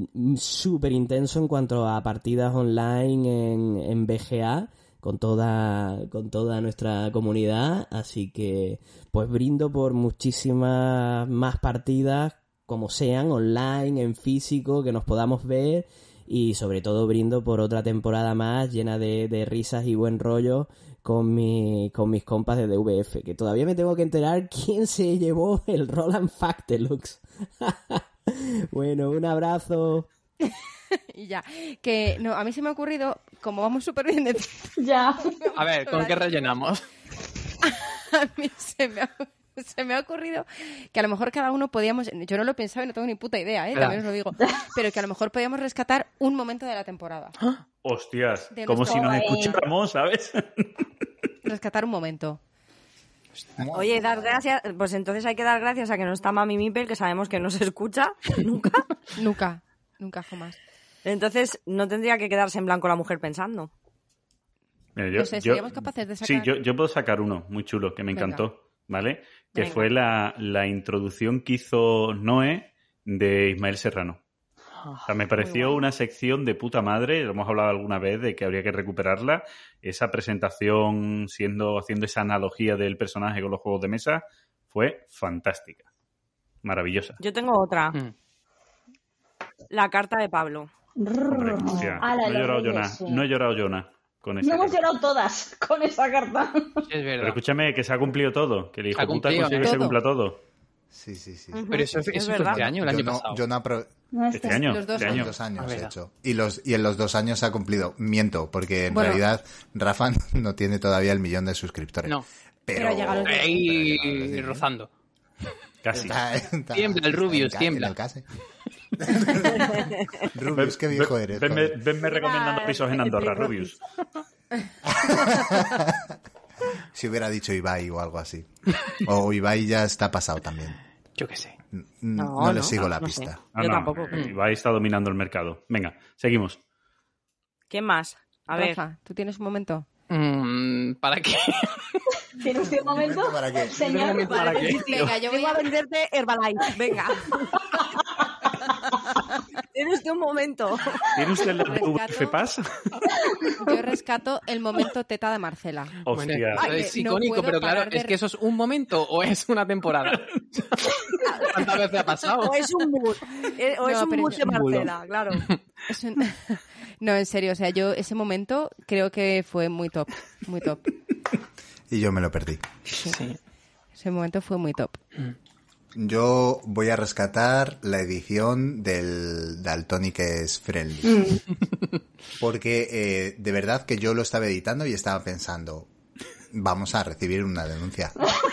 súper intenso en cuanto a partidas online en, en B G A con toda con toda nuestra comunidad, así que pues brindo por muchísimas más partidas como sean, online, en físico, que nos podamos ver y sobre todo brindo por otra temporada más llena de, de risas y buen rollo con mi, con mis compas de D V F, que todavía me tengo que enterar quién se llevó el Roland Fact Deluxe. Bueno, un abrazo. y ya. Que no, a mí se me ha ocurrido, como vamos súper bien de Ya. A ver, ¿con qué rellenamos? a mí se me ha, se me ha ocurrido que a lo mejor cada uno podíamos, yo no lo he pensado y no tengo ni puta idea, ¿eh? Claro. También os lo digo, pero que a lo mejor podíamos rescatar un momento de la temporada. Hostias, De como nuestro- si nos Ay. escucháramos, ¿sabes? Rescatar un momento. Oye, dar gracias, pues entonces hay que dar gracias a que no está Mami Mipel, que sabemos que no se escucha nunca. Nunca, nunca jamás. Entonces no tendría que quedarse en blanco la mujer pensando. Mira, yo- No sé, yo- ¿seríamos capaces de Sí, sacar? yo, yo puedo sacar uno muy chulo que me Venga. encantó, ¿vale? Que Venga. fue la, la introducción que hizo Noé de Ismael Serrano. O sea, me pareció guay. una sección de puta madre, lo hemos hablado alguna vez de que habría que recuperarla. Esa presentación, siendo haciendo esa analogía del personaje con los juegos de mesa, fue fantástica. Maravillosa. Yo tengo otra. Mm. La carta de Pablo. Hombre, hostia, Ah, la no de he llorado los yo nada. Reyes, sí. No he llorado yo nada con No esa hemos carta. llorado todas con esa carta. Sí, es Pero verdad. escúchame, que se ha cumplido todo. Que el hijo Se ha puta cumplido, consigue ¿eh? que se Todo. cumpla todo. Sí, sí, sí. Ujú. Pero eso, Es eso fue verdad. este año, el yo año no, pasado. yo no apro- No, Este este- año. los dos este En año. dos Ah, años he verdad. hecho. Y, los, y en los dos años se ha cumplido. Miento, porque en Bueno. realidad Rafa no tiene todavía el millón de suscriptores. No. Pero, Pero llega a los dos. Ahí rozando. Casi. Está- está- Tiembla el está Rubius, en ca- tiembla. en el case. Rubius, qué viejo eres. Venme, joder. venme recomendando Mira, pisos en el Andorra, Play Rubius. Si hubiera dicho Ibai o algo así. O Ibai ya está pasado también. Yo qué sé. N- No, le sigo la no sé. pista. Ah, Yo no, tampoco. eh, Ibai está dominando el mercado. Venga, seguimos. ¿Quién más? A ver. Rafa, ¿tú tienes un momento? Mm, ¿Para qué? ¿Tiene usted un momento? ¿Para qué? Señor, momento para qué? Venga, yo voy Vengo a a... venderte Herbalife. Venga. Tienes usted un momento. ¿Tiene usted el Rescato. V F Pass? Yo rescato el momento teta de Marcela. Hostia. Bueno, Ay, es no icónico, puedo pero claro, parar de- es que eso es un momento o es una temporada. ¿Cuántas veces ha pasado? O es un mood. Eh, O es No, un pero mood es- de Marcela, claro. Es un- No, en serio, o sea, yo ese momento creo que fue muy top, muy top. Y yo me lo perdí. Sí. Ese momento fue muy top. Yo voy a rescatar la edición del Daltonic es Friendly. Porque eh, de verdad que yo lo estaba editando y estaba pensando, vamos a recibir una denuncia.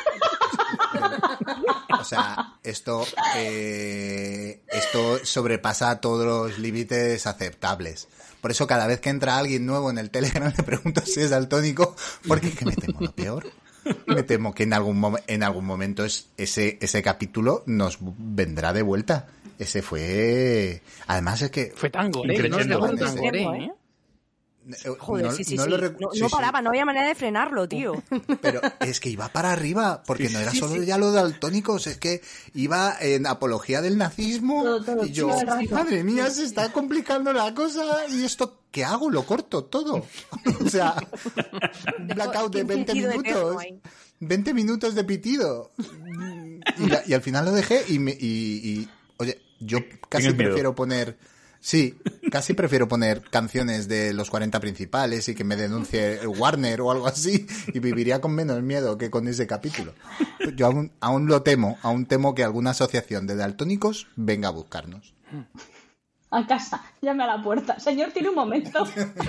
O sea, esto, eh, esto sobrepasa todos los límites aceptables. Por eso cada vez que entra alguien nuevo en el Telegram le pregunto si es daltónico, porque es que me temo lo peor. Me temo que en algún mom- en algún momento es, ese ese capítulo nos vendrá de vuelta. Ese fue... Además es que... Fue tan gore, no Increchendo. sé, fue tan Extremo, gore, ¿eh? ¿eh? eh, Joder, no- sí, sí, no sí. lo No, recu- no sí, sí. paraba, no había manera de frenarlo, tío. Pero es que iba para arriba, porque no era sí, solo sí. ya lo daltónicos, es que iba en apología del nazismo. Todo, todo, y yo, todo el rato. madre mía, se está complicando la cosa. ¿Y esto qué hago? Lo corto todo. O sea, un blackout de Qué veinte pitido minutos. eterno ahí. veinte minutos de pitido. Y, la- y al final lo dejé y, me, y, y oye, yo casi ¿Tienes miedo? prefiero poner... Sí, casi prefiero poner canciones de los cuarenta principales y que me denuncie Warner o algo así y viviría con menos miedo que con ese capítulo. Yo aún, aún lo temo, aún temo que alguna asociación de daltónicos venga a buscarnos. A casa, llame a la puerta. Señor, tiene un momento.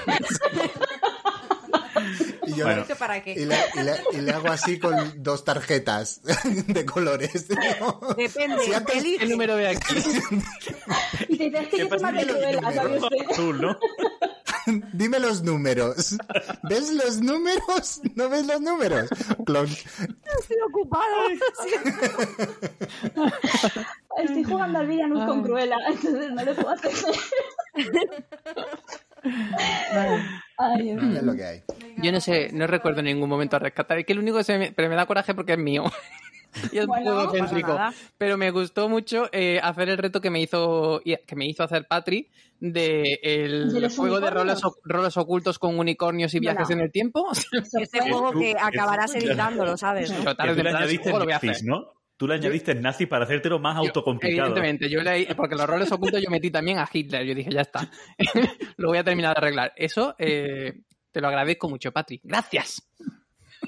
Y yo Bueno. le, ¿Para qué? y, le, y le- y le hago así con dos tarjetas de colores. Depende, Si antes- elige. El número de aquí. Y te dices que yo soy pasa? más de Dime los Cruella, ¿sabe números. usted? Azul, ¿no? Dime los números. ¿Ves los números? ¿No ves los números? Clon. Estoy ocupado. Estoy jugando al Villanus con Cruella, entonces no le puedo hacer. Ay, Dios mío. Es lo que hay. Yo no sé, no recuerdo en ningún momento a rescatar. Es que el único que se me, pero me da coraje porque es mío. Y es Bueno, todo no pasa céntrico. nada. Pero me gustó mucho eh, hacer el reto que me hizo que me hizo hacer Patri de el ¿De los juego de unicornios? roles, o- roles ocultos con unicornios y viajes Bueno. en el tiempo. Eso Este fue- juego que Tú- acabarás eso- editándolo, ¿sabes? Pero Que tarde o tú le temprano ese añadiste juego lo voy a hacer. nazis, ¿no? Tú le añadiste nazis para hacértelo más Yo, autocomplicado. Evidentemente, yo le, porque los roles ocultos yo metí también a Hitler. Yo dije, ya está. Lo voy a terminar de arreglar. Eso eh, te lo agradezco mucho, Patri. Gracias.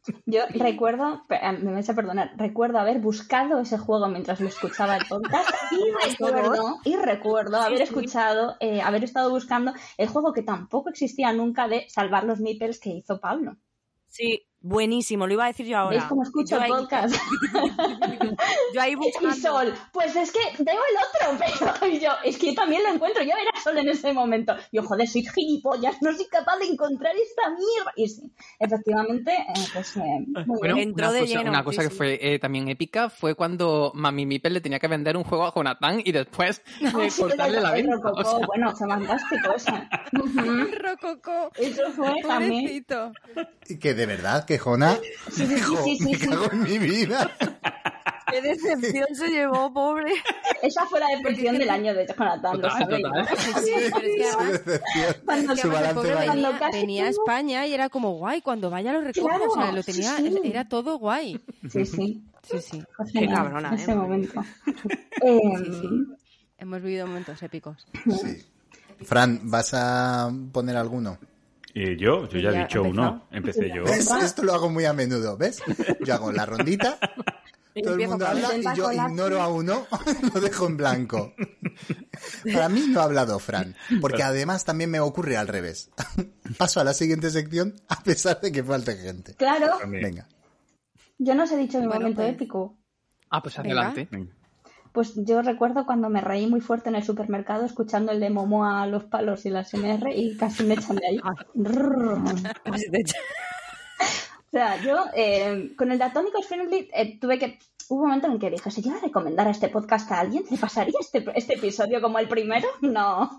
Yo recuerdo, me vais a perdonar, recuerdo haber buscado ese juego mientras lo escuchaba el podcast y recuerdo, y recuerdo haber escuchado, eh, haber estado buscando el juego que tampoco existía nunca de Salvar los Meeples que hizo Pablo. Sí, buenísimo, lo iba a decir yo ahora. ¿Veis cómo escucho yo el ahí... podcast? Yo ahí buscando. Y Sol, pues es que veo el otro, pero y yo, es que yo también lo encuentro, yo era Sol en ese momento. Yo, joder, soy gilipollas, no soy capaz de encontrar esta mierda. Y sí, efectivamente, eh, pues eh, muy Bueno, bien. Entró una de cosa, lleno, una cosa sí, que sí. fue eh, también épica fue cuando Mami Mipel le tenía que vender un juego a Jonathan y después eh, Ah, sí, cortarle el- la el venta. rococó, O sea, bueno, fue fantástico eso. Ujú. Rococó. Eso fue también. Pobrecito. Y que de verdad, que Jona Sí, sí, dijo, sí, sí, me sí. cago en mi vida. Qué decepción se llevó, pobre. Esa fue la decepción del año de Jonathan, lo Total, sabéis, ¿no? total. Sí, pero es que Su además- decepción. Cuando que Su además el balance pobre va cuando venía, casi venía a tuvo- España y era como guay, cuando vaya lo recojo, Claro, o sea, lo tenía, sí, sí. era todo guay. Sí, sí. Sí, sí. Fue Qué genial, cabrona, ese ¿eh? momento. Eh, Sí, sí. Hemos vivido momentos épicos. Sí. Fran, ¿vas a poner alguno? Eh, yo, yo ya he Ya dicho ha empezado. uno. Empecé yo. ¿Ves? Esto lo hago muy a menudo, ¿ves? Yo hago la rondita, todo el Empiezo mundo con- habla intenta y yo colarse. ignoro a uno, lo dejo en blanco. Para mí no ha hablado Fran, porque además también me ocurre al revés. Paso a la siguiente sección a pesar de que falte gente. Claro, También. Venga. yo no os he dicho mi Bueno, momento pues- épico. Ah, pues Venga. adelante. Venga. Pues yo recuerdo cuando me reí muy fuerte en el supermercado escuchando el de Momoa a los palos y las M R y casi me echan de ahí. Rrrr. Casi te echa- O sea, yo eh, con el de Atómicos Friendly eh, tuve que... Hubo un momento en el que dije, si yo le recomendara este podcast a alguien, ¿te pasaría este, este episodio como el primero? No.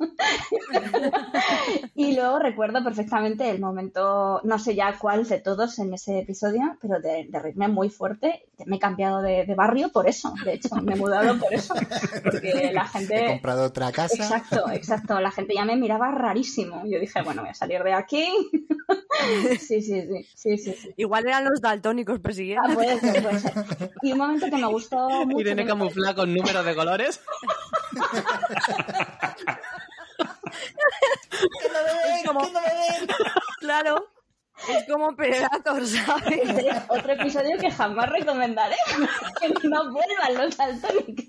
Y luego recuerdo perfectamente el momento, no sé ya cuál de todos en ese episodio, pero de, de reírme muy fuerte. Me he cambiado de, de barrio por eso, de hecho, me he mudado por eso. Porque la He gente... comprado otra casa. Exacto, exacto. La gente ya me miraba rarísimo. Yo dije, bueno, voy a salir de aquí. Sí, sí, sí, sí, sí, sí. Igual eran los daltónicos persiguiendo. Ah, puede ser, puede ser. Y un momento que me gustó mucho. Irene que- camuflada con números de colores. Es como... Claro. Es como Predator, ¿sabes? Este es otro episodio que jamás recomendaré. Que no vuelvan los daltónicos.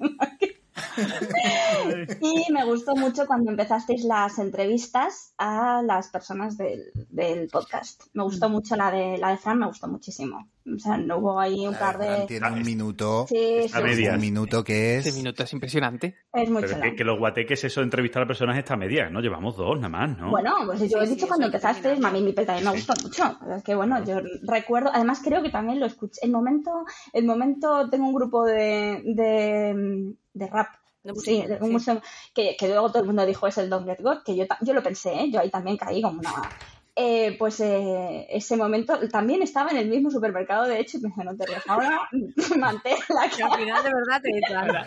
Y me gustó mucho cuando empezasteis las entrevistas a las personas del, del podcast. Me gustó mucho la de la de Fran, me gustó muchísimo. O sea, no hubo ahí un La par de Fran de... tiene un minuto, Sí, a sí, medias. un minuto que Este es... minuto es impresionante. es muy Pero es chulo. que, que los guateques, eso de entrevistar a personas está a medias, ¿no? Llevamos dos nada más, ¿no? Bueno, pues yo he Sí, dicho sí, cuando eso hay que empezasteis, terminar. Mami Mipel también me gustó mucho. Es que bueno, yo recuerdo, además creo que también lo escuché. El momento, el momento tengo un grupo de, de, de rap. De Sí, música, de un sí. museo que, que luego todo el mundo dijo es el Don't Get God, que yo, ta- yo lo pensé, ¿eh? Yo ahí también caí como una... Eh, pues eh, ese momento también estaba en el mismo supermercado, de hecho, y me dije, no te rías ahora, mantén la Que al final de verdad te echan.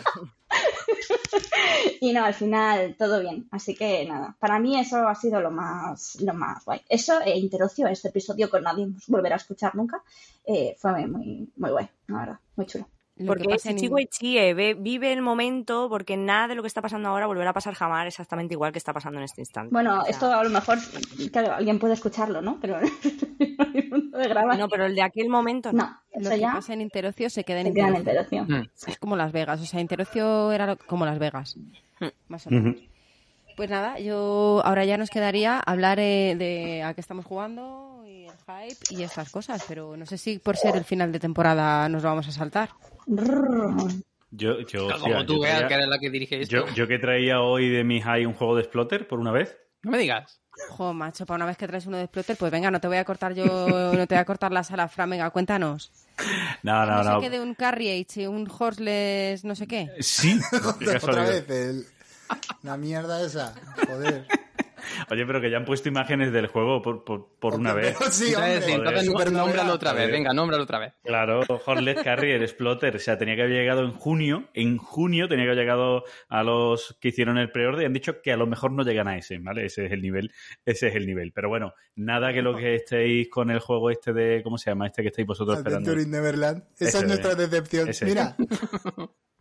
Y no, al final todo bien. Así que nada, para mí eso ha sido lo más, lo más guay. Eso, eh, Interocio, este episodio con nadie volverá a escuchar nunca, eh, fue muy, muy guay, la verdad, muy chulo. Lo que Porque pasa ese en- chico Ichie ve- vive el momento, porque nada de lo que está pasando ahora volverá a pasar jamás exactamente igual que está pasando en este instante. Bueno, O sea, esto a lo mejor, claro, alguien puede escucharlo, ¿no? Pero no hay punto de grabar. No, pero el de aquel momento no. No, Lo eso que ya pasa en Interocio se queda en se queda en Interocio. Interocio. Mm. Es como Las Vegas, o sea, Interocio era lo- como Las Vegas, más o menos. Ujú. Pues nada, yo ahora ya nos quedaría hablar eh, de a qué estamos jugando y el hype y estas cosas, pero no sé si por ser el final de temporada nos lo vamos a saltar. Yo, yo, Como hostia, tú yo veas traía- que eres la que dirige esto. yo, yo que traía hoy de mi high un juego de Exploter por una vez. No me digas. Jo, macho, para una vez que traes uno de Exploter, pues venga, no te voy a cortar yo, no te voy a cortar la sala, Fran, venga, cuéntanos. No, no, No, no. sé qué de un Carriage y un Horseless, no sé qué. Sí, qué Otra casualidad. vez, el... la mierda esa, joder. Oye, pero que ya han puesto imágenes del juego por, por, por una vez. Sí, entonces, hombre, sí, entonces súper nómbralo novedad. otra vez. Joder. Venga, nómbralo otra vez. Claro, Horlet Carrier Exploter, o sea, tenía que haber llegado en junio, en junio tenía que haber llegado a los que hicieron el pre-order y han dicho que a lo mejor no llegan a ese, ¿vale? Ese es el nivel, ese es el nivel. Pero bueno, nada que lo que estéis con el juego este de, ¿cómo se llama? Este que estáis vosotros esperando. Adventure in Neverland. Esa Ese es nuestra es. decepción. Ese. Mira,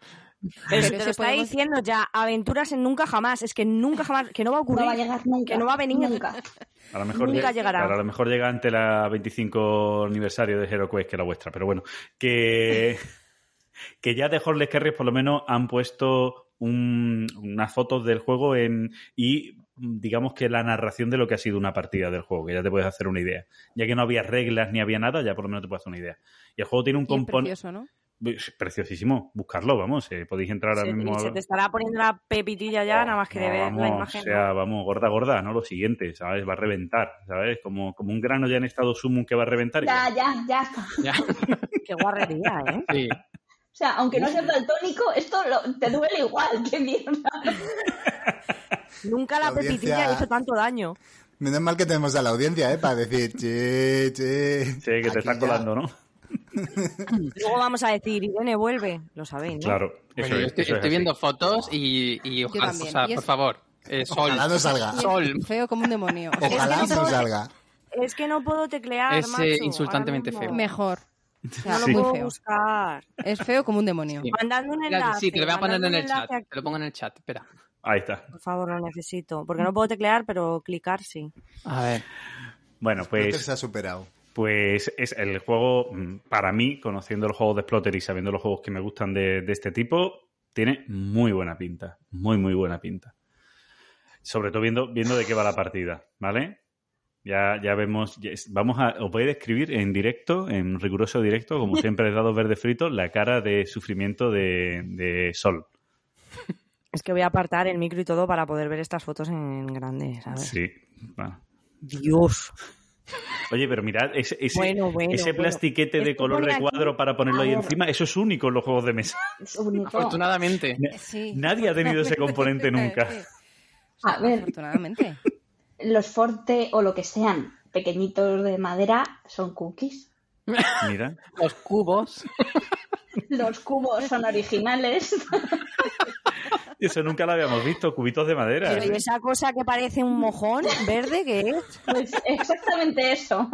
Pero si Pero te ese lo está podemos- diciendo ya, aventuras en nunca jamás. Es que nunca jamás, que no va a ocurrir. No va a llegar nunca. Que no va a venir. Nunca. A lo mejor Nunca llega, llegará. claro, a lo mejor llega ante la veinticinco aniversario de HeroQuest, que es la vuestra, pero bueno, que, que ya de Horles Carriers por lo menos han puesto un, unas fotos del juego en y digamos que la narración de lo que ha sido una partida del juego, que ya te puedes hacer una idea. Ya que no había reglas ni había nada, ya por lo menos te puedes hacer una idea. Y el juego tiene un Y es componente... precioso, ¿no? Preciosísimo, buscarlo, vamos, eh, podéis entrar ahora Se, mismo. se a- te estará poniendo la pepitilla ya, nada más que de No, ver vamos, la imagen. O sea, vamos, gorda, gorda, no lo siguiente, ¿sabes? Va a reventar, ¿sabes? Como, como un grano ya en estado sumum que va a reventar. Ya, ya, ya está. Ya. ¿no? Qué guarrería, ¿eh? Sí. O sea, aunque no sea daltónico, esto lo- te duele igual. Que bien. Nunca la, La audiencia- pepitilla hizo tanto daño. Menos mal que tenemos a la audiencia, ¿eh? Para decir, che, che. Sí, que te aquí está ya. colando, ¿no? Luego vamos a decir, Irene, vuelve. Lo sabéis, ¿no? Claro, eso Bueno, yo es, estoy, eso es estoy así. viendo fotos y, y ojalá, también. o sea, Y es- por favor, eh, Sol. Ojalá no salga. Sol. Feo como un demonio. O sea, Ojalá Es que no no- salga. Es que no puedo teclear, Es, eh, macho, insultantemente ahora mismo. feo. mejor. O sea, No lo Sí. puedo muy feo. buscar. Es feo como un demonio. Sí. Mandando un Mira, enlace. sí, te lo voy a poner en mandando el un chat. enlace aquí. Te lo pongo en el chat, espera. Ahí está. Por favor, lo necesito. Porque no puedo teclear, pero clicar sí. A ver. Bueno, Splotter pues, se ha superado. pues es el juego, mm, para mí, conociendo los juegos de Splotter y sabiendo los juegos que me gustan de, de este tipo, tiene muy buena pinta. Muy, muy buena pinta. Sobre todo viendo, viendo de qué va la partida, ¿vale? Ya, ya vemos, ya es- vamos a, os voy a describir en directo, en riguroso directo, como siempre he dado verde frito, la cara de sufrimiento de, de Sol. Es que voy a apartar el micro y todo para poder ver estas fotos en grande, ¿sabes? Sí. Bueno. Dios. Oye, pero mirad, ese, ese, Bueno, bueno, ese bueno. plastiquete Es de que color pone de aquí- cuadro para ponerlo A ahí ver. encima, eso es único en los juegos de mesa. Es único. Afortunadamente. Sí, Nadie ha tenido ese componente nunca. Sí. A ver, Afortunadamente. los Forte o lo que sean, pequeñitos de madera, son cookies. Mira. Los cubos. Los cubos son originales. Eso nunca lo habíamos visto, cubitos de madera. Pero ¿y esa cosa que parece un mojón verde qué es? Pues exactamente eso.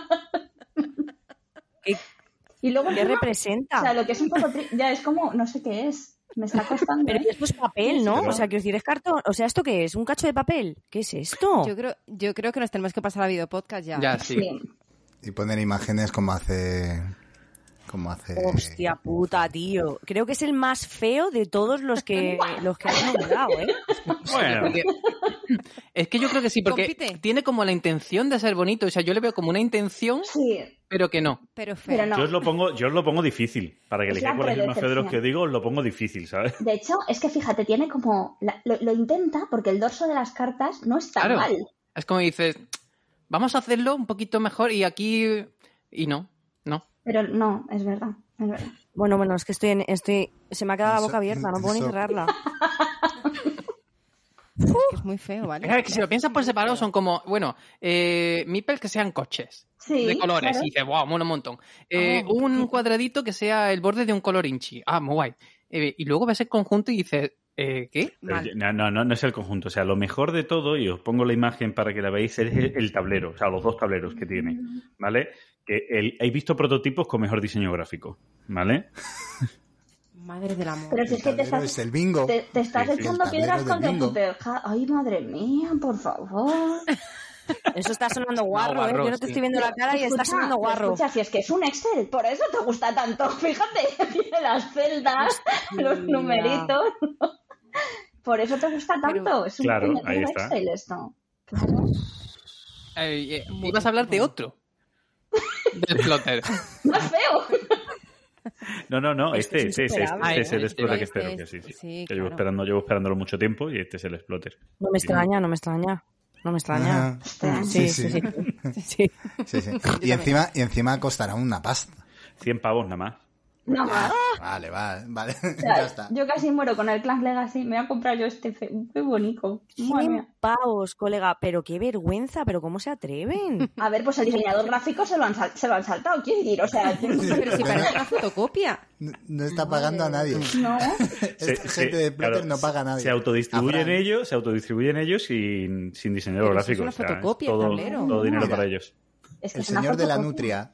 ¿Qué, Y luego qué encima, representa? o sea, lo que es un poco tri- ya es como, no sé qué es. Me está costando. Pero ¿eh? esto es papel, ¿no? Pero- O sea, quiero decir, es cartón. O sea, ¿esto qué es? ¿Un cacho de papel? ¿Qué es esto? Yo creo, yo creo que nos tenemos que pasar a videopodcast ya. Ya, sí. Sí. Y poner imágenes como hace... Como hace... Hostia puta, tío. Creo que es el más feo de todos los que los que han nombrado, ¿eh? Bueno, Porque- es que yo creo que sí, porque Compite. tiene como la intención de ser bonito. O sea, yo le veo como una intención, Sí. pero que no. Pero feo. Pero no. yo os lo pongo, yo os lo pongo difícil. Para que Es le la quede cuál es el más feo de los que predecepción. digo, os lo pongo difícil, ¿sabes? De hecho, es que fíjate, tiene como. la- lo, lo intenta porque el dorso de las cartas no está Claro. mal. Es como dices, vamos a hacerlo un poquito mejor y aquí... Y no, no. Pero no, es verdad. Es verdad. Bueno, bueno, es que estoy en, estoy se me ha quedado la Eso- boca abierta, no puedo ni eso- cerrarla. Es que es muy feo, ¿vale? Es que si lo piensas por separado son como, bueno, eh, meeples que sean coches Sí. de colores. claro. Y dices, wow, mola un montón. Eh, Oh, un cuadradito que sea el borde de un color inchi. Ah, muy guay. Eh, y luego ves el conjunto y dices, eh, ¿qué? Pero Mal. ya- no, no, no, no es el conjunto. O sea, lo mejor de todo, y os pongo la imagen para que la veáis, es el, el tablero. O sea, los dos tableros que tiene. ¿Vale? Que el, he visto prototipos con mejor diseño gráfico. ¿Vale? Madre del amor. Pero si es que te tablero estás, es el bingo. te, te estás Sí, sí, echando el piedras tablero del contra tu bingo. teja. Ay, madre mía, por favor. Eso está sonando guarro, No, guarro, ¿eh? Yo no te sí. estoy viendo la cara y está Escucha, sonando guarro. Escucha, si es que es un Excel, por eso te gusta tanto. Fíjate, tiene las celdas, los Hostia. numeritos. Por eso te gusta tanto. Es un Claro, puñetero ahí está. Excel esto. Claro. Eh, eh, ibas a hablar de otro. Del plotter. Más feo. No, no, no. Este Este, es este, este, insuperable. este es el Ah, exploter que este espero es- que sí, sí. sí, Que llevo claro. esperando, llevo esperándolo mucho tiempo y este es el exploter. No me extraña, no me extraña. No me extraña. Ajá. Sí, Sí, sí, sí. sí. Sí. Sí, sí. Y encima, y encima costará una pasta. cien pavos nada más. No más. Vale, vale, vale. O sea, Ya está. yo casi muero con el Clan Legacy. Me voy a comprar yo este fe... Qué bonito. Madre cien mía. pavos, colega. Pero qué vergüenza, pero ¿cómo se atreven? A ver, pues el diseñador gráfico se lo han, sal- se lo han saltado, quiero decir. O sea, Pero si parece una fotocopia. No, no está pagando a nadie. no. Esta gente de Plotter no paga a nadie. Se autodistribuyen A Fran. ellos, se autodistribuyen ellos sin, sin diseñador Pero si es gráfico. una o sea, fotocopia, todo, tablero. todo dinero Mira. para ellos. Es que El es una señor de la fotocopia. nutria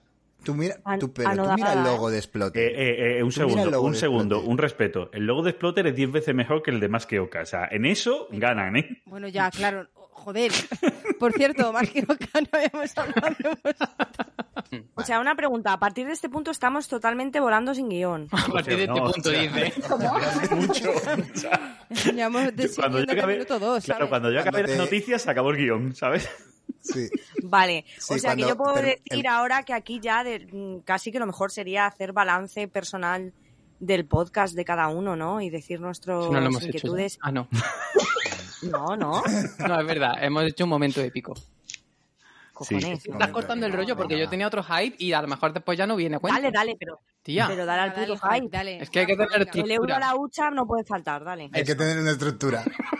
Tú mira, An- tú, pero tú anodada, mira el ¿eh? logo de Splotter. Eh, eh, eh, un Tú mira el segundo, logo un de segundo, Splotter. un respeto. El logo de Splotter es diez veces mejor que el de Más que Oca. O sea, en eso ganan, ¿eh? Bueno, ya, claro. Joder. Por cierto, más que nunca no habíamos hablado de vosotros. O sea, una pregunta. A partir de este punto estamos totalmente volando sin guión. A partir de este No, punto o sea, dice. Mucho. O sea, Llevamos cuando decidiendo yo el acabé, minuto dos, claro, ¿sabes? cuando yo acabé Cuando las te- noticias se acabó el guión, ¿sabes? Sí. Vale, Sí, o sea cuando- que yo puedo pero decir el- ahora que aquí ya de- mm, casi que lo mejor sería hacer balance personal del podcast de cada uno, ¿no? Y decir nuestras Si no lo hemos hecho ya. inquietudes. Ah, no. No, no, No, es verdad. Hemos hecho un momento épico. cojones. Sí. Estás cortando el rollo porque yo tenía otro hype y a lo mejor después ya no viene a cuenta. Dale, dale, pero, Tía, pero dale al Dale, puto dale, hype. dale. es que hay que tener Venga. El euro a estructura. la hucha no puede faltar, dale. Hay que tener una estructura.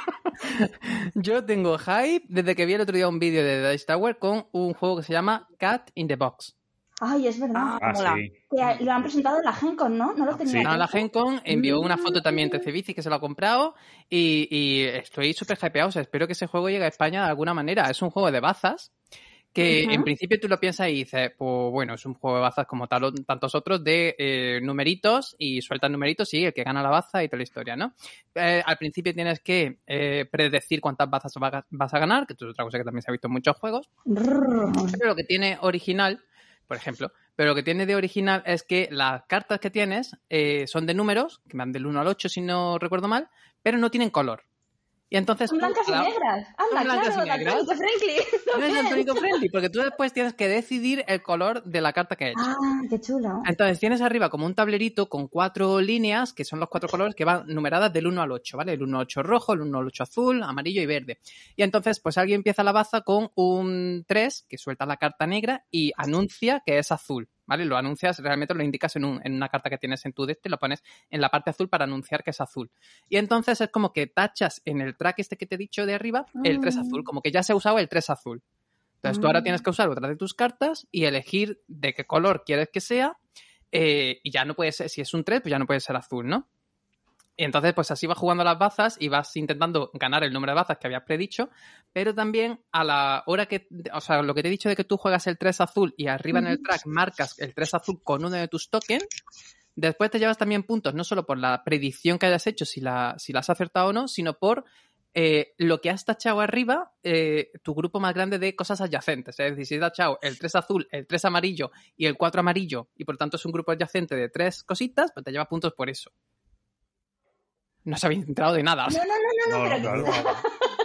Yo tengo hype desde que vi el otro día un vídeo de Dice Tower con un juego que se llama Cat in the Box. Ay, es verdad. Ah, mola. sí. Que lo han presentado en la Gen Con, ¿no? No lo tenía. Sí. No, la aquí. Gen Con envió una foto también de Cebici que se lo ha comprado y, y estoy súper hypeado. O sea, espero que ese juego llegue a España de alguna manera. Es un juego de bazas que Ujú. en principio tú lo piensas y dices, pues bueno, es un juego de bazas como tal, tantos otros de eh, numeritos y sueltas numeritos y el que gana la baza y toda la historia, ¿no? Eh, al principio tienes que eh, predecir cuántas bazas va- vas a ganar, que esto es otra cosa que también se ha visto en muchos juegos. Brrr. Pero lo que tiene original, por ejemplo, pero lo que tiene de original es que las cartas que tienes eh, son de números, que van del uno al ocho si no recuerdo mal, pero no tienen color. Y entonces Son tú, blancas y a la- negras. Anda, Son blancas claro, y negras. Daltónico Friendly. no es daltónico friendly, porque tú después tienes que decidir el color de la carta que he hecho. Ah, qué chulo. Entonces tienes arriba como un tablerito con cuatro líneas, que son los cuatro colores que van numeradas del uno al ocho, ¿vale? El uno al ocho rojo, el uno al ocho azul, amarillo y verde. Y entonces, pues alguien empieza la baza con un tres, que suelta la carta negra y anuncia que es azul, ¿vale? Lo anuncias, realmente lo indicas en, un, en una carta que tienes en tu deck y lo pones en la parte azul para anunciar que es azul. Y entonces es como que tachas en el track este que te he dicho de arriba el tres azul, como que ya se ha usado el tres azul. Entonces tú ahora tienes que usar otra de tus cartas y elegir de qué color quieres que sea eh, y ya no puede ser, si es un tres, pues ya no puede ser azul, ¿no? Y entonces pues así vas jugando las bazas y vas intentando ganar el número de bazas que habías predicho, pero también a la hora que, o sea, lo que te he dicho de que tú juegas el tres azul y arriba en el track marcas el tres azul con uno de tus tokens, después te llevas también puntos no solo por la predicción que hayas hecho, si la, si la has acertado o no, sino por eh, lo que has tachado arriba, eh, tu grupo más grande de cosas adyacentes. Es decir, si has tachado el tres azul, el tres amarillo y el cuatro amarillo, y por tanto es un grupo adyacente de tres cositas, pues te lleva puntos por eso. No se había enterado de nada. o sea, No, no, no, no, No, no, pero claro.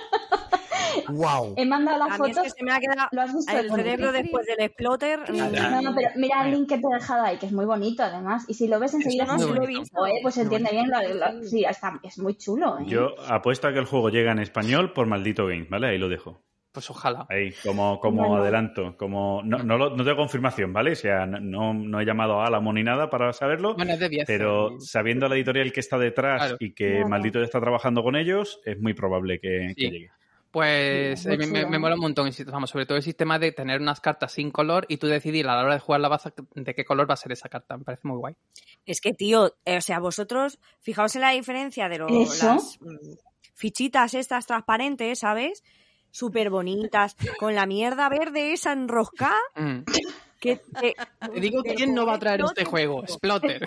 ¡Wow! he mandado las A mí es fotos. que se me ha quedado ¿Lo has visto? el Bueno, cerebro sí. después del exploter. Ya, ya. No, no, pero mira el Bueno. link que te he dejado ahí, que es muy bonito además. Y si lo ves enseguida, Eso no es se muy lo he bonito, visto. ¿eh? Pues se Muy entiende bien. Lo, lo- sí, está, es muy chulo. ¿eh? Yo apuesto a que el juego llega en español por Maldito Game, ¿vale? Ahí lo dejo. Pues ojalá. Ahí, como, como Bueno. adelanto. Como, no, no, lo- no tengo confirmación, ¿vale? O sea, no, no he llamado a Álamo ni nada para saberlo. Bueno, es de diez. Pero sabiendo la editorial que está detrás Claro. y que Claro. Maldito está trabajando con ellos, es muy probable que, que Sí. llegue. Pues Sí, eh, muy me, me, chulo. me mola un montón, y si- vamos, sobre todo el sistema de tener unas cartas sin color y tú decidir a la hora de jugar la baza de qué color va a ser esa carta. Me parece muy guay. Es que, tío, eh, o sea, vosotros, fijaos en la diferencia de los, ¿Eso? las mm, fichitas estas transparentes, ¿sabes? Súper bonitas, con la mierda verde esa enroscada. Mm. Que, que- Te digo, pero ¿quién no va a joder, traer no este te- juego? Splotter.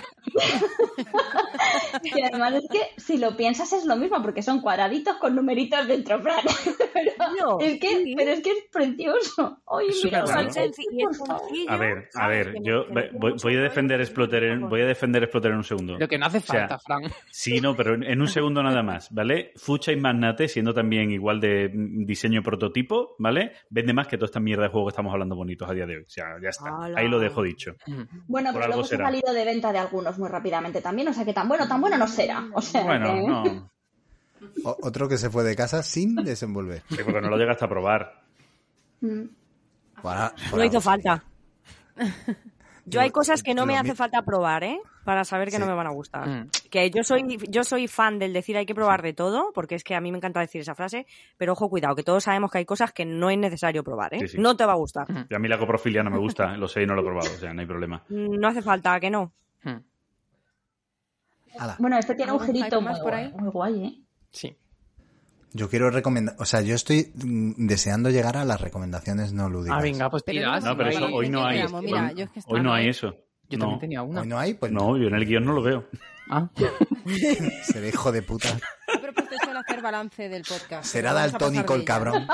Y además es que si lo piensas es lo mismo, porque son cuadraditos con numeritos dentro, Fran. Pero Tío, es que, sí. pero es que es precioso. Oye, Es mira, súper Son guay. sencillos, y es por favor. sencillo, A ver, a ¿sabes? ver, Que me- yo que me voy, tiene voy mucho a defender rollo. Exploter en, voy a defender Exploter en un segundo. Lo que no hace sea, falta, Fran. Sí, no, pero en, en un segundo nada más, ¿vale? Fucha y Magnate, siendo también igual de mm, diseño prototipo, ¿vale? Vende más que toda esta mierda de juego que estamos hablando bonitos a día de hoy. O sea, ya está. ¡Hala! Ahí lo dejo dicho. Mm. Bueno, Por pero algo luego se ha será. salido de venta de algunos muy rápidamente también, o sea que tan bueno, tan bueno no será. O sea, Bueno, que- no. O- otro que se fue de casa sin desenvolver. Sí, porque no lo llegaste a probar. Mm. Para- No para- hizo falta. Yo hay cosas que no me Lo hace mi- falta probar, ¿eh? Para saber que Sí. no me van a gustar. Mm. Que yo soy, yo soy fan del decir hay que probar de todo, porque es que a mí me encanta decir esa frase, pero ojo, cuidado, que todos sabemos que hay cosas que no es necesario probar, ¿eh? Sí, sí. No te va a gustar. Mm. Y a mí la coprofilia no me gusta, lo sé y no lo he probado, o sea, no hay problema. No hace falta, que no. Mm. Ala. Bueno, este tiene un ¿Algún girito hype muy, más por ahí? muy guay, ¿eh? Sí. Yo quiero recomendar, o sea, yo estoy mm, deseando llegar a las recomendaciones no lúdicas. Ah, venga, pues Pero tiras. No, pero eso hoy no hay. Mira, Hoy, yo es que hoy no estaba- hay eso. Yo no. también tenía una. ¿Hoy no hay? Pues No, yo en el guión no lo veo. Ah. seré hijo de puta. He propuesto solo hacer balance del podcast. Será pero vamos a daltónico pasar el de ella. cabrón.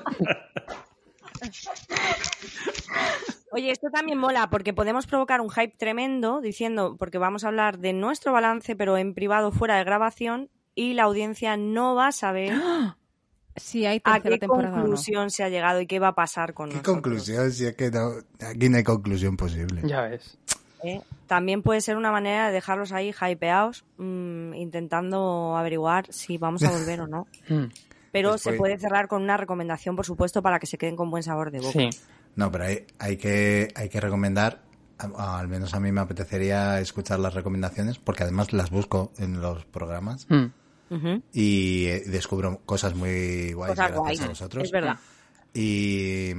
Oye, esto también mola porque podemos provocar un hype tremendo diciendo, porque vamos a hablar de nuestro balance, pero en privado, fuera de grabación, y la audiencia no va a saber Si hay a tercera qué temporada o no. conclusión se ha llegado y qué va a pasar con ¿Qué nosotros. conclusión? Si es que no, aquí no hay conclusión posible. Ya ves. ¿eh? También puede ser una manera de dejarlos ahí hypeados, mmm, intentando averiguar si vamos a volver o no. Hmm. Pero Después- se puede cerrar con una recomendación, por supuesto, para que se queden con buen sabor de boca. Sí. No, pero hay, hay que hay que recomendar, a- a- al menos a mí me apetecería escuchar las recomendaciones, porque además las busco en los programas Hmm. Ujú. y eh, descubro cosas muy guays Cosas gracias guays, a vosotros. es verdad. Y,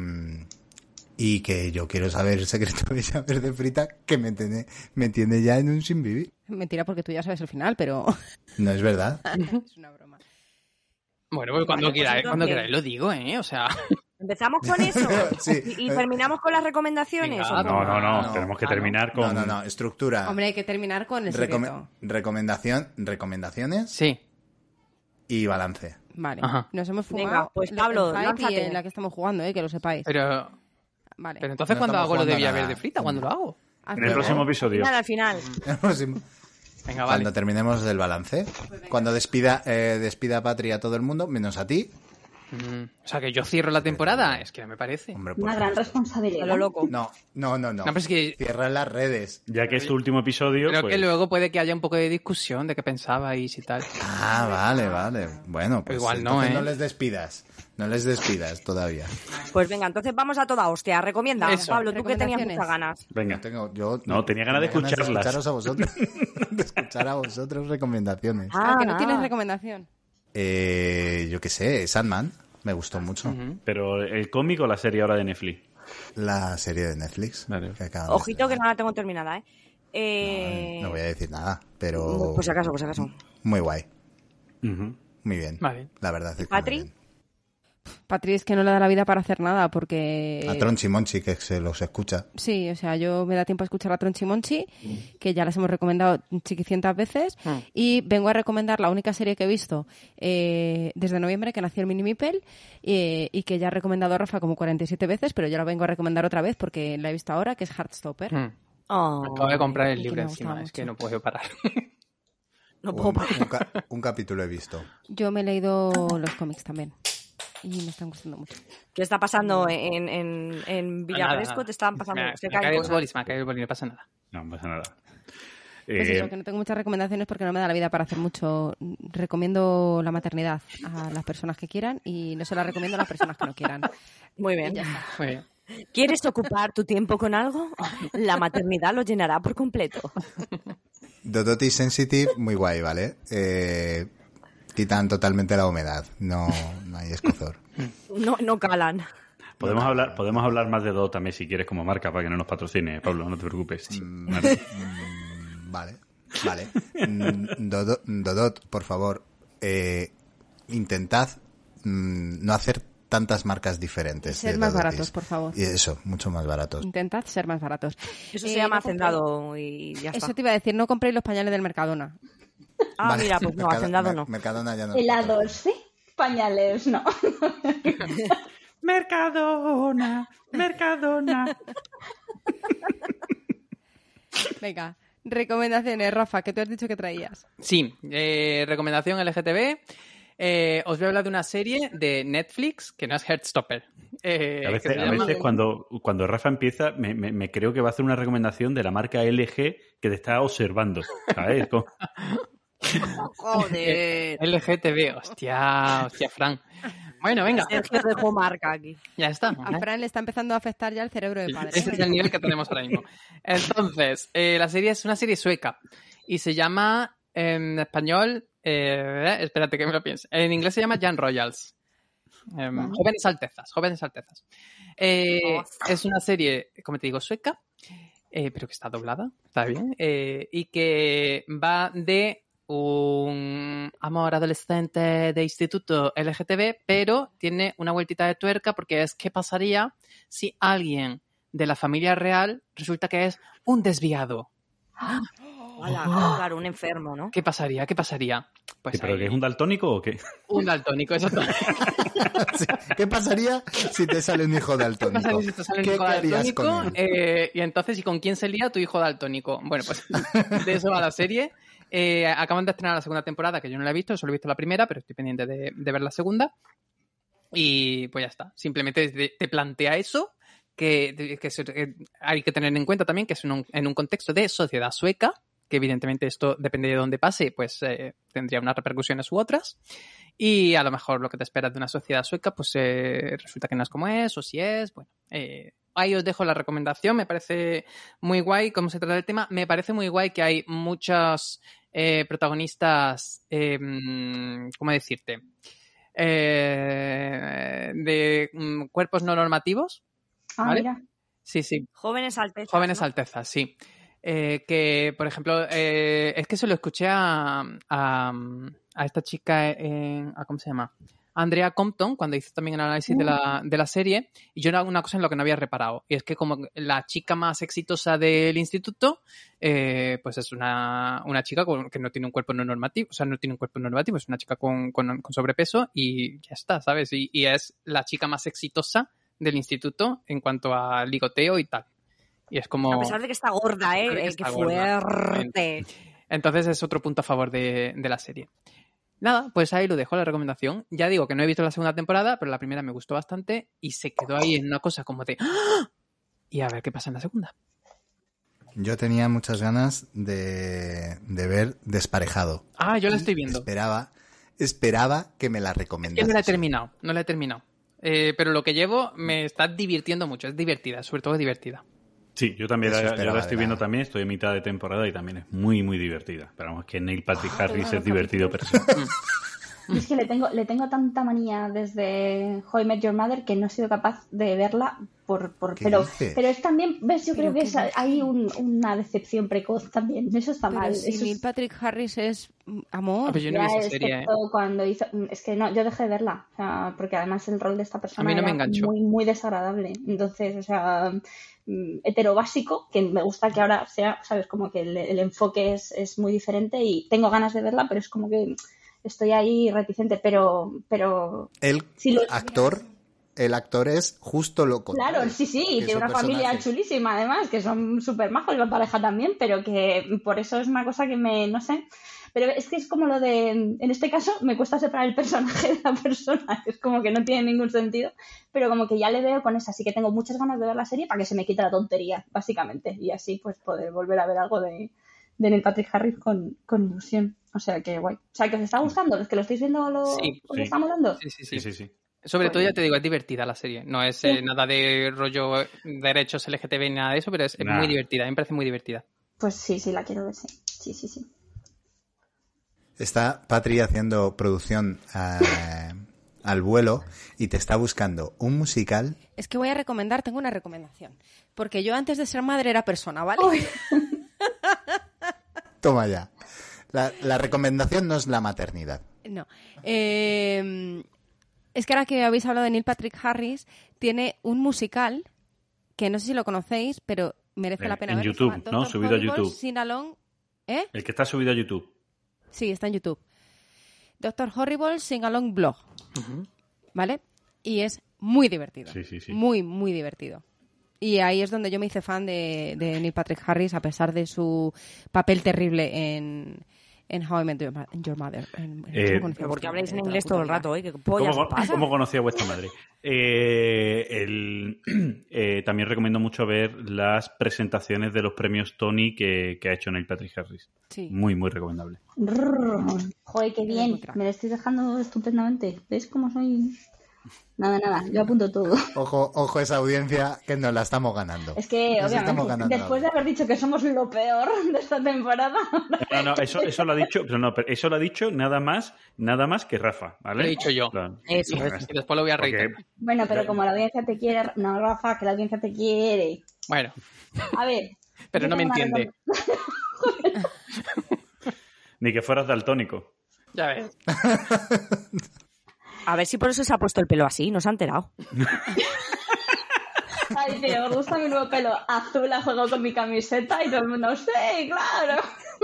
y que yo quiero saber el secreto de esa verde frita que me tiene, me tiene ya en un sin vivir. Mentira, porque tú ya sabes el final, pero No es verdad. es una broma. Bueno, pues cuando Vale, pues quieráis, cuando entonces- queráis lo digo, ¿eh? O sea, ¿Empezamos con eso? Sí. ¿Y, y terminamos con las recomendaciones? Venga, ¿o cómo? No, no, no. No. Tenemos que Ah, no. terminar No, con. no, no. Estructura. Hombre, hay que terminar con el Recome- secreto. recomendación, recomendaciones sí. y balance. Vale, Ajá. nos hemos fumado Venga, pues, el- Pablo, el hype y lánzate. en la que estamos jugando, eh, que lo sepáis. Pero, Vale. pero entonces, No ¿cuándo estamos hago lo de jugando Vía nada. Verde Frita? ¿Cuándo lo hago? Haz En el luego. próximo episodio. Nada, al final. El próximo. Venga, vale. Cuando terminemos el balance. Cuando despida, eh, despida a Patri a todo el mundo, menos a ti. Mm, o sea, que yo cierro la temporada. Es que no me parece. Hombre, por Una gran supuesto. responsabilidad. A lo loco. No, no, no, no. No, pero es que Cierra las redes. Ya que es tu último episodio. creo pues, que luego puede que haya un poco de discusión de qué pensabais y tal. Ah, vale, vale. Bueno, pues Igual no, entonces ¿eh? no les despidas. No les despidas todavía. Pues venga, entonces vamos a toda hostia. Recomienda, Eso. Pablo, tú que tenías Recomendaciones. muchas ganas. Venga. Tengo, yo No, tenía ganas de escucharlas. escucharos a vosotros. de escuchar a vosotros recomendaciones. Ah, que no Ah. tienes recomendación. Eh, yo qué sé, Sandman. Me gustó mucho. Ujú. Pero el cómic o la serie ahora de Netflix. La serie de Netflix. Vale. que acaban de Ojito que no estrenar. la tengo terminada, ¿eh? eh... No voy a decir nada, pero... Por si acaso, por si acaso. Muy guay. Ujú. Muy bien. Vale. La verdad es que ¿Patri? muy bien. Patri es que no le da la vida para hacer nada porque... A Tronchi Monchi, que se los escucha. Sí, o sea, yo me da tiempo a escuchar a Tronchi Monchi, que ya las hemos recomendado chiquicientas veces, Mm. y vengo a recomendar la única serie que he visto eh, desde noviembre, que nació el Mini Mipel, eh, y que ya ha recomendado Rafa como cuarenta y siete veces, pero yo la vengo a recomendar otra vez porque la he visto ahora, que es Heartstopper. Mm. Oh, Acabo de comprar el y que libro me ha encima, gustado es que mucho. no puedo parar. no puedo Un, parar. un ca- un capítulo he visto. Yo me he leído los cómics también, y me están gustando mucho. ¿Qué está pasando en, en, en Villafresco? Nada, nada. Te estaban pasando. Me, se me caen cae el cosas. boli, se me ha caído el boli, no pasa nada. No, no pasa nada. Pues Eh, eso, que no tengo muchas recomendaciones porque no me da la vida para hacer mucho. Recomiendo la maternidad a las personas que quieran y no se la recomiendo a las personas que no quieran. Muy bien. Y ya está. Muy bien. ¿Quieres ocupar tu tiempo con algo? La maternidad lo llenará por completo. Dodoti Sensitive, muy guay, ¿vale? Eh, quitan totalmente la humedad. No, no hay escozor. No, no calan. podemos, hablar, podemos hablar más de Dodot también si quieres como marca para que no nos patrocine, Pablo, no te preocupes. Mm, Vale. mm, Vale, vale. Mm, Dodo- Dodot, por favor, eh, intentad mm, no hacer tantas marcas diferentes. Ser de más Dodotis. baratos, por favor. Y eso, mucho más baratos. Intentad ser más baratos. Eso Eh, se llama no compré- hacendado y ya está. Eso te iba a decir, no compréis los pañales del Mercadona. Ah, Vale, mira, pues no, Mercado- hacendado Mer- no. Mercadona ya no. Helados, ¿sí? Pañales, no. Mercadona, Mercadona. Venga, recomendaciones, Rafa, que tú has dicho que traías. Sí, eh, recomendación L G T B. Eh, os voy a hablar de una serie de Netflix que no es Heartstopper. Eh, A que veces, se a llama- veces cuando, cuando Rafa empieza, me, me- me creo que va a hacer una recomendación de la marca L G que te está observando. ¿Sabes? Como- Joder. L G T B, hostia, hostia, Fran. Bueno, venga, Sergio dejó marca aquí. ya está. A Fran le está empezando a afectar ya el cerebro de padre. Ese es el nivel que tenemos ahora mismo. Entonces, eh, la serie es una serie sueca y se llama en español, eh, espérate que me lo piense, en inglés se llama Young Royals. Eh, jóvenes Altezas, Jóvenes Altezas. Eh, es una serie, como te digo, sueca, eh, pero que está doblada, está bien, eh, y que va de un amor adolescente de instituto L G T B, pero tiene una vueltita de tuerca porque es ¿qué pasaría si alguien de la familia real resulta que es un desviado? Hola, claro, un enfermo, ¿no? ¿Qué pasaría? ¿Qué pasaría? Pues Sí, ¿pero ahí- que es un daltónico o qué? Un daltónico, exactamente. Sí. ¿Qué pasaría si te sale un hijo ¿Qué daltónico? pasaría si te sale un ¿Qué hijo harías daltónico? con él? Eh, y entonces, ¿y con quién se lía tu hijo daltónico? Bueno, pues de eso va la serie. Eh, acaban de estrenar la segunda temporada, que yo no la he visto, solo he visto la primera, pero estoy pendiente de, de ver la segunda. Y pues ya está. Simplemente te, te plantea eso, que, que, se- que hay que tener en cuenta también que es en un, en un contexto de sociedad sueca, que evidentemente esto depende de dónde pase, pues eh, tendría unas repercusiones u otras. Y a lo mejor lo que te esperas de una sociedad sueca, pues eh, resulta que no es como es, o si es, bueno. Eh, ahí os dejo la recomendación, me parece muy guay cómo se trata el tema. Me parece muy guay que hay muchos eh, protagonistas, eh, ¿cómo decirte? Eh, de mm, cuerpos no normativos. Ah, ¿Vale? mira. Sí, sí. Jóvenes altezas, Jóvenes ¿no? altezas, sí. Eh, que, por ejemplo, eh, es que se lo escuché a, a, a esta chica, en, a, ¿cómo se llama? Andrea Compton, cuando hizo también el análisis de la, de la serie, y yo era una cosa en lo que no había reparado, y es que como la chica más exitosa del instituto, eh, pues es una, una chica con- que no tiene un cuerpo no normativo, o sea, no tiene un cuerpo normativo, es una chica con, con, con sobrepeso y ya está, ¿sabes? Y, y es la chica más exitosa del instituto en cuanto a ligoteo y tal. Y es como... A pesar de que está gorda, A pesar de ¿eh? que Eh, está ¡Qué gorda, fuerte! Entonces es otro punto a favor de, de la serie. Nada, pues ahí lo dejo la recomendación. Ya digo que no he visto la segunda temporada, pero la primera me gustó bastante y se quedó ahí en una cosa como de... ¡Ah! Y a ver qué pasa en la segunda. Yo tenía muchas ganas de, de ver Desparejado. Ah, yo la Y estoy viendo. Esperaba, esperaba que me la Yo recomendases. no la he terminado, no la he terminado. Eh, pero lo que llevo me está divirtiendo mucho, es divertida, sobre todo divertida. Sí, yo también Eso la, yo esperaba la estoy de viendo la- también, estoy en mitad de temporada y también es muy, muy divertida. Pero vamos, que Neil Patrick Ah, Harris tengo es divertido, pero sí. Y es que le tengo, le tengo tanta manía desde How I Met Your Mother que no he sido capaz de verla por, por ¿Qué pero, dices? pero es también, ves, yo Pero creo que qué es, hay un- una decepción precoz también. Eso está Pero mal. si Eso Neil es- Patrick Harris es mm, Ah, amor. pues yo no he ya, visto excepto serie, ¿eh? cuando hizo, es que no, yo dejé de verla, o sea, porque además el rol de esta persona A mí no me era enganchó. muy, muy desagradable. Entonces, o sea, mm, heterobásico, que me gusta que ahora sea, sabes, como que el, el enfoque es, es muy diferente y tengo ganas de verla, pero es como que estoy ahí reticente, pero, pero El sí lo actor, el actor es justo lo contrario. Claro, sí, sí, y que tiene su una familia personaje. chulísima además, que son súper majos, la pareja también, pero que por eso es una cosa que me, no sé, pero es que es como lo de, en este caso me cuesta separar el personaje de la persona, es como que no tiene ningún sentido, pero como que ya le veo con esa, así que tengo muchas ganas de ver la serie para que se me quite la tontería, básicamente, y así pues poder volver a ver algo de, de Neil Patrick Harris con, con ilusión, o sea que guay, o sea que os está gustando, los que lo estáis viendo lo, Sí, os sí. está molando. Sí, sí, sí. Sí, sí, sí. Sobre todo, Bueno. ya te digo, es divertida la serie. No es Sí. eh, nada de rollo derechos L G T B ni nada de eso, pero es, es Nah. muy divertida. A mí me parece muy divertida. Pues sí, sí, la quiero ver, sí, sí, sí, sí. Está Patri haciendo producción eh, al vuelo y te está buscando un musical. Es que voy a recomendar, tengo una recomendación. Porque yo antes de ser madre era persona, ¿vale? Toma ya. La, la recomendación no es la maternidad. No. Eh, es que ahora que habéis hablado de Neil Patrick Harris, tiene un musical que no sé si lo conocéis, pero merece Eh, la pena en verlo. YouTube, Se llama ¿no? Doctor Subido a Horrible, YouTube. Sing Along. ¿Eh? El que está subido a YouTube. Sí, está en YouTube. Doctor Horrible Sing Along Blog. ¿Vale? Y es muy divertido. Sí, sí, sí. Muy, muy divertido. Y ahí es donde yo me hice fan de, de Neil Patrick Harris, a pesar de su papel terrible en, en How I Met Your, Ma- Your Mother. En- en- Eh, ¿cómo conocía Pero porque vuestra habláis en madre? inglés Toda todo el puta rato, vida. ¿eh? ¿Qué pollas ¿Cómo, os pasa? cómo conocía a vuestra madre? Eh, el- eh, también recomiendo mucho ver las presentaciones de los premios Tony que, que ha hecho Neil Patrick Harris. Sí. Muy, muy recomendable. Joder, qué Eres bien. muy crack. Me lo estáis dejando estupendamente. ¿Ves cómo soy? Nada, nada. Yo apunto todo. Ojo, ojo esa audiencia que nos la estamos ganando. Es que, Nos estamos obviamente, ganando después de la haber dicho que somos lo peor de esta temporada, No, no, eso, eso lo ha dicho, pero no, pero eso lo ha dicho nada más, nada más que Rafa, ¿vale? Lo he dicho yo. Claro. Eso, Y eso. después lo voy a Porque- reiterar. bueno, pero como la audiencia te quiere, no, Rafa, que la audiencia te quiere. Bueno, A ver. pero yo no me tengo una entiende. recom- Ni que fueras daltónico. Ya ves. A ver si por eso se ha puesto el pelo así, no se ha enterado. Ay, tío, me gusta mi nuevo pelo azul, a juego con mi camiseta y todo el mundo, sí, claro.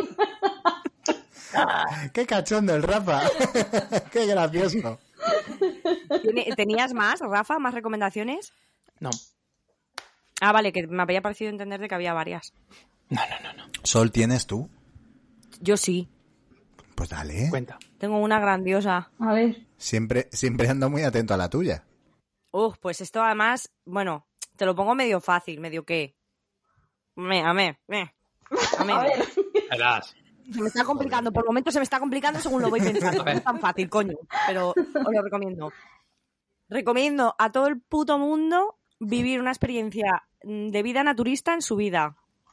¡Qué cachondo el Rafa! ¡Qué gracioso! ¿Tenías más, Rafa? ¿Más recomendaciones? No. Ah, vale, que me había parecido entender de que había varias. No, no, no, no. ¿Sol tienes tú? Yo sí. Pues dale. Cuenta. Tengo una grandiosa. A ver. Siempre, siempre ando muy atento a la tuya. Uf, pues esto además, bueno, te lo pongo medio fácil, medio qué. Me, a mí, me. A mí. A ver. Verás. Se me está complicando, por el momento se me está complicando según lo voy pensando. No es tan fácil, coño, pero os lo recomiendo. Recomiendo a todo el puto mundo vivir una experiencia de vida naturista en su vida.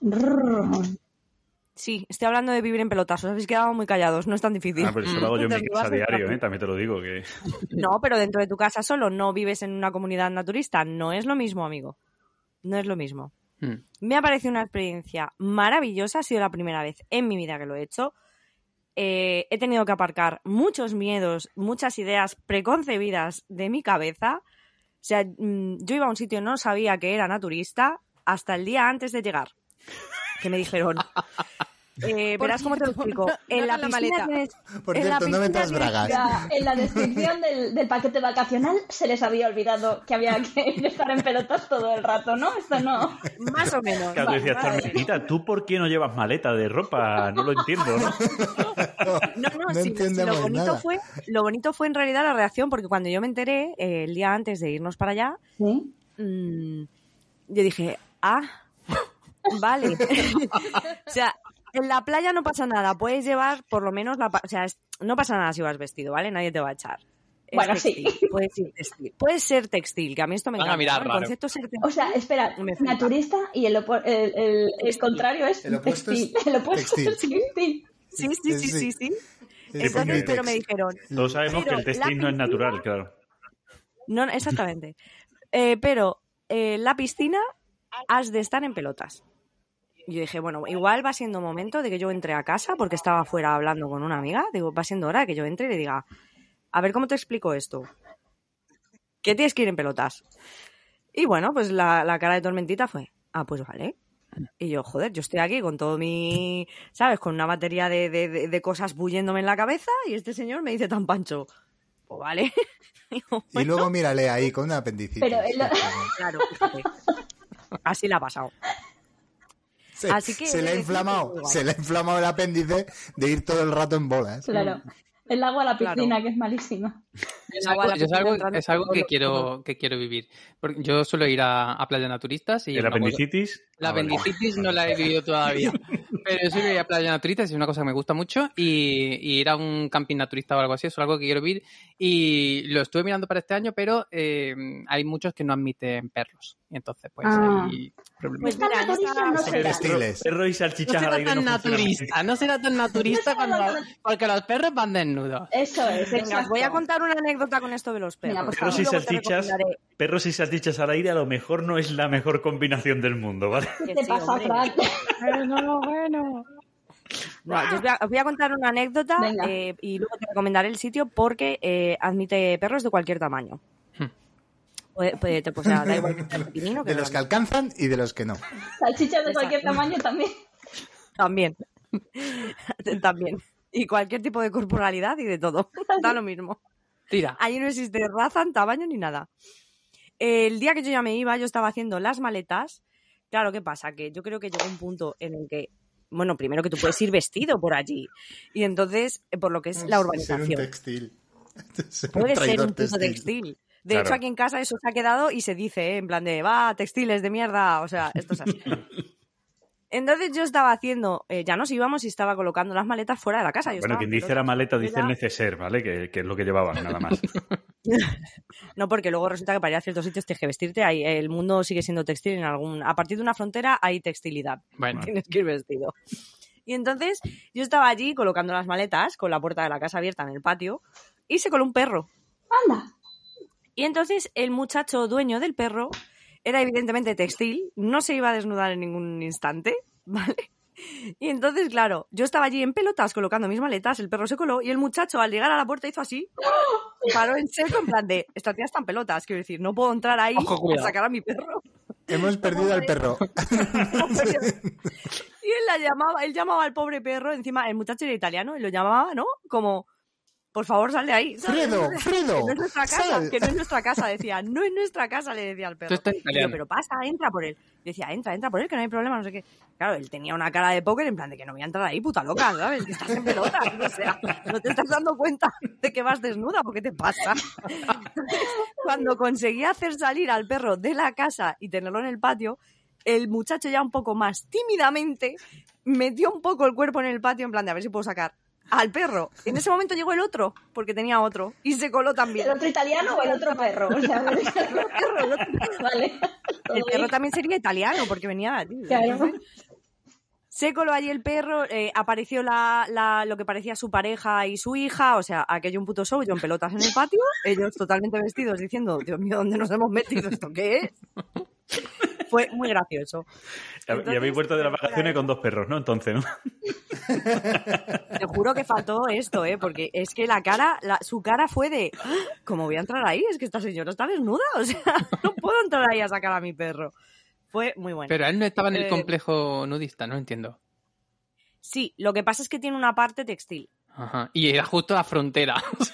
Sí, estoy hablando de vivir en pelotas, os habéis quedado muy callados, no es tan difícil. Ah, pero eso lo hago yo en mi casa a diario, ¿eh? También te lo digo. que No, pero dentro de tu casa solo, no vives en una comunidad naturista, no es lo mismo, amigo. No es lo mismo. Hmm. Me ha parecido una experiencia maravillosa, ha sido la primera vez en mi vida que lo he hecho. Eh, he tenido que aparcar muchos miedos, muchas ideas preconcebidas de mi cabeza. O sea, mmm, yo iba a un sitio y no sabía que era naturista hasta el día antes de llegar. Que me dijeron... Eh, verás cómo te lo explico. No, en no la, la piscina maleta. tienes- Por en la cierto, no piscina metas tienes- bragas. Ya, en la descripción del, del paquete vacacional se les había olvidado que había que estar en pelotas todo el rato, ¿no? Esto no. Más o menos. Claro, Vale, decías, vale. Tormentita, ¿tú por qué no llevas maleta de ropa? No lo entiendo, ¿no? No, no, No sí, sí, entendemos lo bonito nada. fue, lo bonito fue en realidad la reacción, porque cuando yo me enteré, eh, el día antes de irnos para allá, ¿Sí? mmm, yo dije, ah, vale. O sea, en la playa no pasa nada, puedes llevar por lo menos la... pa- O sea, es- no pasa nada si vas vestido, ¿vale? Nadie te va a echar. Es Bueno, sí. textil, puedes ir textil. Puedes ser textil, que a mí esto me Van a encanta. mirar ¿no? El raro. concepto de ser textil. O sea, espera, Me flipa. naturista y el, opo- el, el, el contrario es El opuesto es textil. El opuesto textil. es textil. Sí, sí, sí, sí, sí. Entonces, porque- pero me dijeron, Todos sabemos que Pero el textil la no es piscina- natural, claro. no, exactamente. Eh, pero eh, la piscina has de estar en pelotas. Y yo dije, bueno, igual va siendo momento de que yo entre a casa, porque estaba afuera hablando con una amiga. Digo, va siendo hora de que yo entre y le diga, a ver cómo te explico esto. Que tienes que ir en pelotas. Y bueno, pues la, la cara de Tormentita fue, ah, pues vale. Y yo, joder, yo estoy aquí con todo mi, ¿sabes? Con una batería de, de, de, de cosas bulléndome en la cabeza y este señor me dice tan pancho. Pues vale. Digo, Y luego mírale ahí con una apendicitis. Pero él lo- claro, fíjate. Así la ha pasado. Se, Así que se he le de ha decir inflamado, que es guay. se le ha inflamado el apéndice de ir todo el rato en bolas. Claro. El agua a la Claro. piscina, que es malísima. Es agua algo, a la yo es piscina algo, entrando es algo todo que lo- quiero que quiero vivir. Porque yo suelo ir a, a playas naturistas y ¿El no puedo- apendicitis? La Ah, vale. apendicitis no la he vivido todavía. Pero yo suelo ir a playas naturistas, es una cosa que me gusta mucho. Y, y ir a un camping naturista o algo así es algo que quiero vivir. Y lo estuve mirando para este año, pero eh, hay muchos que no admiten perros. Y entonces, pues, Ah. hay problemas. Pues mira, en naturista esta- no será. Textiles. Perro y No salchichas al será aire tan no funciona. naturista, no será tan naturista cuando, porque los perros van desnudos. Eso es, Venga, os exacto. voy a contar una anécdota con esto de los perros. Venga, por Perros favor. y luego te salchichas, recomendaré- perros y salchichas al aire a lo mejor no es la mejor combinación del mundo, ¿vale? ¿Qué Que te sí, pasa, hombre. Frank? Bueno, bueno. No, yo os, voy a, os voy a contar una anécdota Venga. eh, y luego te recomendaré el sitio porque eh, admite perros de cualquier tamaño. Hmm. Puede, puede- te- pues, o sea, da igual que sea pequeñino que De los que grande. alcanzan y de los que no. Salchichas de cualquier Exacto. tamaño también. También. También. Y cualquier tipo de corporalidad y de todo. Da lo mismo. Tira. Ahí no existe raza, tamaño ni nada. El día que yo ya me iba, yo estaba haciendo las maletas. Claro, ¿qué pasa? Que yo creo que llegó un punto en el que, bueno, primero que tú puedes ir vestido por allí. Y entonces, eh, por lo que es la Ser un urbanización. textil. Ser un Puede ser traidor un puto textil. De Claro. hecho, aquí en casa eso se ha quedado y se dice, ¿eh? En plan de, va, textiles de mierda. O sea, esto es así. Entonces yo estaba haciendo, eh, ya nos íbamos y estaba colocando las maletas fuera de la casa. Yo Bueno, estaba quien en dice pelotas. la maleta dice Yo el ya- neceser, ¿vale? Que, que es lo que llevaban, nada más. No, porque luego resulta que para ir a ciertos sitios tienes que vestirte. Hay, el mundo sigue siendo textil en algún... A partir de una frontera hay textilidad. Bueno, Tienes que ir vestido. Y entonces yo estaba allí colocando las maletas con la puerta de la casa abierta en el patio y se coló un perro. Anda. Y entonces el muchacho dueño del perro era evidentemente textil, no se iba a desnudar en ningún instante, ¿vale? Y entonces, claro, yo estaba allí en pelotas colocando mis maletas, el perro se coló y el muchacho al llegar a la puerta hizo así, y paró en seco en plan de, esta tía está en pelotas, quiero decir, no puedo entrar ahí Ojo, a sacar a mi perro. Hemos perdido al perro. Y él la llamaba, él llamaba al pobre perro, encima el muchacho era italiano y lo llamaba, ¿no? Como, por favor, sal de ahí. ¿sabes? Fredo, Fredo, Que no es nuestra casa, sal. que no es nuestra casa, decía, no es nuestra casa, le decía al perro. Esto está Y yo, italiano. pero pasa, entra por él. Decía, entra, entra por él, que no hay problema, no sé qué. Claro, él tenía una cara de póker en plan de que no voy a entrar ahí, puta loca, ¿sabes? Que estás en pelota. O sea, no te estás dando cuenta de que vas desnuda, ¿por qué te pasa? Entonces, cuando conseguí hacer salir al perro de la casa y tenerlo en el patio, el muchacho ya un poco más tímidamente metió un poco el cuerpo en el patio en plan de a ver si puedo sacar al perro. En ese momento llegó el otro, porque tenía otro, y se coló también. ¿El otro italiano o el otro perro? O sea, el otro perro, el otro perro. Vale. El perro también sería italiano, porque venía... Tío, Claro. se coló allí el perro, eh, apareció la, la, lo que parecía su pareja y su hija, o sea, aquello un puto show, yo en pelotas en el patio, ellos totalmente vestidos diciendo, Dios mío, ¿dónde nos hemos metido? ¿Esto qué es? Fue muy gracioso. Entonces, y habéis vuelto de las vacaciones con dos perros, ¿no? Entonces, ¿no? Te juro que faltó esto, ¿eh? Porque es que la cara, la, su cara fue de, ¿cómo voy a entrar ahí? Es que esta señora está desnuda, o sea, no puedo entrar ahí a sacar a mi perro. Fue muy bueno. Pero él no estaba en el Eh, complejo nudista, no entiendo. Sí, lo que pasa es que tiene una parte textil. Ajá. Y era justo la frontera.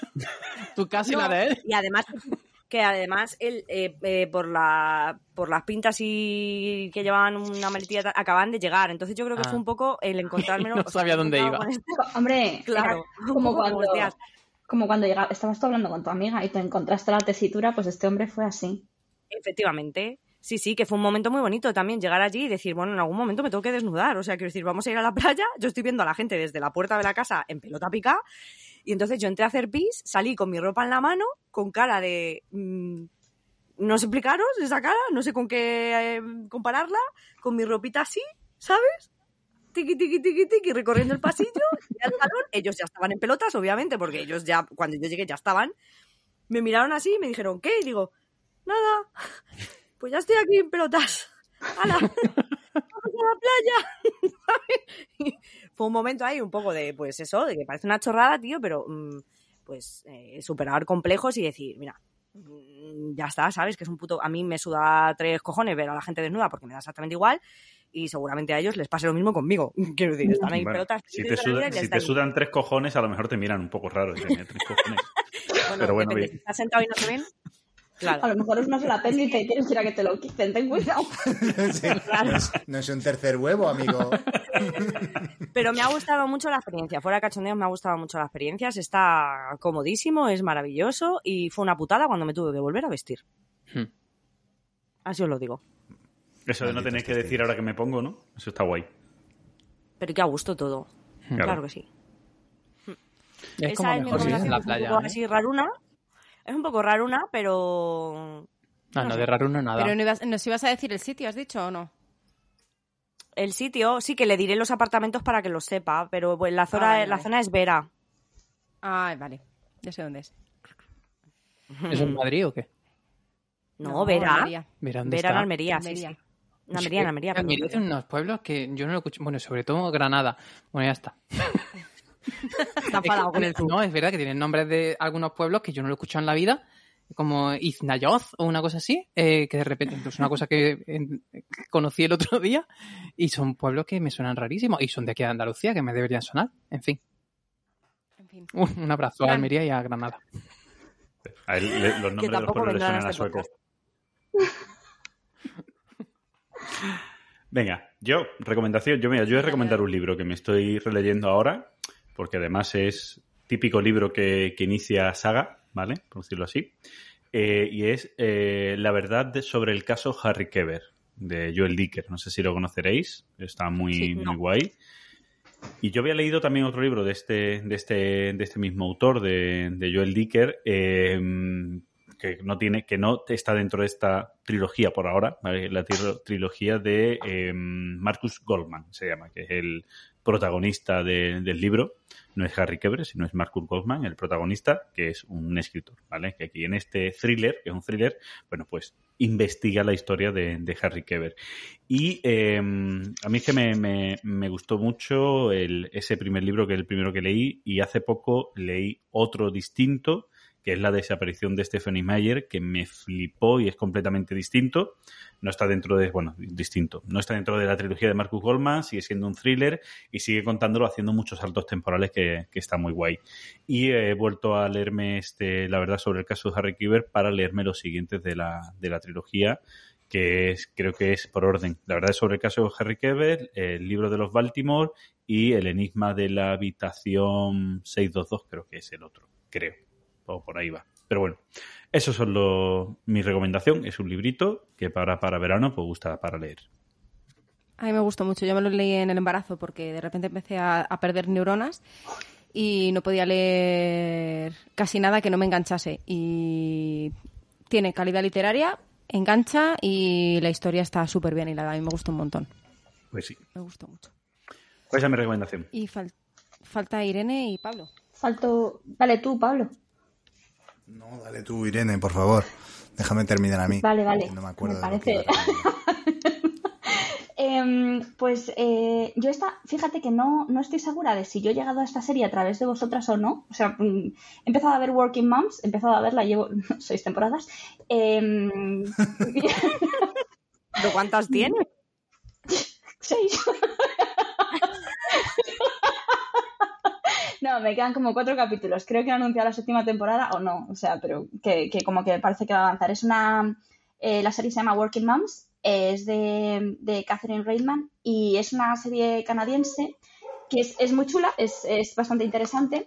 Tú casi No, la de él. y además que además él eh, eh, por la por las pintas y que llevaban una maletilla acaban de llegar, entonces yo creo que Ah. fue un poco el encontrármelo. No o sea, sabía dónde encontrado iba. con este- Hombre, Claro, era como cuando, hostias. como cuando llegaba, estabas tú hablando con tu amiga y te encontraste la tesitura, pues este hombre fue así. Efectivamente. Sí, sí, que fue un momento muy bonito también llegar allí y decir, bueno, en algún momento me tengo que desnudar. O sea, quiero decir, vamos a ir a la playa. Yo estoy viendo a la gente desde la puerta de la casa en pelota pica. Y entonces yo entré a hacer pis, salí con mi ropa en la mano, con cara de... mmm, no sé explicaros esa cara, no sé con qué eh, compararla, con mi ropita así, ¿sabes? Tiqui, tiqui, tiqui, tiqui, recorriendo el pasillo, y al salón. Ellos ya estaban en pelotas, obviamente, porque ellos ya, cuando yo llegué, ya estaban. Me miraron así y me dijeron, ¿qué? Y digo, nada, pues ya estoy aquí en pelotas. ¡Hala! ¡Vamos a la playa! ¿Sabes? Fue un momento ahí un poco de, pues eso, de que parece una chorrada, tío, pero mmm, pues eh, superar complejos y decir, mira, mmm, ya está, ¿sabes? Que es un puto... A mí me suda tres cojones ver a la gente desnuda porque me da exactamente igual y seguramente a ellos les pase lo mismo conmigo. Quiero decir, están ahí Bueno, pelotas... si te, suda- si te sudan tres cojones, a lo mejor te miran un poco raro. Si tenía tres cojones. Bueno, Pero bueno, depende, bien. si estás sentado y no te ven... Claro. A lo mejor es una sola apéndice y tienes que ir a que te lo quiten, ten cuidado. Sí, no, es, no es un tercer huevo, amigo. Pero me ha gustado mucho la experiencia. Fuera de cachondeos me ha gustado mucho la experiencia. Se está comodísimo, es maravilloso y fue una putada cuando me tuve que volver a vestir. Hmm. Así os lo digo. Eso de no Malditos tener que decir testigos. ahora que me pongo, ¿no? Eso está guay. Pero que a gusto todo. Claro. Claro que sí. Es Esa como es mi mejor vivir en recomendación, la que es playa. un poco ¿eh? así raruna. Es un poco raruna, pero... Ah, no, de raro no nada. Pero no ibas- nos ibas a decir el sitio, ¿has dicho o no? El sitio, sí que le diré los apartamentos para que lo sepa, pero pues, la zona, Ah, vale, la vale. zona es Vera. Ah, vale. Ya sé dónde es. ¿Es en Madrid o qué? No, Vera. Almería. Mira, ¿dónde Vera en está? Almería, sí, Almería. sí. En Almería, en Almería. perdón. Almería tiene unos pueblos que yo no lo escucho. Bueno, sobre todo Granada. Bueno, ya está. Está enfadado con el No, es verdad que tienen nombres de algunos pueblos que yo no lo he escuchado en la vida, como Iznayoz o una cosa así, eh, que de repente es una cosa que, en- que conocí el otro día y son pueblos que me suenan rarísimos y son de aquí de Andalucía, que me deberían sonar. En fin, En fin. un, un abrazo a Fran. Almería y a Granada. A él le- los nombres de los tampoco pueblos le vendrán a suenan a este sueco. podcast. Venga, yo, recomendación, yo mira, yo voy a recomendar un libro que me estoy releyendo ahora, porque además es típico libro que, que inicia saga, ¿vale? Por decirlo así. Eh, y es eh, La verdad de- sobre el caso Harry Keber, de Joel Dicker. No sé si lo conoceréis, está muy, Sí, no. muy guay. Y yo había leído también otro libro de este, de este, de este mismo autor, de, de Joel Dicker, eh, que no tiene, que no está dentro de esta trilogía por ahora, ¿vale? La tri- trilogía de eh, Marcus Goldman se llama, que es el protagonista de, del libro. No es Harry Keber, sino es Marcus Goldman, el protagonista, que es un escritor, ¿vale? Que aquí en este thriller, que es un thriller, bueno, pues investiga la historia de, de Harry Keber. Y eh, a mí es que me, me, me gustó mucho el, ese primer libro, que es el primero que leí, y hace poco leí otro distinto, que es La desaparición de Stephenie Meyer, que me flipó y es completamente distinto. No está dentro de, bueno, distinto. No está dentro de la trilogía de Marcus Goldman, sigue siendo un thriller y sigue contándolo haciendo muchos saltos temporales que, que está muy guay. Y he vuelto a leerme, este, la verdad, sobre el caso de Harry Keber para leerme los siguientes de la, de la trilogía, que es, creo que es por orden. La verdad es sobre el caso de Harry Keber, el libro de los Baltimore y el enigma de la habitación seiscientos veintidós, creo que es el otro, creo. O por ahí va. Pero bueno, esos son los, mi recomendación. Es un librito que para, para verano pues gusta para leer. A mí me gustó mucho. Yo me lo leí en el embarazo porque de repente empecé a, a perder neuronas y no podía leer casi nada que no me enganchase. Y tiene calidad literaria, engancha y la historia está súper bien hilada. A mí me gustó un montón. Pues sí. Me gustó mucho. Pues esa es mi recomendación. Y fal- falta Irene y Pablo. Falto... Dale tú, Pablo. No, dale tú, Irene, por favor. Déjame terminar a mí. Vale, vale. No me acuerdo me de lo parece. que eh, pues eh, yo esta, fíjate que no, no estoy segura de si yo he llegado a esta serie a través de vosotras o no. O sea, he empezado a ver Working Moms, he empezado a verla, llevo seis temporadas. Eh... ¿Pero cuántas tiene? Seis. No, me quedan como cuatro capítulos. Creo que han anunciado la séptima temporada o no. O sea, pero que, que como que parece que va a avanzar. Es una... Eh, la serie se llama Working Moms. Eh, es de, de Catherine Reitman y es una serie canadiense que es, es muy chula, es, es bastante interesante.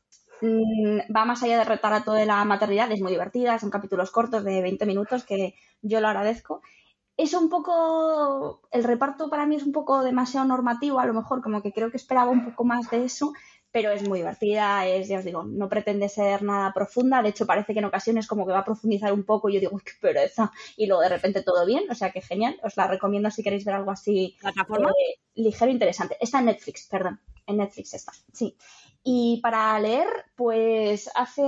Mm, va más allá del retrato de la maternidad. Es muy divertida. Son capítulos cortos de veinte minutos que yo lo agradezco. Es un poco... El reparto para mí es un poco demasiado normativo. A lo mejor como que creo que esperaba un poco más de eso. Pero es muy divertida, es, ya os digo, no pretende ser nada profunda, de hecho parece que en ocasiones como que va a profundizar un poco y yo digo, qué pereza, y luego de repente todo bien, o sea que genial, os la recomiendo si queréis ver algo así eh, ligero e interesante. Está en Netflix, perdón, en Netflix está, sí. Y para leer, pues hace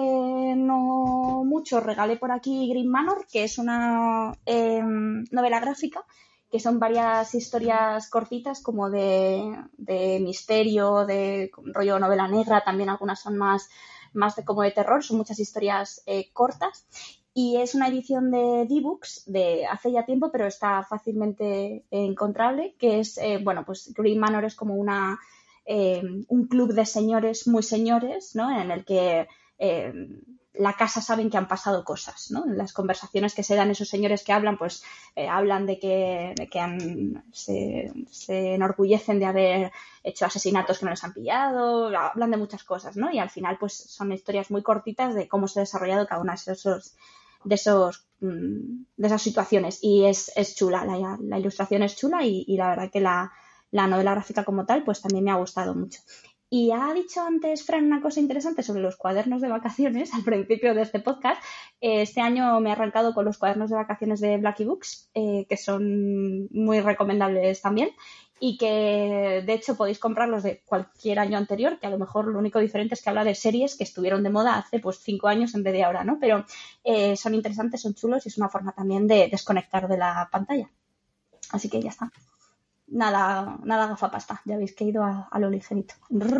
no mucho regalé por aquí Green Manor, que es una eh, novela gráfica, que son varias historias cortitas como de, de misterio, de rollo novela negra, también algunas son más, más de, como de terror, son muchas historias eh, cortas. Y es una edición de D-Books de hace ya tiempo, pero está fácilmente encontrable, que es, eh, bueno, pues Green Manor es como una, eh, un club de señores muy señores, ¿no? En el que... Eh, la casa saben que han pasado cosas, ¿no? En las conversaciones que se dan esos señores que hablan, pues eh, hablan de que, de que han, se, se enorgullecen de haber hecho asesinatos que no les han pillado, hablan de muchas cosas, ¿no? Y al final, pues son historias muy cortitas de cómo se ha desarrollado cada una de esos, de esos, de esas situaciones. Y es, es chula, la, la ilustración es chula y, y la verdad que la, la novela gráfica como tal, pues también me ha gustado mucho. Y ha dicho antes, Fran, una cosa interesante sobre los cuadernos de vacaciones al principio de este podcast. Este año me he arrancado con los cuadernos de vacaciones de Blackie Books, eh, que son muy recomendables también y que, de hecho, podéis comprarlos de cualquier año anterior, que a lo mejor lo único diferente es que habla de series que estuvieron de moda hace pues cinco años en vez de ahora, ¿no? Pero eh, son interesantes, son chulos y es una forma también de desconectar de la pantalla. Así que ya está. Nada, nada gafapasta. Ya veis que he ido a, a lo ligerito.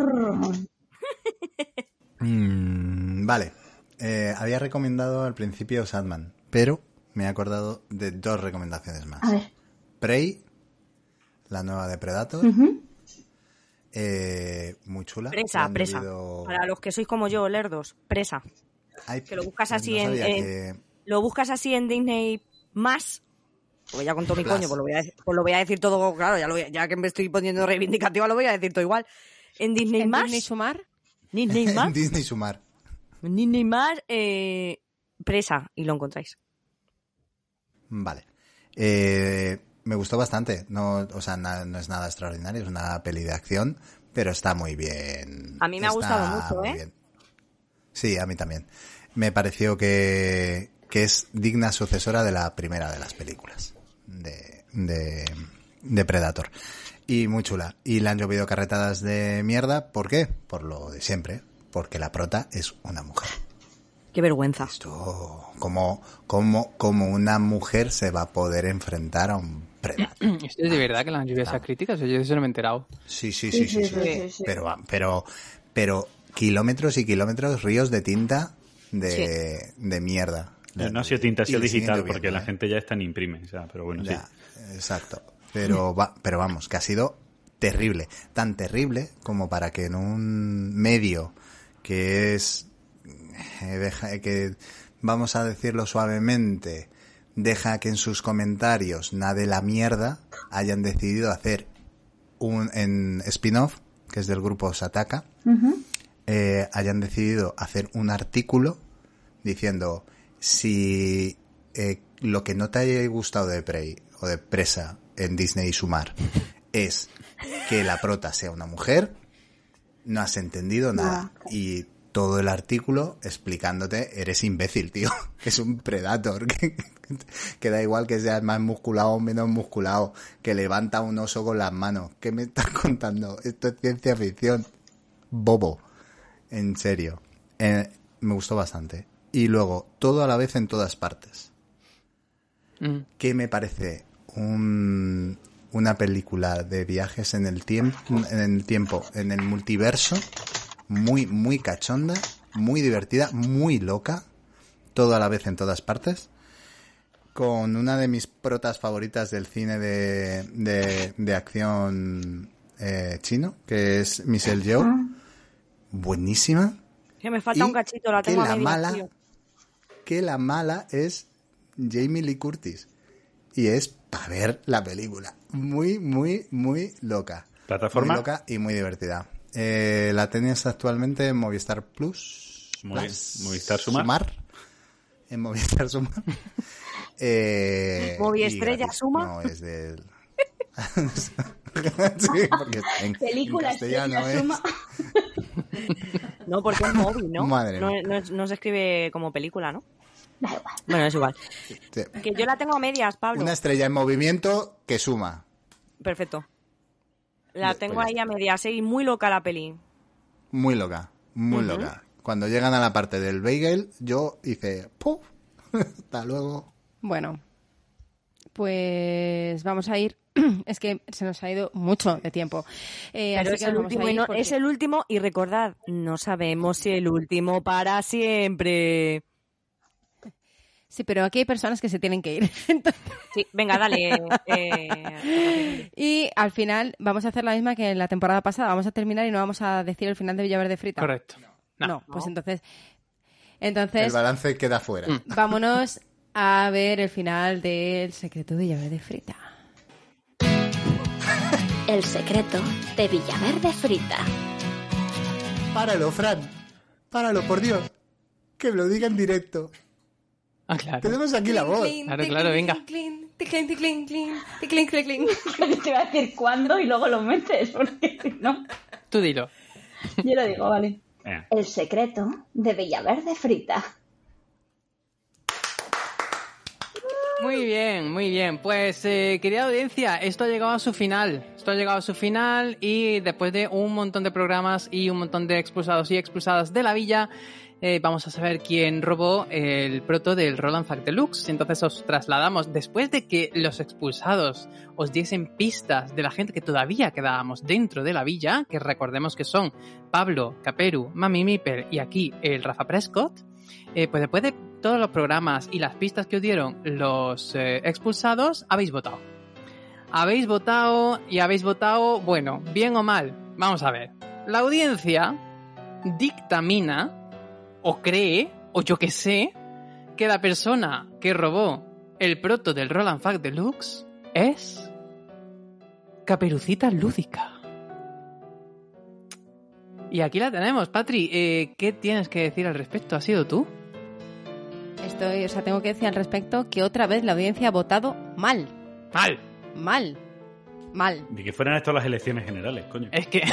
Mm, vale. Eh, había recomendado al principio Sandman, pero me he acordado de dos recomendaciones más. A ver. Prey, la nueva de Predator. Uh-huh. Eh, muy chula. Presa, presa. Debido... Para los que sois como yo, lerdos, presa. Ay, que lo buscas así no en, en que... lo buscas así en Disney más. Porque ya con todo mi coño, pues lo, voy a decir, pues lo voy a decir todo, claro, ya, lo voy, ya que me estoy poniendo reivindicativa, lo voy a decir todo igual. En Disney ¿En más. Disney Sumar? Disney más. En Disney Sumar. En Disney más, eh, presa, y lo encontráis. Vale. Eh, me gustó bastante. No, o sea, na, no es nada extraordinario, es una peli de acción, pero está muy bien. A mí me está ha gustado mucho, ¿eh? Bien. Sí, a mí también. Me pareció que, que es digna sucesora de la primera de las películas de, de, de Predator. Y muy chula. Y le han llovido carretadas de mierda. ¿Por qué? Por lo de siempre. Porque la prota es una mujer. Qué vergüenza. Esto, ¿cómo, cómo, cómo una mujer se va a poder enfrentar a un Predator? ¿Esto es de verdad que le han llovido esas críticas? Yo de eso no me he enterado. Sí, sí, sí, sí. sí, sí, sí, sí, sí. Pero, pero, pero kilómetros y kilómetros, ríos de tinta de, de mierda. Eh, No ha sido tinta, ha sido Y le siguen digital, lloviendo, porque la ¿eh? gente ya está en imprime, o sea, pero bueno, Ya, sí. exacto. Pero, va, pero vamos, que ha sido terrible. Tan terrible como para que en un medio que es, eh, deja, que vamos a decirlo suavemente, deja que en sus comentarios nade la mierda, hayan decidido hacer un en spin-off, que es del grupo Sataka, Ujú. eh, hayan decidido hacer un artículo diciendo si eh, lo que no te haya gustado de Prey o de Presa en Disney y Sumar es que la prota sea una mujer, no has entendido nada. Ah, ok. Y todo el artículo explicándote, eres imbécil, tío, que es un Predator, que, que da igual que seas más musculado o menos musculado, que levanta un oso con las manos. ¿Qué me estás contando? Esto es ciencia ficción. Bobo. En serio. Eh, me gustó bastante. Y luego, todo a la vez en todas partes. Mm. Que me parece un, una película de viajes en el tiempo, en el tiempo, en el multiverso, muy, muy cachonda, muy divertida, muy loca, todo a la vez en todas partes, con una de mis protas favoritas del cine de, de, de acción eh, chino, que es Michelle Yeoh, buenísima. Que me falta Y un cachito, la que tengo a la medias, mala, tío. que la mala es Jamie Lee Curtis. Y es para ver la película. Muy, muy, muy loca. ¿Plataforma? Muy loca y muy divertida. Eh, la tenéis actualmente en Movistar Plus. Movi- Plus, Movistar Sumar. En Movistar Sumar. eh, Moviestrella y gratis. Suma. No, es del... sí, porque en, Película en castellano estrella es... suma. No, porque es móvil, ¿no? Madre no, mía. no, es- no se escribe como película, ¿no? Da igual. Bueno, es igual. Sí. Que yo la tengo a medias, Pablo. Una estrella en movimiento que suma. Perfecto. La Pues tengo ya ahí a medias, ¿eh? Y muy loca la peli. Muy loca, muy Ujú. loca. Cuando llegan a la parte del bagel, yo hice ¡puf! Hasta luego. Bueno, pues vamos a ir. Es que se nos ha ido mucho de tiempo. Eh, Pero así es que el, nos vamos último a y ir no- porque- es el último y recordad, no sabemos si el último para siempre. Sí, pero aquí hay personas que se tienen que ir. Entonces- Sí, venga, dale. eh, Y al final vamos a hacer la misma que en la temporada pasada. Vamos a terminar y no vamos a decir el final de Villaverde Frita. Correcto. No, No. pues No. entonces... El Entonces, balance queda fuera. Mm. vámonos a ver el final del secreto de Villaverde Frita. El secreto de Villaverde Frita. Páralo, Fran. Páralo, por Dios. Que me lo diga en directo. Ah, claro. Tenemos aquí la voz. Claro, claro, venga. Te iba a decir cuándo y luego lo metes, porque si no, Tú dilo. yo lo digo, vale. Venga. El secreto de Villaverde Frita. Muy bien, muy bien. Pues, eh, querida audiencia, esto ha llegado a su final. Esto ha llegado a su final y después de un montón de programas y un montón de expulsados y expulsadas de la villa, eh, vamos a saber quién robó el proto del Roland Fact Deluxe. Entonces os trasladamos, después de que los expulsados os diesen pistas de la gente que todavía quedábamos dentro de la villa, que recordemos que son Pablo, Caperu, Mami Mipel y aquí el Rafa Prescott. Eh, pues después de todos los programas y las pistas que os dieron los eh, expulsados, habéis votado. Habéis votado y habéis votado, bueno, bien o mal. Vamos a ver. La audiencia dictamina, o cree, o yo que sé, que la persona que robó el proto del Roland Fact Deluxe es Caperucita Lúdica. Y aquí la tenemos, Patri. Eh, ¿Qué tienes que decir al respecto? ¿Has sido tú? Estoy, o sea, tengo que decir al respecto que otra vez la audiencia ha votado mal. ¡Mal! Mal. Mal. Ni que fueran estas las elecciones generales, coño. Es que...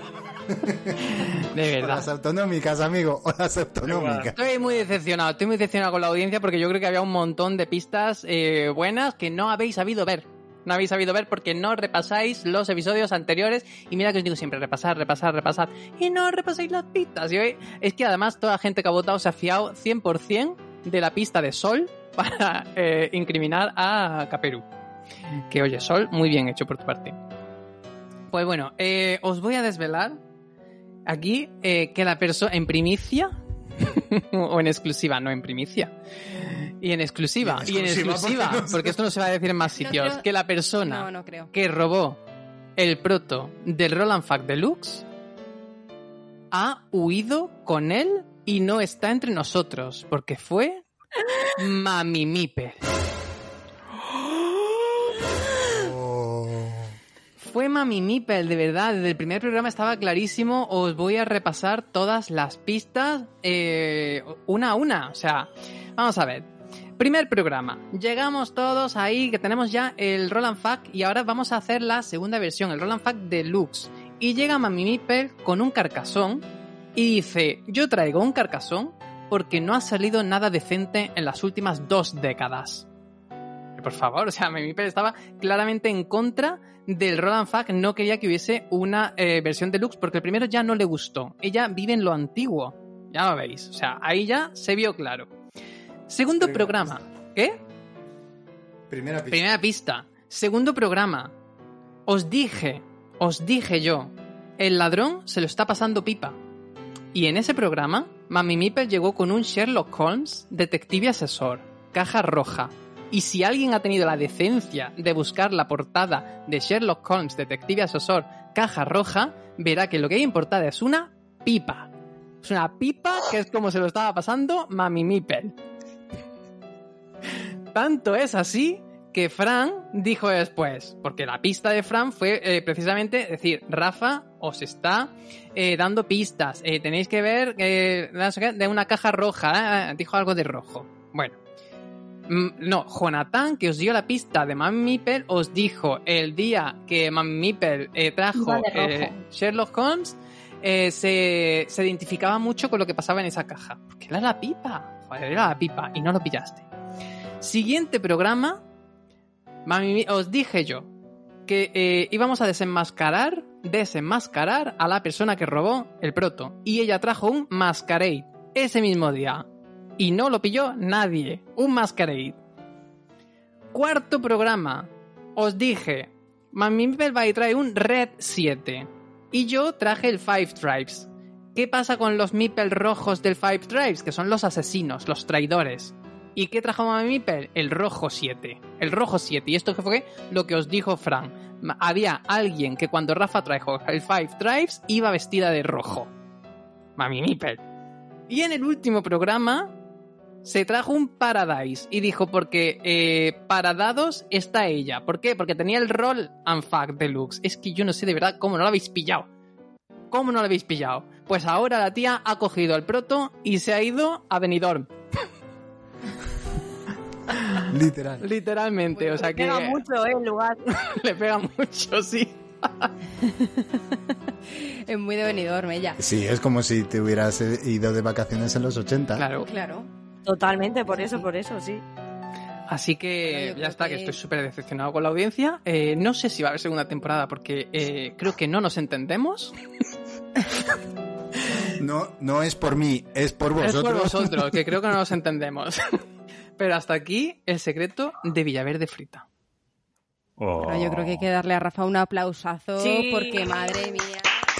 De O verdad. las autonómicas, amigo. O las autonómicas. Estoy muy decepcionado, estoy muy decepcionado con la audiencia porque yo creo que había un montón de pistas eh, buenas que no habéis sabido ver. No habéis sabido ver porque no repasáis los episodios anteriores. Y mira que os digo siempre, repasar, repasar, repasar. Y no repasáis las pistas. Y hoy, es que además toda la gente que ha votado se ha fiado cien por ciento de la pista de Sol para eh, incriminar a Caperu. Que oye, Sol, muy bien hecho por tu parte. Pues bueno, eh, os voy a desvelar aquí eh, que la persona en primicia o en exclusiva, no en primicia. Y en exclusiva, y en exclusiva, y en exclusiva porque, no porque esto no se va a decir en más sitios, no creo... que la persona no, no creo. que robó el proto del Roll and Fact Deluxe ha huido con él y no está entre nosotros, porque fue Mami Meeple. Fue Mami Meeple, de verdad, desde el primer programa estaba clarísimo. Os voy a repasar todas las pistas eh, una a una. O sea, vamos a ver. Primer programa. Llegamos todos ahí, que tenemos ya el Roll and Fact y ahora vamos a hacer la segunda versión, el Roll and Fact Deluxe. Y llega Mami Meeple con un carcasón y dice, yo traigo un carcasón porque no ha salido nada decente en las últimas dos décadas. Por favor, o sea, Mami Meeple estaba claramente en contra del Roll and Fact, no quería que hubiese una eh, versión deluxe porque el primero ya no le gustó. Ella vive en lo antiguo, ya lo veis. O sea, ahí ya se vio claro. Segundo Primera programa. Pista. ¿Qué? Primera pista. Primera pista. Segundo programa. Os dije, os dije yo, el ladrón se lo está pasando pipa. Y en ese programa, Mami Meeple llegó con un Sherlock Holmes, detective asesor, caja roja. Y si alguien ha tenido la decencia de buscar la portada de Sherlock Holmes, detective asesor, caja roja, verá que lo que hay en portada es una pipa. Es una pipa que es como se lo estaba pasando Mami Meeple. Tanto es así que Fran dijo después, porque la pista de Fran fue eh, precisamente decir, Rafa os está eh, dando pistas, eh, tenéis que ver eh, de una caja roja, eh, dijo algo de rojo. Bueno. No, Jonathan, que os dio la pista de Mami Meeple, os dijo el día que Mami Meeple eh, trajo eh, Sherlock Holmes, eh, se, se identificaba mucho con lo que pasaba en esa caja. Porque era la pipa. Joder, era la pipa y no lo pillaste. Siguiente programa, Mami, os dije yo que eh, íbamos a desenmascarar, desenmascarar a la persona que robó el proto. Y ella trajo un Masquerade ese mismo día. Y no lo pilló nadie. Un Masquerade. Cuarto programa. Os dije, Mami Meeple va y trae un Red siete. Y yo traje el Five Tribes. ¿Qué pasa con los Meeple rojos del Five Tribes? Que son los asesinos, los traidores. ¿Y qué trajo Mami Meeple? El rojo siete. El rojo siete. Y esto fue lo que os dijo Fran. Había alguien que cuando Rafa trajo el Five Tribes iba vestida de rojo. Mami Meeple. Y en el último programa se trajo un Paradise y dijo porque eh, para dados está ella. ¿Por qué? Porque tenía el Roll and Fact Deluxe. Es que yo no sé de verdad cómo no lo habéis pillado. ¿Cómo no lo habéis pillado? Pues ahora la tía ha cogido el proto y se ha ido a Benidorm. Literal. Literalmente, o sea le que... Le pega mucho, ¿eh? El lugar. Le pega mucho, sí. Es muy de Benidorm ella. Sí, es como si te hubieras ido de vacaciones en los ochenta. Claro. Claro. Totalmente, por eso, por eso, sí. Así que Bueno, ya está, que... que estoy súper decepcionado con la audiencia. Eh, no sé si va a haber segunda temporada porque eh, creo que no nos entendemos. No, no es por mí, es por vosotros. Es por vosotros, que creo que no nos entendemos. Pero hasta aquí el secreto de Villaverde Frita. Oh. Bueno, yo creo que hay que darle a Rafa un aplausazo Sí. porque, madre mía,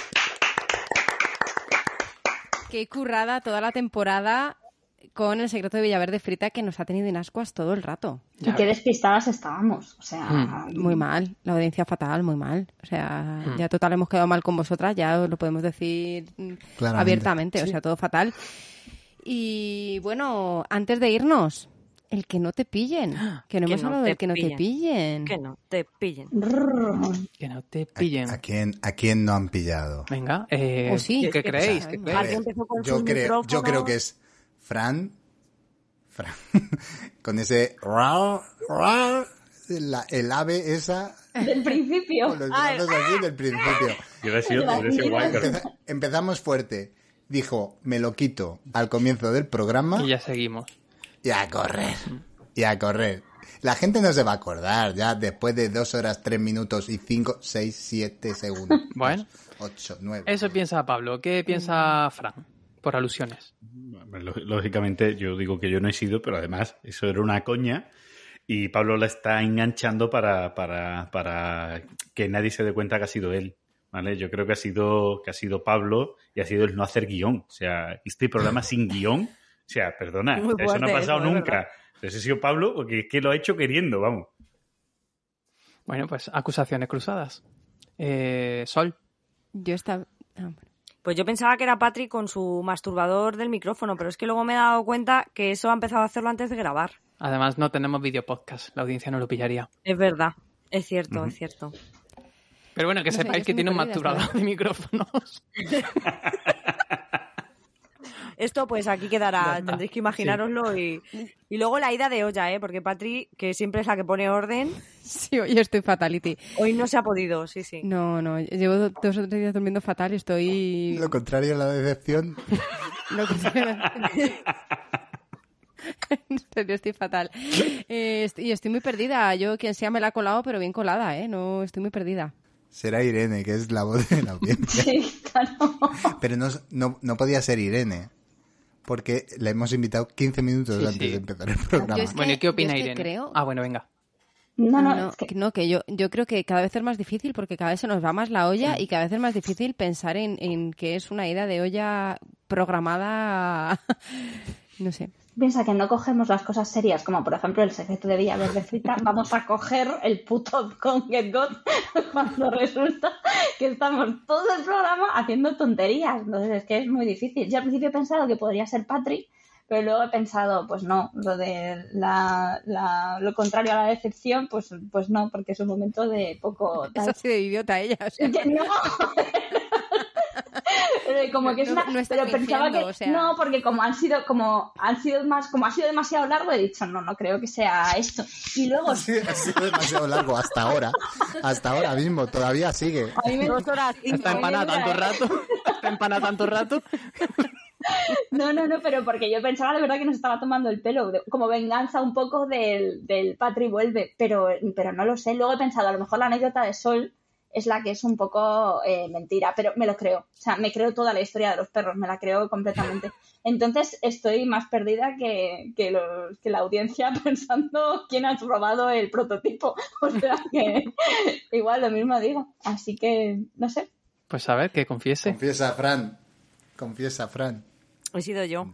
qué currada toda la temporada con el secreto de Villaverde Frita que nos ha tenido en ascuas todo el rato. Y qué despistadas estábamos. O sea, Mm. Muy mal, la audiencia fatal, muy mal. O sea, Mm. ya total hemos quedado mal con vosotras, ya os lo podemos decir mm, Claramente. abiertamente, o Sí. sea, todo fatal. Y bueno, antes de irnos, el que no te pillen, que no Que hemos no hablado te del que no te pillen. pillen. Que no te pillen. Que no te pillen. ¿A, a quién, ¿A quién no han pillado? Venga, eh, ¿O sí? ¿qué ¿Qué creéis? pasa? ¿Qué A creéis? Alguien empezó con yo sus creo, yo micrófonos. creo que es Fran, Fran con ese ra, ra, la, el ave esa del principio. con los Ah, brazos así del principio. Y hubiera sido, hubiera sido guay, pero- Empeza- empezamos fuerte. Dijo, me lo quito al comienzo del programa Y ya seguimos. y a correr. Y a correr. La gente no se va a acordar ya después de dos horas, tres minutos y cinco, seis, siete segundos. Bueno. Ocho, nueve. Eso piensa Pablo. ¿Qué piensa Fran? Por alusiones. Lógicamente, yo digo que yo no he sido, pero además eso era una coña y Pablo la está enganchando para, para, para que nadie se dé cuenta que ha sido él. ¿Vale? Yo creo que ha sido que ha sido Pablo y ha sido el no hacer guión. O sea, este programa sin guión, o sea, perdona, Muy eso no ha fuerte, pasado eso, es nunca. verdad. Entonces ha sido Pablo porque es que lo ha hecho queriendo, vamos. Bueno, pues acusaciones cruzadas. Eh, Sol. Yo estaba... ah, bueno. Pues yo pensaba que era Patrick con su masturbador del micrófono, pero es que luego me he dado cuenta que eso ha empezado a hacerlo antes de grabar. Además, no tenemos video podcast. La audiencia no lo pillaría. Es verdad, es cierto, Ujú. es cierto. Pero bueno, que No sé, yo sepáis estoy que tiene un muy perdida, masturbador de micrófonos. Esto pues aquí quedará, Ya, tendréis que imaginároslo y, y luego la ida de olla, ¿eh? Porque Patri, que siempre es la que pone orden, Sí, hoy estoy fatality. hoy no se ha podido, sí, sí. No, no, llevo dos o tres días durmiendo fatal y estoy... Lo contrario a la decepción. Lo que- En serio, estoy fatal. Eh, est- y estoy muy perdida. Yo, quien sea, me la ha colado, pero bien colada, ¿eh? No, estoy muy perdida. Será Irene, que es la voz de la audiencia. Sí, claro. Pero no, no, no podía ser Irene, porque la hemos invitado quince minutos Sí, antes sí. de empezar el programa. Yo es que- Bueno, ¿y qué opina yo es que Irene? creo- Ah, bueno, venga. No, no, no, es que- que, no, que yo, yo creo que cada vez es más difícil porque cada vez se nos va más la olla y cada vez es más difícil pensar en, en que es una ida de olla programada, no sé. Piensa que no cogemos las cosas serias, como por ejemplo el secreto de Villaverde Frita, vamos a coger el puto con Get Got cuando resulta que estamos todo el programa haciendo tonterías. Entonces es que es muy difícil. Yo al principio he pensado que podría ser Patri, pero luego he pensado, pues no, lo de la, la, lo contrario a la decepción, pues, pues no, porque es un momento de poco... Es así de idiota ella, o sea. Que no. Pero como que es No- una, no está pero pensaba que fingiendo, o sea. no, porque como han sido como han sido más como ha sido demasiado largo, he dicho no, no creo que sea esto. Y luego Sí, ha sido demasiado largo hasta ahora. Hasta ahora mismo, todavía sigue. a mí me, Dos horas cinco. Está empanada tanto rato. Está empanada tanto rato. no, no, no, pero porque yo pensaba de verdad que nos estaba tomando el pelo, de- como venganza un poco del, del Patri vuelve, pero, pero no lo sé. Luego he pensado, a lo mejor la anécdota de Sol es la que es un poco eh, mentira, pero me lo creo. O sea, me creo toda la historia de los perros, me la creo completamente. Entonces estoy más perdida que, que, los, que la audiencia pensando quién ha robado el prototipo. O sea que igual lo mismo digo. Así que, no sé. Pues a ver, que confiese. Confiesa, Fran. Confiesa, Fran. He sido yo.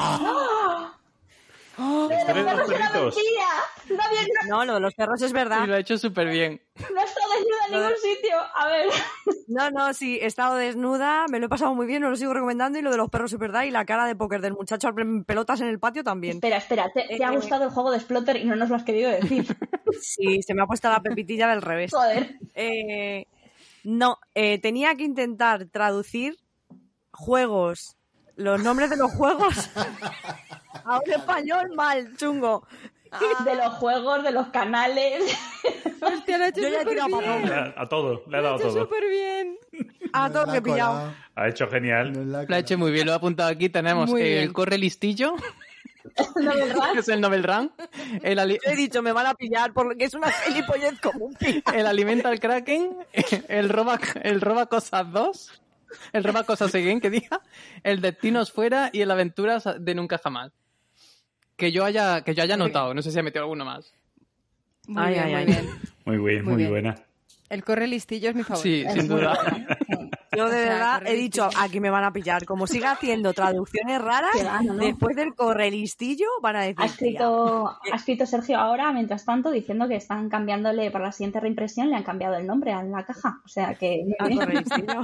Historia de los perritos. ¡Mentira! No, había- no, No, lo de los perros es verdad. Y lo ha hecho súper bien. no he estado desnuda en ningún sitio. A ver. No, no, sí, he estado desnuda, me lo he pasado muy bien, os lo sigo recomendando y lo de los perros es verdad y la cara de póker del muchacho al pre- pelotas en el patio también. Espera, espera. ¿Te, te ha Eh, gustado el juego de Splotter y no nos lo has querido decir? Sí, se me ha puesto la pepitilla del revés. Joder. Eh, no, eh, tenía que intentar traducir juegos, los nombres de los juegos a un español mal, chungo. De los juegos, de los canales. Hostia, lo ha hecho Yo ya he súper tirado para bien. atrás. A todo, le ha Lo ha dado hecho todo. súper bien. A todo Nos que he la ha pillado. colado, Ha hecho genial. nos la ha Lo ha hecho muy bien, lo he apuntado aquí. Tenemos Muy el bien. corre listillo, ¿No, verdad? que es el Nobel Run. El, ali- Yo he dicho, me van a pillar porque es una gilipollez como un pi. el alimenta al Kraken. El roba, el roba cosas dos. El roba cosas again, que diga. El destinos fuera y el aventuras de nunca jamás. Que yo haya, que yo haya notado. No sé si ha metido alguno más. Muy Ay, bien, ay, muy ay. bien. Muy bien, Muy muy, bien. buena. El corre listillo es mi favorito. Sí, sin duda. Yo de O sea, verdad corre he dicho, listillo. aquí me van a pillar. Como siga haciendo traducciones raras, Que va, no, no. después del correlistillo van a decir... Ha escrito, ha escrito Sergio ahora, mientras tanto, diciendo que están cambiándole para la siguiente reimpresión, le han cambiado el nombre a la caja. O sea que. "Tía, al correlistillo".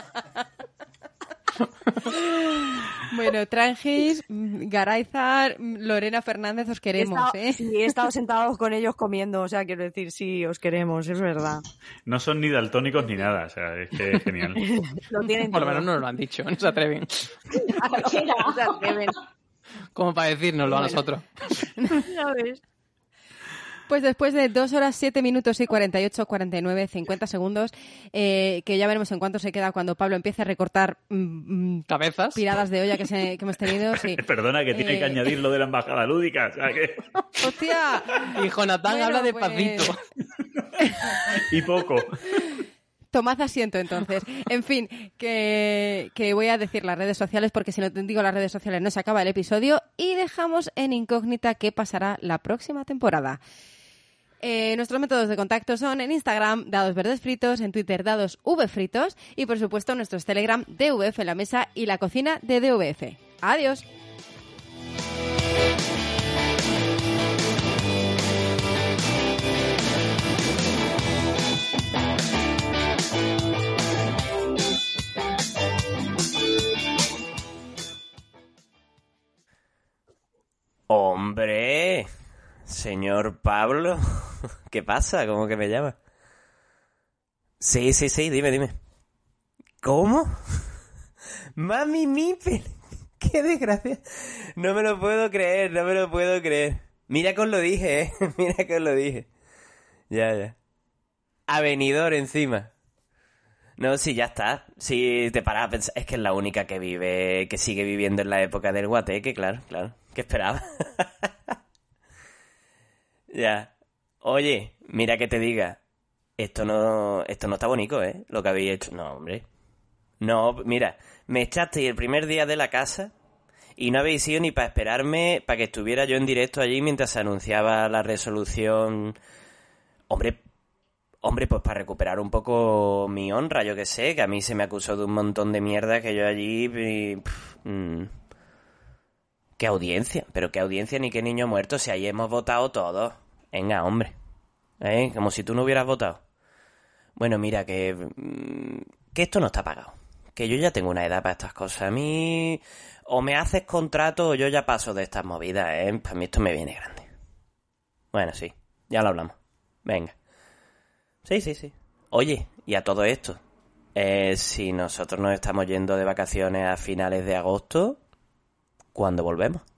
Bueno, Trangis, mm, Garaizar, mm, Lorena Fernández, os He queremos, estado, ¿eh? sí, he estado sentados con ellos comiendo, o sea, quiero decir, sí, os queremos, es verdad. No son ni daltónicos ni nada, o sea, es que es genial. Lo tienen Por lo todo. menos no nos lo han dicho, no se atreven. Cualquiera. O sea, deben. Como para decírnoslo a nosotros. Ya ves. Pues después de dos horas, siete minutos y cuarenta y ocho, cuarenta y nueve, cincuenta segundos, eh, que ya veremos en cuánto se queda cuando Pablo empiece a recortar mm, mm, Cabezas. piradas de olla que, se- que hemos tenido. Sí. Perdona que tiene Eh, que añadir lo de la embajada lúdica, o sea que... ¡Hostia! Y Jonathan Bueno, habla pues- despacito. Y poco. Tomad asiento entonces. En fin, que, que voy a decir las redes sociales porque si no te digo las redes sociales no se acaba el episodio y dejamos en incógnita qué pasará la próxima temporada. Eh, nuestros métodos de contacto son en Instagram, Dados Verdes Fritos, en Twitter, Dados V Fritos y por supuesto nuestros Telegram, D V F en la mesa y la cocina de D V F. ¡Adiós! Hombre, señor Pablo, ¿qué pasa? ¿Cómo que me llama? Sí, sí, sí, dime, dime. ¿Cómo? Mami Mipel, qué desgracia. No me lo puedo creer, no me lo puedo creer. Mira que os lo dije, eh, mira que os lo dije. Ya, ya. Avenidor encima. No, sí, ya está. Si te paras a pensar, es que es la única que vive, que sigue viviendo en la época del guateque, claro, claro. ¿Qué esperaba? Ya. Oye, mira que te diga. Esto no, esto no está bonito, ¿eh? Lo que habéis hecho. No, hombre. No, mira, me echasteis el primer día de la casa y no habéis ido ni para esperarme para que estuviera yo en directo allí mientras se anunciaba la resolución. Hombre, hombre, pues para recuperar un poco mi honra, yo que sé, que a mí se me acusó de un montón de mierda que yo allí... Y, pff, mmm. ¿Qué audiencia? Pero qué audiencia ni qué niño muerto, si ahí hemos votado todos. Venga, hombre. ¿Eh? Como si tú no hubieras votado. Bueno, mira, que... Que esto no está pagado. Que yo ya tengo una edad para estas cosas. A mí... O me haces contrato o yo ya paso de estas movidas, ¿eh? Para mí esto me viene grande. Bueno, sí. Ya lo hablamos. Venga. Sí, sí, sí. Oye, y a todo esto. Eh, si nosotros nos estamos yendo de vacaciones a finales de agosto... ¿Cuándo volvemos?